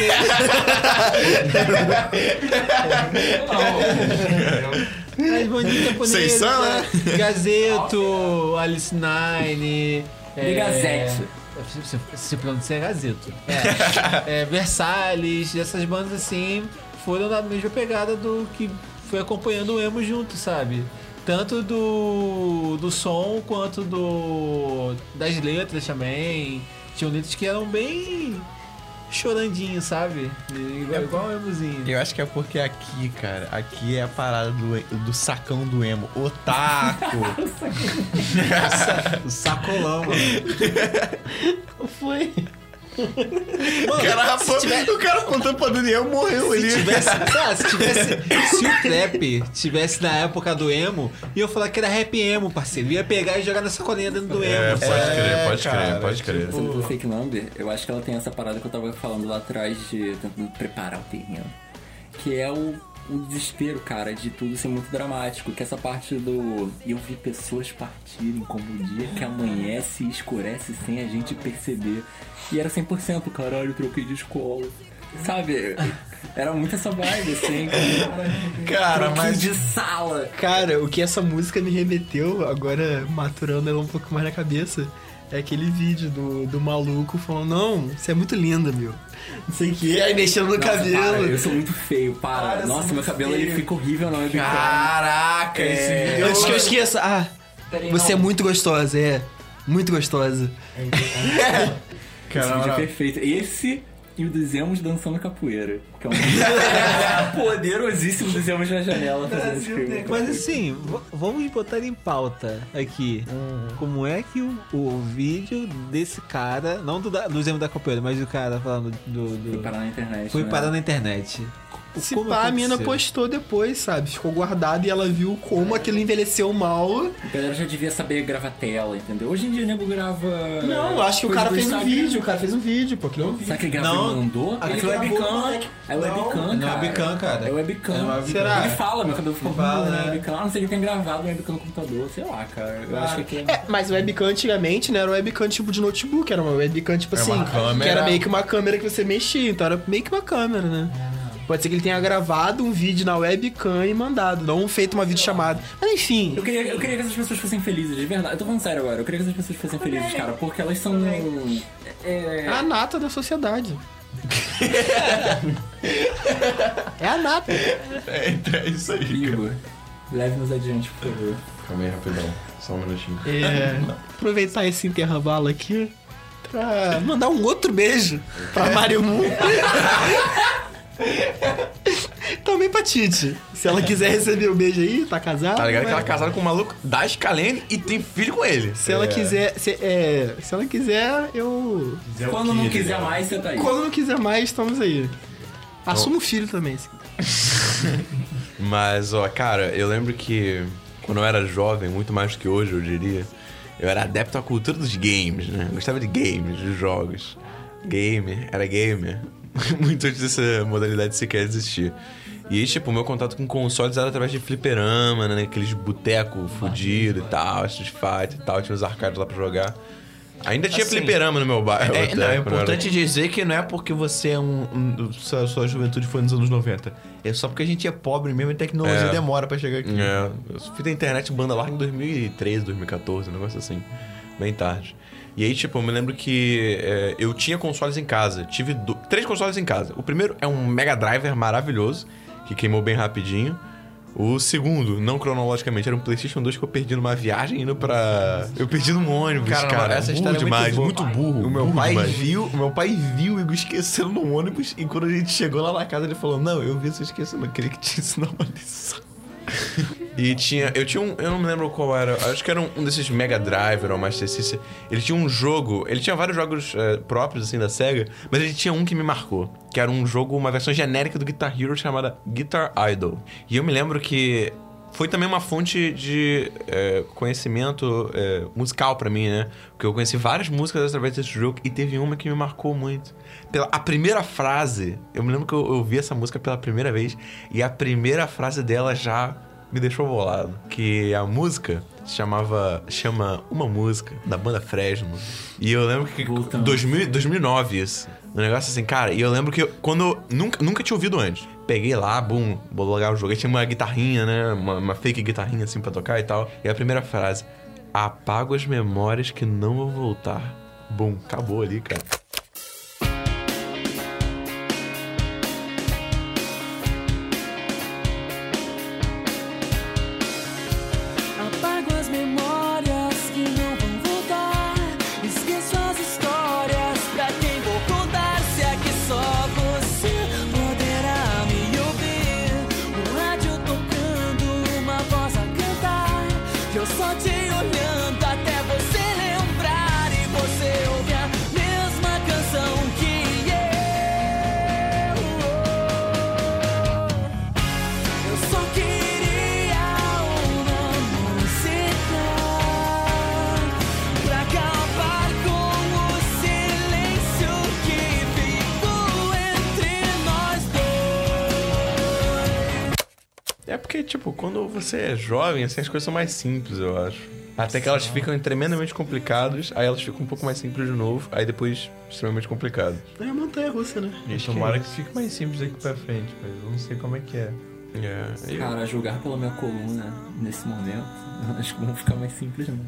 As bandinhas japonesas... né? Gazeto, Alice Nine... Gazeto. Se pronuncia Gazeto. Versalhes, essas bandas assim, foram na mesma pegada do que... foi acompanhando o emo junto, sabe? Tanto do som quanto das letras também. Tinham letras que eram bem chorandinhos, sabe? Igual o emozinho. Eu acho que é porque aqui, cara, aqui é a parada do sacão do emo. Otaku! O sacolão, mano. Foi... Mano, o cara apontando pra Daniel morreu ali. Se o trap tivesse na época do emo, ia falar que era rap emo, parceiro. Ia pegar e jogar na sacolinha dentro do emo. Pode crer. Sobre o Fake Number, eu acho que ela tem essa parada que eu tava falando lá atrás de tentando preparar o terreno. Que é o desespero, cara, de tudo ser muito dramático. Que essa parte do... Eu vi pessoas partirem como o dia que amanhece e escurece sem a gente perceber. E era 100%, caralho, troquei de escola. Sabe? Era muito essa vibe, assim. Cara, mas... de sala. Cara, o que essa música me remeteu, agora maturando ela um pouco mais na cabeça, é aquele vídeo do maluco falando, não, você é muito linda, meu. Não sei o que, aí mexendo no cabelo. Para, eu sou muito feio, para. Nossa, meu cabelo ele fica horrível na webcam. Caraca, esse vídeo... Antes que eu esqueça, você é muito gostosa, muito gostosa. Esse vídeo é perfeito. Esse e o dos emos dançando capoeira. Que é um poderosíssimo dos emos na janela fazendo scream. Mas assim, vamos botar em pauta aqui. Como é que o vídeo desse cara, não dos emos da capoeira, mas do cara falando Foi parar na internet. Foi parar na internet. Se pá, a mina postou depois, sabe? Ficou guardado e ela viu como aquilo envelheceu mal. A galera já devia saber gravar tela, entendeu? Hoje em dia o nego grava... Não, acho que o cara fez um vídeo. O cara fez um vídeo, pô. Aquilo é um vídeo. Será que ele gravou e mandou? Aquilo é webcam. É webcam, Não é webcam, cara. É webcam. Será? Ele fala, meu cabelo ficou ruim na webcam. Não sei se ele tem gravado webcam no computador. Sei lá, cara. Eu acho que mas o webcam antigamente, né? Era um webcam tipo de notebook. Era uma webcam tipo assim. Que era meio que uma câmera que você mexia. Então era meio que uma câmera, né? Pode ser que ele tenha gravado um vídeo na webcam e mandado, não feito uma videochamada. Mas enfim. Eu queria que essas pessoas fossem felizes, de verdade. Eu tô falando sério agora. Eu queria que essas pessoas fossem felizes, cara, porque elas são... a nata da sociedade. É a nata. É isso aí. Igor, leve-nos adiante, por favor. Calma aí, rapidão. Só um minutinho. Aproveitar esse intervalo aqui pra mandar um outro beijo pra Marimun. Também pra Titi. Se ela quiser receber o beijo aí, tá casada. Tá ligado que ela é casada com um maluco da Scalene e tem filho com ele. Se ela quiser. Se ela quiser, eu. Quando não quiser mais, você tá aí. Quando não quiser mais, estamos aí. Assuma o filho também. Mas, cara, eu lembro que quando eu era jovem, muito mais do que hoje, eu diria, eu era adepto à cultura dos games, né? Eu gostava de games, de jogos. Era gamer. Muito antes dessa modalidade sequer existir. E aí, tipo, o meu contato com consoles era através de fliperama, né? Aqueles boteco fudido e tal, Street Fighter e tal, tinha os arcades lá pra jogar. Ainda tinha Assim, fliperama no meu bairro. É, até, não, é quando importante dizer que não é porque você é sua juventude foi nos anos 90. É só porque a gente é pobre mesmo e a tecnologia demora pra chegar aqui. Eu fui da internet banda larga em 2013, 2014, um negócio assim. Bem tarde. E aí, tipo, eu me lembro que eu tinha consoles em casa. Tive 3 consoles em casa. O primeiro é um Mega Driver maravilhoso, que queimou bem rapidinho. O segundo, não cronologicamente, era um PlayStation 2 que eu perdi numa viagem indo pra... Eu perdi num ônibus, cara. Essa história demais, é muito burro. O meu pai viu o Igor esquecendo no ônibus e quando a gente chegou lá na casa ele falou: não, eu vi você esquecendo, eu queria que te ensinar uma lição. E eu não me lembro qual era, acho que era um desses Mega Drive ou Master System. Ele tinha um jogo, ele tinha vários jogos próprios assim da Sega, mas ele tinha um que me marcou, que era um jogo, uma versão genérica do Guitar Hero chamada Guitar Idol. E eu me lembro que foi também uma fonte de conhecimento musical pra mim, né? Porque eu conheci várias músicas através desse jogo e teve uma que me marcou muito. A primeira frase, eu me lembro que eu ouvi essa música pela primeira vez e a primeira frase dela já me deixou bolado. Que a música chama Uma Música, da banda Fresno. E eu lembro que 2009 isso. Um negócio assim, cara, e eu lembro que quando nunca tinha ouvido antes. Peguei lá, bum, vou logar o jogo. Aí tinha uma guitarrinha, né? Uma fake guitarrinha assim pra tocar e tal. E a primeira frase: apago as memórias que não vão voltar. Bum, acabou ali, cara. Apago as memórias que não vão voltar. Esqueço as histórias pra quem vou contar. Se é que só você poderá me ouvir. O rádio tocando, uma voz a cantar. Que eu só te olhando até você lembrar. E você ouve a mesma canção que eu só queria uma música pra acabar com o silêncio que ficou entre nós dois. É porque, tipo, quando você é jovem, assim, as coisas são mais simples, eu acho. Até que elas ficam tremendamente complicadas, aí elas ficam um pouco mais simples de novo, aí depois extremamente complicadas. É a montanha-russa, né? Tomara que fique mais simples daqui pra frente, mas eu não sei como é que é. Cara, a julgar pela minha coluna nesse momento, eu acho que vão ficar mais simples, não.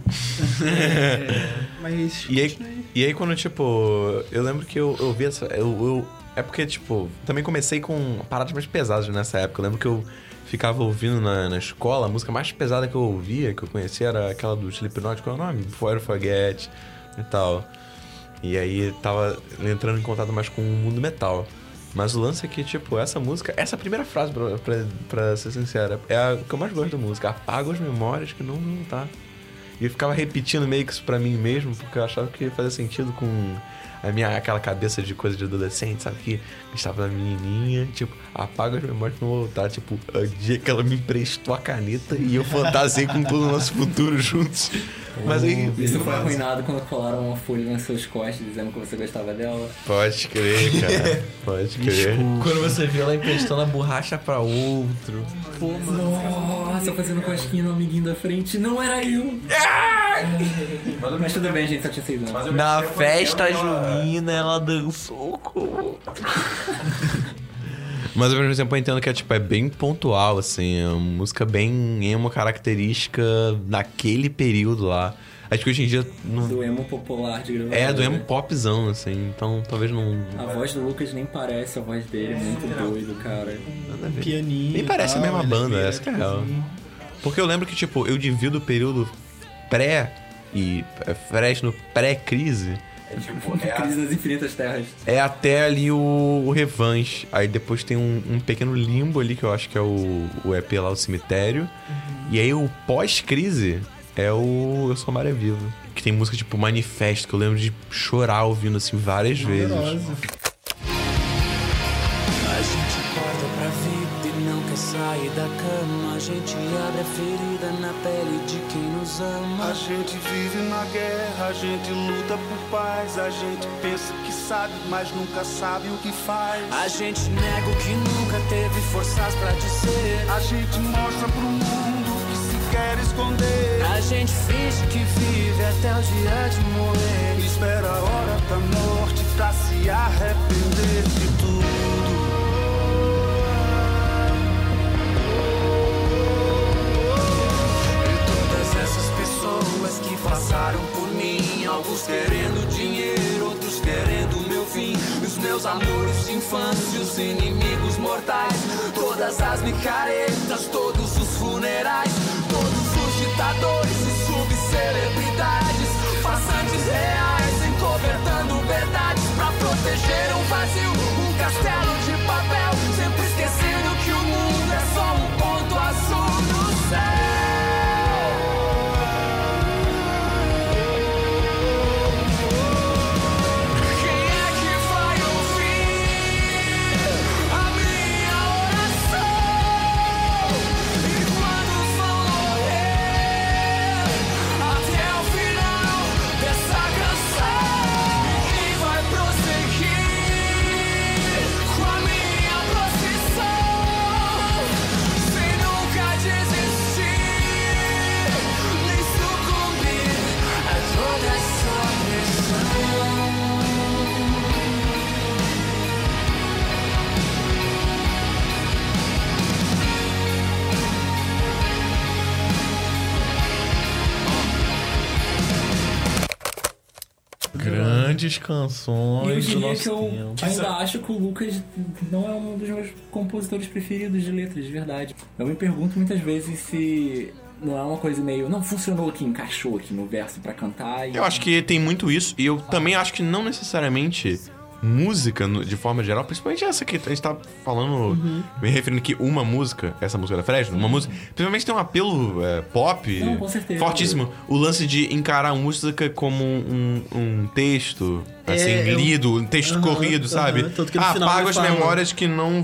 Mas... E aí quando, tipo, eu lembro que eu vi essa... é porque, tipo, também comecei com paradas mais pesadas nessa época. Eu lembro que eu ficava ouvindo na escola, a música mais pesada que eu ouvia, que eu conhecia, era aquela do Slipknot, qual é o nome? Before You Forget e tal. E aí tava entrando em contato mais com o mundo metal. Mas o lance é que, tipo, essa música, essa primeira frase, pra ser sincero, é a que eu mais gosto da música. Apago as memórias que não vão voltar. E eu ficava repetindo meio que isso pra mim mesmo, porque eu achava que fazia sentido com aquela cabeça de coisa de adolescente, sabe? Que estava na menininha, tipo, apaga as memórias que não vão voltar. Tipo, o dia que ela me emprestou a caneta e eu fantasiei com todo o nosso futuro juntos. Mas aí... Isso foi arruinado quando colaram uma folha nas suas costas dizendo que você gostava dela. Pode crer, cara. Pode crer. Desculpa. Quando você viu ela emprestando a borracha pra outro. Pô, nossa, fazendo cosquinha no amiguinho da frente. Não era eu. Mas tudo bem, gente, só tinha 6 anos. Na festa junina ela dançou com... Mas ao mesmo tempo eu entendo que é bem pontual, assim. É uma música bem emo, característica daquele período lá. Acho que hoje em dia... Não... Do emo popular de gravador. É, do emo popzão, assim. Então talvez não... A voz do Lucas nem parece a voz dele. É muito doido, cara. Nada a ver. Pianinho. Nem parece a mesma banda, essa que é real. Porque eu lembro que, tipo, eu divido o período pré e Fresno pré-crise. É tipo, Crise nas Infinitas Terras. É até ali o Revanche. Aí depois tem um pequeno limbo ali, que eu acho que é o EP lá, o Cemitério. Uhum. E aí o pós-crise é o Eu Sou Maré Viva. Que tem música tipo Manifesto, que eu lembro de chorar ouvindo assim várias vezes. A gente acorda pra vida e não quer sair da cama. A gente abre a ferida na pele de quem nos ama. A gente vive na guerra, a gente luta por paz. A gente pensa que sabe, mas nunca sabe o que faz. A gente nega o que nunca teve forças pra dizer. A gente mostra pro mundo o que se quer esconder. A gente finge que vive até o dia de morrer. E espera a hora da morte pra se arrepender de tudo. E todas essas pessoas que passaram por mim, alguns querendo dinheiro, outros querendo meu fim. Os meus amores de infância, os inimigos mortais, todas as micaretas, todos os funerais, todos os ditadores e subcelebridades, farsantes reais, encobertando verdades pra proteger um vazio, um castelo de papel, sempre esquecendo que o mundo é só um ponto azul no céu. Grandes canções E eu do diria nosso que eu tempo. ainda acho que o Lucas não é um dos meus compositores preferidos de letras, de verdade. Eu me pergunto muitas vezes se não é uma coisa meio... Não funcionou aqui, encaixou aqui no verso pra cantar. Eu acho que tem muito isso, e eu também acho que não necessariamente música, de forma geral, principalmente essa que a gente tá falando, me referindo aqui, uma música, essa música da Fresno, uma música, principalmente tem um apelo pop Não, com certeza. fortíssimo. O lance de encarar a música como um texto, assim, lido, um texto corrido, sabe? Tanto que no final apago ele as fala- memórias que não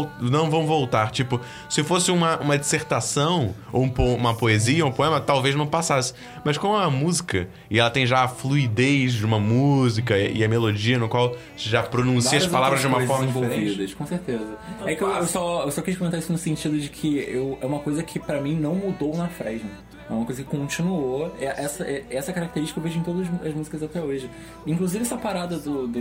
vão voltar. Tipo, se fosse uma dissertação, ou uma poesia, um poema, talvez não passasse. Mas como é uma música, e ela tem já a fluidez de uma música, e a melodia no qual já pronuncia Várias as palavras de uma outras forma coisas diferente. envolvidas, com certeza. É que eu só quis comentar isso no sentido de que é uma coisa que pra mim não mudou na Fresno. É uma coisa que continuou. Essa característica eu vejo em todas as músicas até hoje. Inclusive essa parada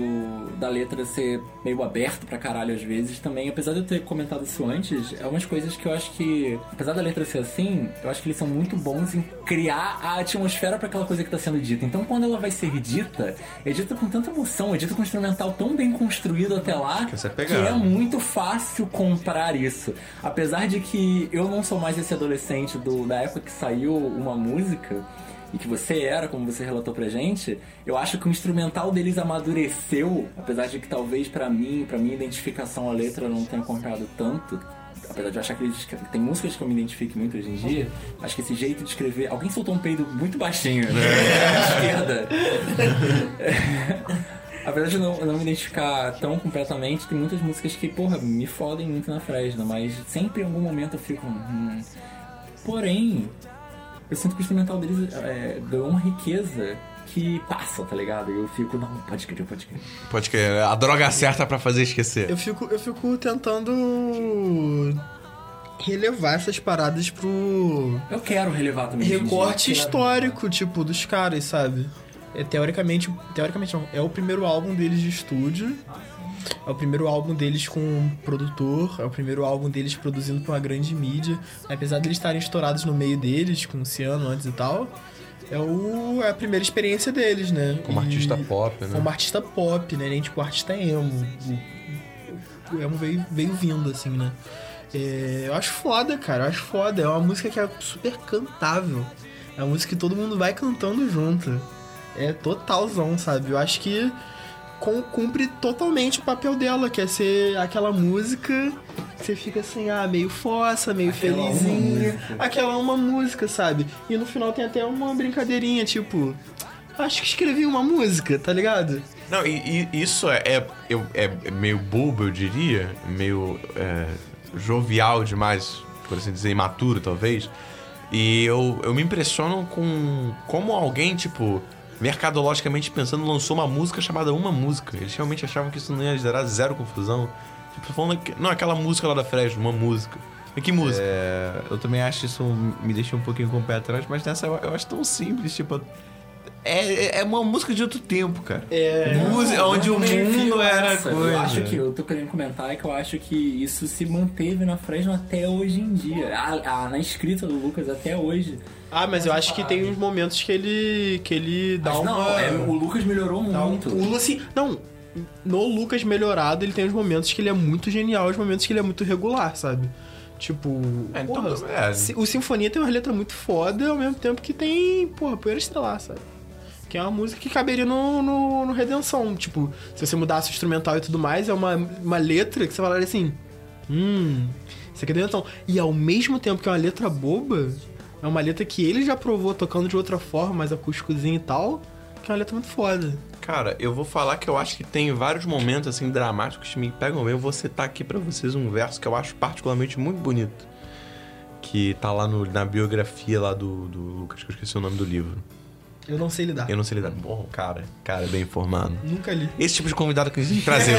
da letra ser meio aberto pra caralho às vezes também, apesar de eu ter comentado isso antes, é umas coisas que eu acho que, apesar da letra ser assim, eu acho que eles são muito bons em criar a atmosfera pra aquela coisa que tá sendo dita. Então quando ela vai ser dita, é dita com tanta emoção, é dita com um instrumental tão bem construído até lá, que é muito fácil comprar isso. Apesar de que eu não sou mais esse adolescente da época que saiu uma música, e que você era, como você relatou pra gente, eu acho que o instrumental deles amadureceu, apesar de que talvez pra minha identificação a letra eu não tenha comprado tanto, apesar de eu achar que tem músicas que eu me identifico muito hoje em dia, acho que esse jeito de escrever... Alguém soltou um peido muito baixinho, né? À esquerda. Apesar de eu não me identificar tão completamente, tem muitas músicas que, porra, me fodem muito na Fresno, mas sempre em algum momento eu fico... Porém, eu sinto que o instrumental deles ganhou uma riqueza que passa, tá ligado? E eu fico, não, pode crer. Pode crer, a droga certa pra fazer esquecer. Eu fico tentando relevar essas paradas pro... Eu quero relevar também. recorte histórico, tipo, dos caras, sabe? Teoricamente não, é o primeiro álbum deles de estúdio, é o primeiro álbum deles com um produtor, é o primeiro álbum deles produzindo pra uma grande mídia, apesar de eles estarem estourados no meio deles, com o Ciano antes e tal, é a primeira experiência deles, né? Como artista pop, né? Como artista pop, né? Nem tipo artista emo. O emo veio vindo, assim, né? Eu acho foda, cara, eu acho foda. É uma música que é super cantável. É uma música que todo mundo vai cantando junto. É totalzão, sabe? Eu acho que cumpre totalmente o papel dela, que é ser aquela música que você fica assim, meio fossa, meio felizinha. Aquela uma música, sabe? E no final tem até uma brincadeirinha, tipo... Acho que escrevi uma música, tá ligado? Não, e isso é meio bobo, eu diria. Meio jovial demais, por assim dizer, imaturo, talvez. E eu me impressiono com como alguém, tipo... mercadologicamente pensando, lançou uma música chamada Uma Música. Eles realmente achavam que isso não ia gerar zero confusão. Tipo, falando que... Não, aquela música lá da Fresno, uma música. E que música? Eu também acho isso me deixa um pouquinho com o pé atrás, mas nessa eu acho tão simples, tipo... É uma música de outro tempo, cara. É. Música onde o mundo era coisa. Eu acho que, eu tô querendo comentar que eu acho que isso se manteve na Fresno até hoje em dia. Na escrita do Lucas até hoje. Ah, mas eu acho que tem uns momentos que ele dá o Lucas melhorou muito. No Lucas melhorado, ele tem uns momentos que ele é muito genial, os momentos que ele é muito regular, sabe? Tipo, o Sinfonia tem uma letra muito foda, ao mesmo tempo que tem, Poeira Estelar, sabe? Que é uma música que caberia no Redenção. Tipo, se você mudasse o instrumental e tudo mais, é uma letra que você falaria assim, isso aqui é Redenção. E ao mesmo tempo que é uma letra boba, é uma letra que ele já provou tocando de outra forma, mais acústicozinho e tal, que é uma letra muito foda. Cara, eu vou falar que eu acho que tem vários momentos, assim, dramáticos que me pegam bem. Eu vou citar aqui pra vocês um verso que eu acho particularmente muito bonito. Que tá lá na biografia lá do Lucas, que eu esqueci o nome do livro. Eu não sei lidar. Bom, cara, bem informado. Nunca li. Esse tipo de convidado que a gente trazeu.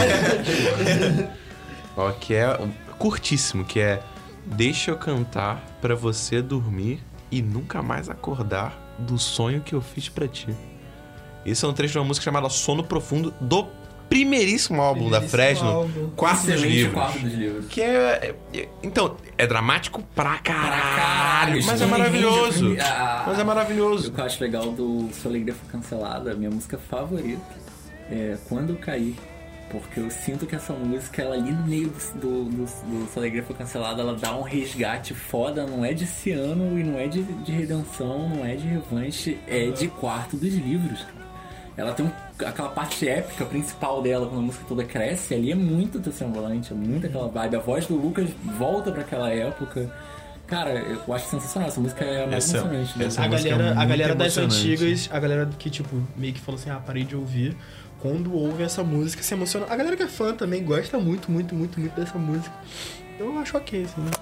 Ó, que é curtíssimo, que é: deixa eu cantar pra você dormir e nunca mais acordar do sonho que eu fiz pra ti. Esse é um trecho de uma música chamada Sono Profundo, do primeiríssimo álbum da Fresno, Quarto dos Livros. Que então, é dramático pra caralho, mas é maravilhoso. Mas é maravilhoso. O que eu acho legal do Sua Alegria Foi Cancelada, a minha música favorita é Quando Eu Caí. Porque eu sinto que essa música, ela ali no meio do Sua Alegria Foi Cancelada, ela dá um resgate foda, não é de Ciano e não é de Redenção, não é de Revanche, é de Quarto dos Livros. Ela tem aquela parte épica principal dela, quando a música toda cresce, ali é muito Triangulante, é muito aquela vibe. A voz do Lucas volta pra aquela época. Cara, eu acho sensacional, essa música é mais emocionante. Né? A galera das antigas, a galera que, tipo, meio que falou assim, parei de ouvir, quando ouve essa música se emociona. A galera que é fã também gosta muito, muito, muito, muito dessa música. Eu acho ok, assim, né?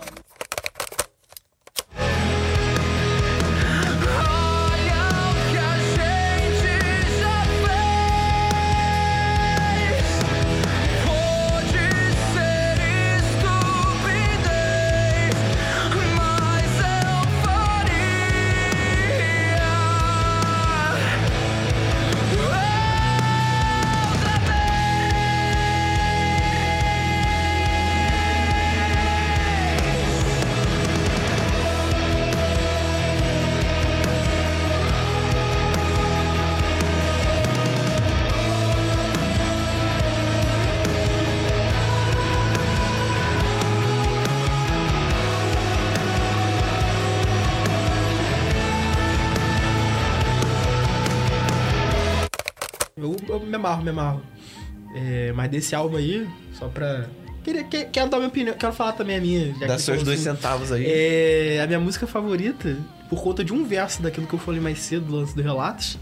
Eu me amarro. Mas desse álbum aí, só pra... Quero dar minha opinião, quero falar também a minha. Dá seus 2 centavos aí. A minha música favorita, por conta de um verso daquilo que eu falei mais cedo, do lance dos relatos,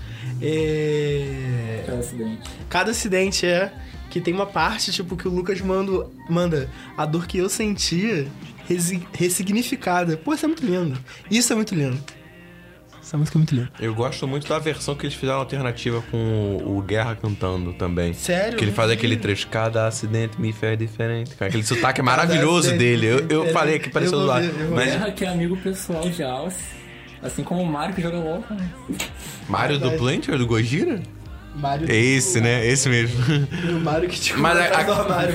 Cada Acidente, que tem uma parte, tipo, que o Lucas manda a dor que eu sentia ressignificada. Pô, isso é muito lindo. Isso é muito lindo. Essa música é muito linda. Eu gosto muito da versão que eles fizeram alternativa com o Guerra cantando também. Sério? Que ele faz aquele trecho, cada acidente me faz diferente. Aquele sotaque é maravilhoso dele. Eu falei aqui, pareceu do lado. Guerra, que é amigo pessoal de Alce. Assim como o Mário, que joga LOL. Mário do Planter, do Gojira? Mário é esse, né? Esse mesmo. O Mário que te do armário.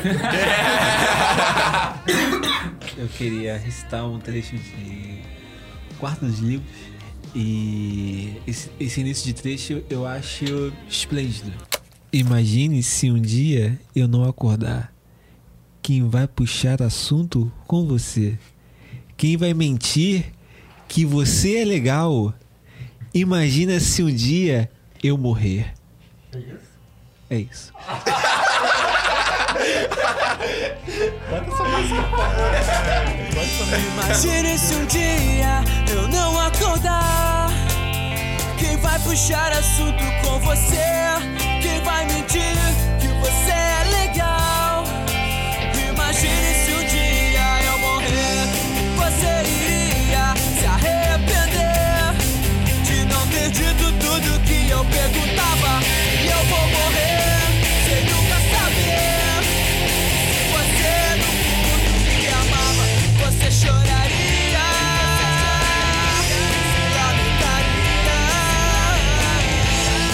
Eu queria recitar um trecho de Quarto dos Livros. E esse início de trecho eu acho esplêndido. Imagine se um dia eu não acordar. Quem vai puxar assunto com você? Quem vai mentir que você é legal? Imagina se um dia eu morrer. É isso? É isso. Imagine se um dia eu não acordar. Quem vai puxar assunto com você? Quem vai mentir que você é legal? Imagine se um dia eu morrer. Você iria se arrepender de não ter dito tudo que eu perguntava. E eu vou morrer sem nunca saber. Se você no fundo me amava, você choraria. Se lamentaria.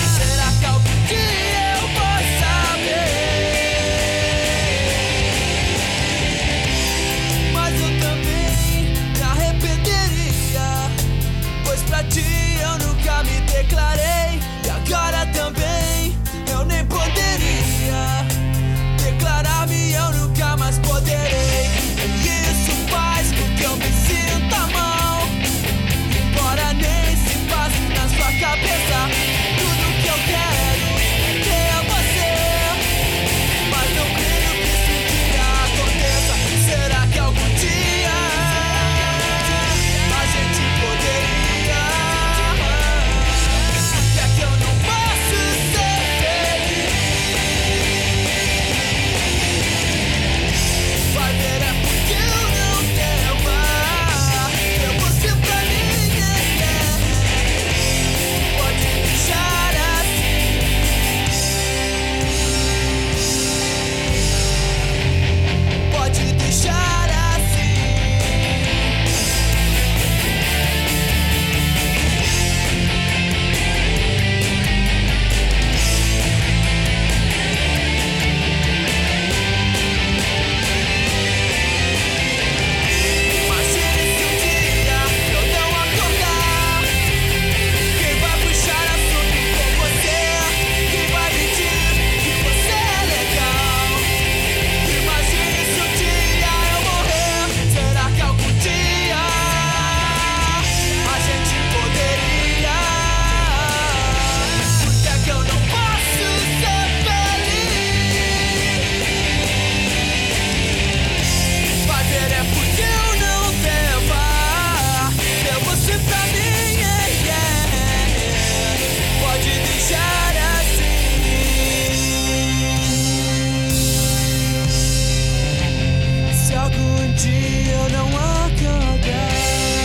dia eu não acordar,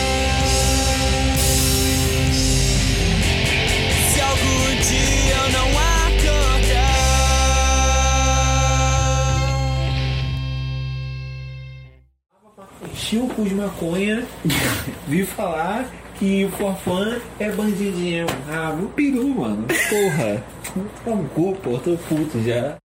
se algum dia eu não acordar. Chico de maconha, vi falar que o Forfã é bandidinho. Ah, meu peru, mano. Porra. Tá um cu, pô, tô puto já.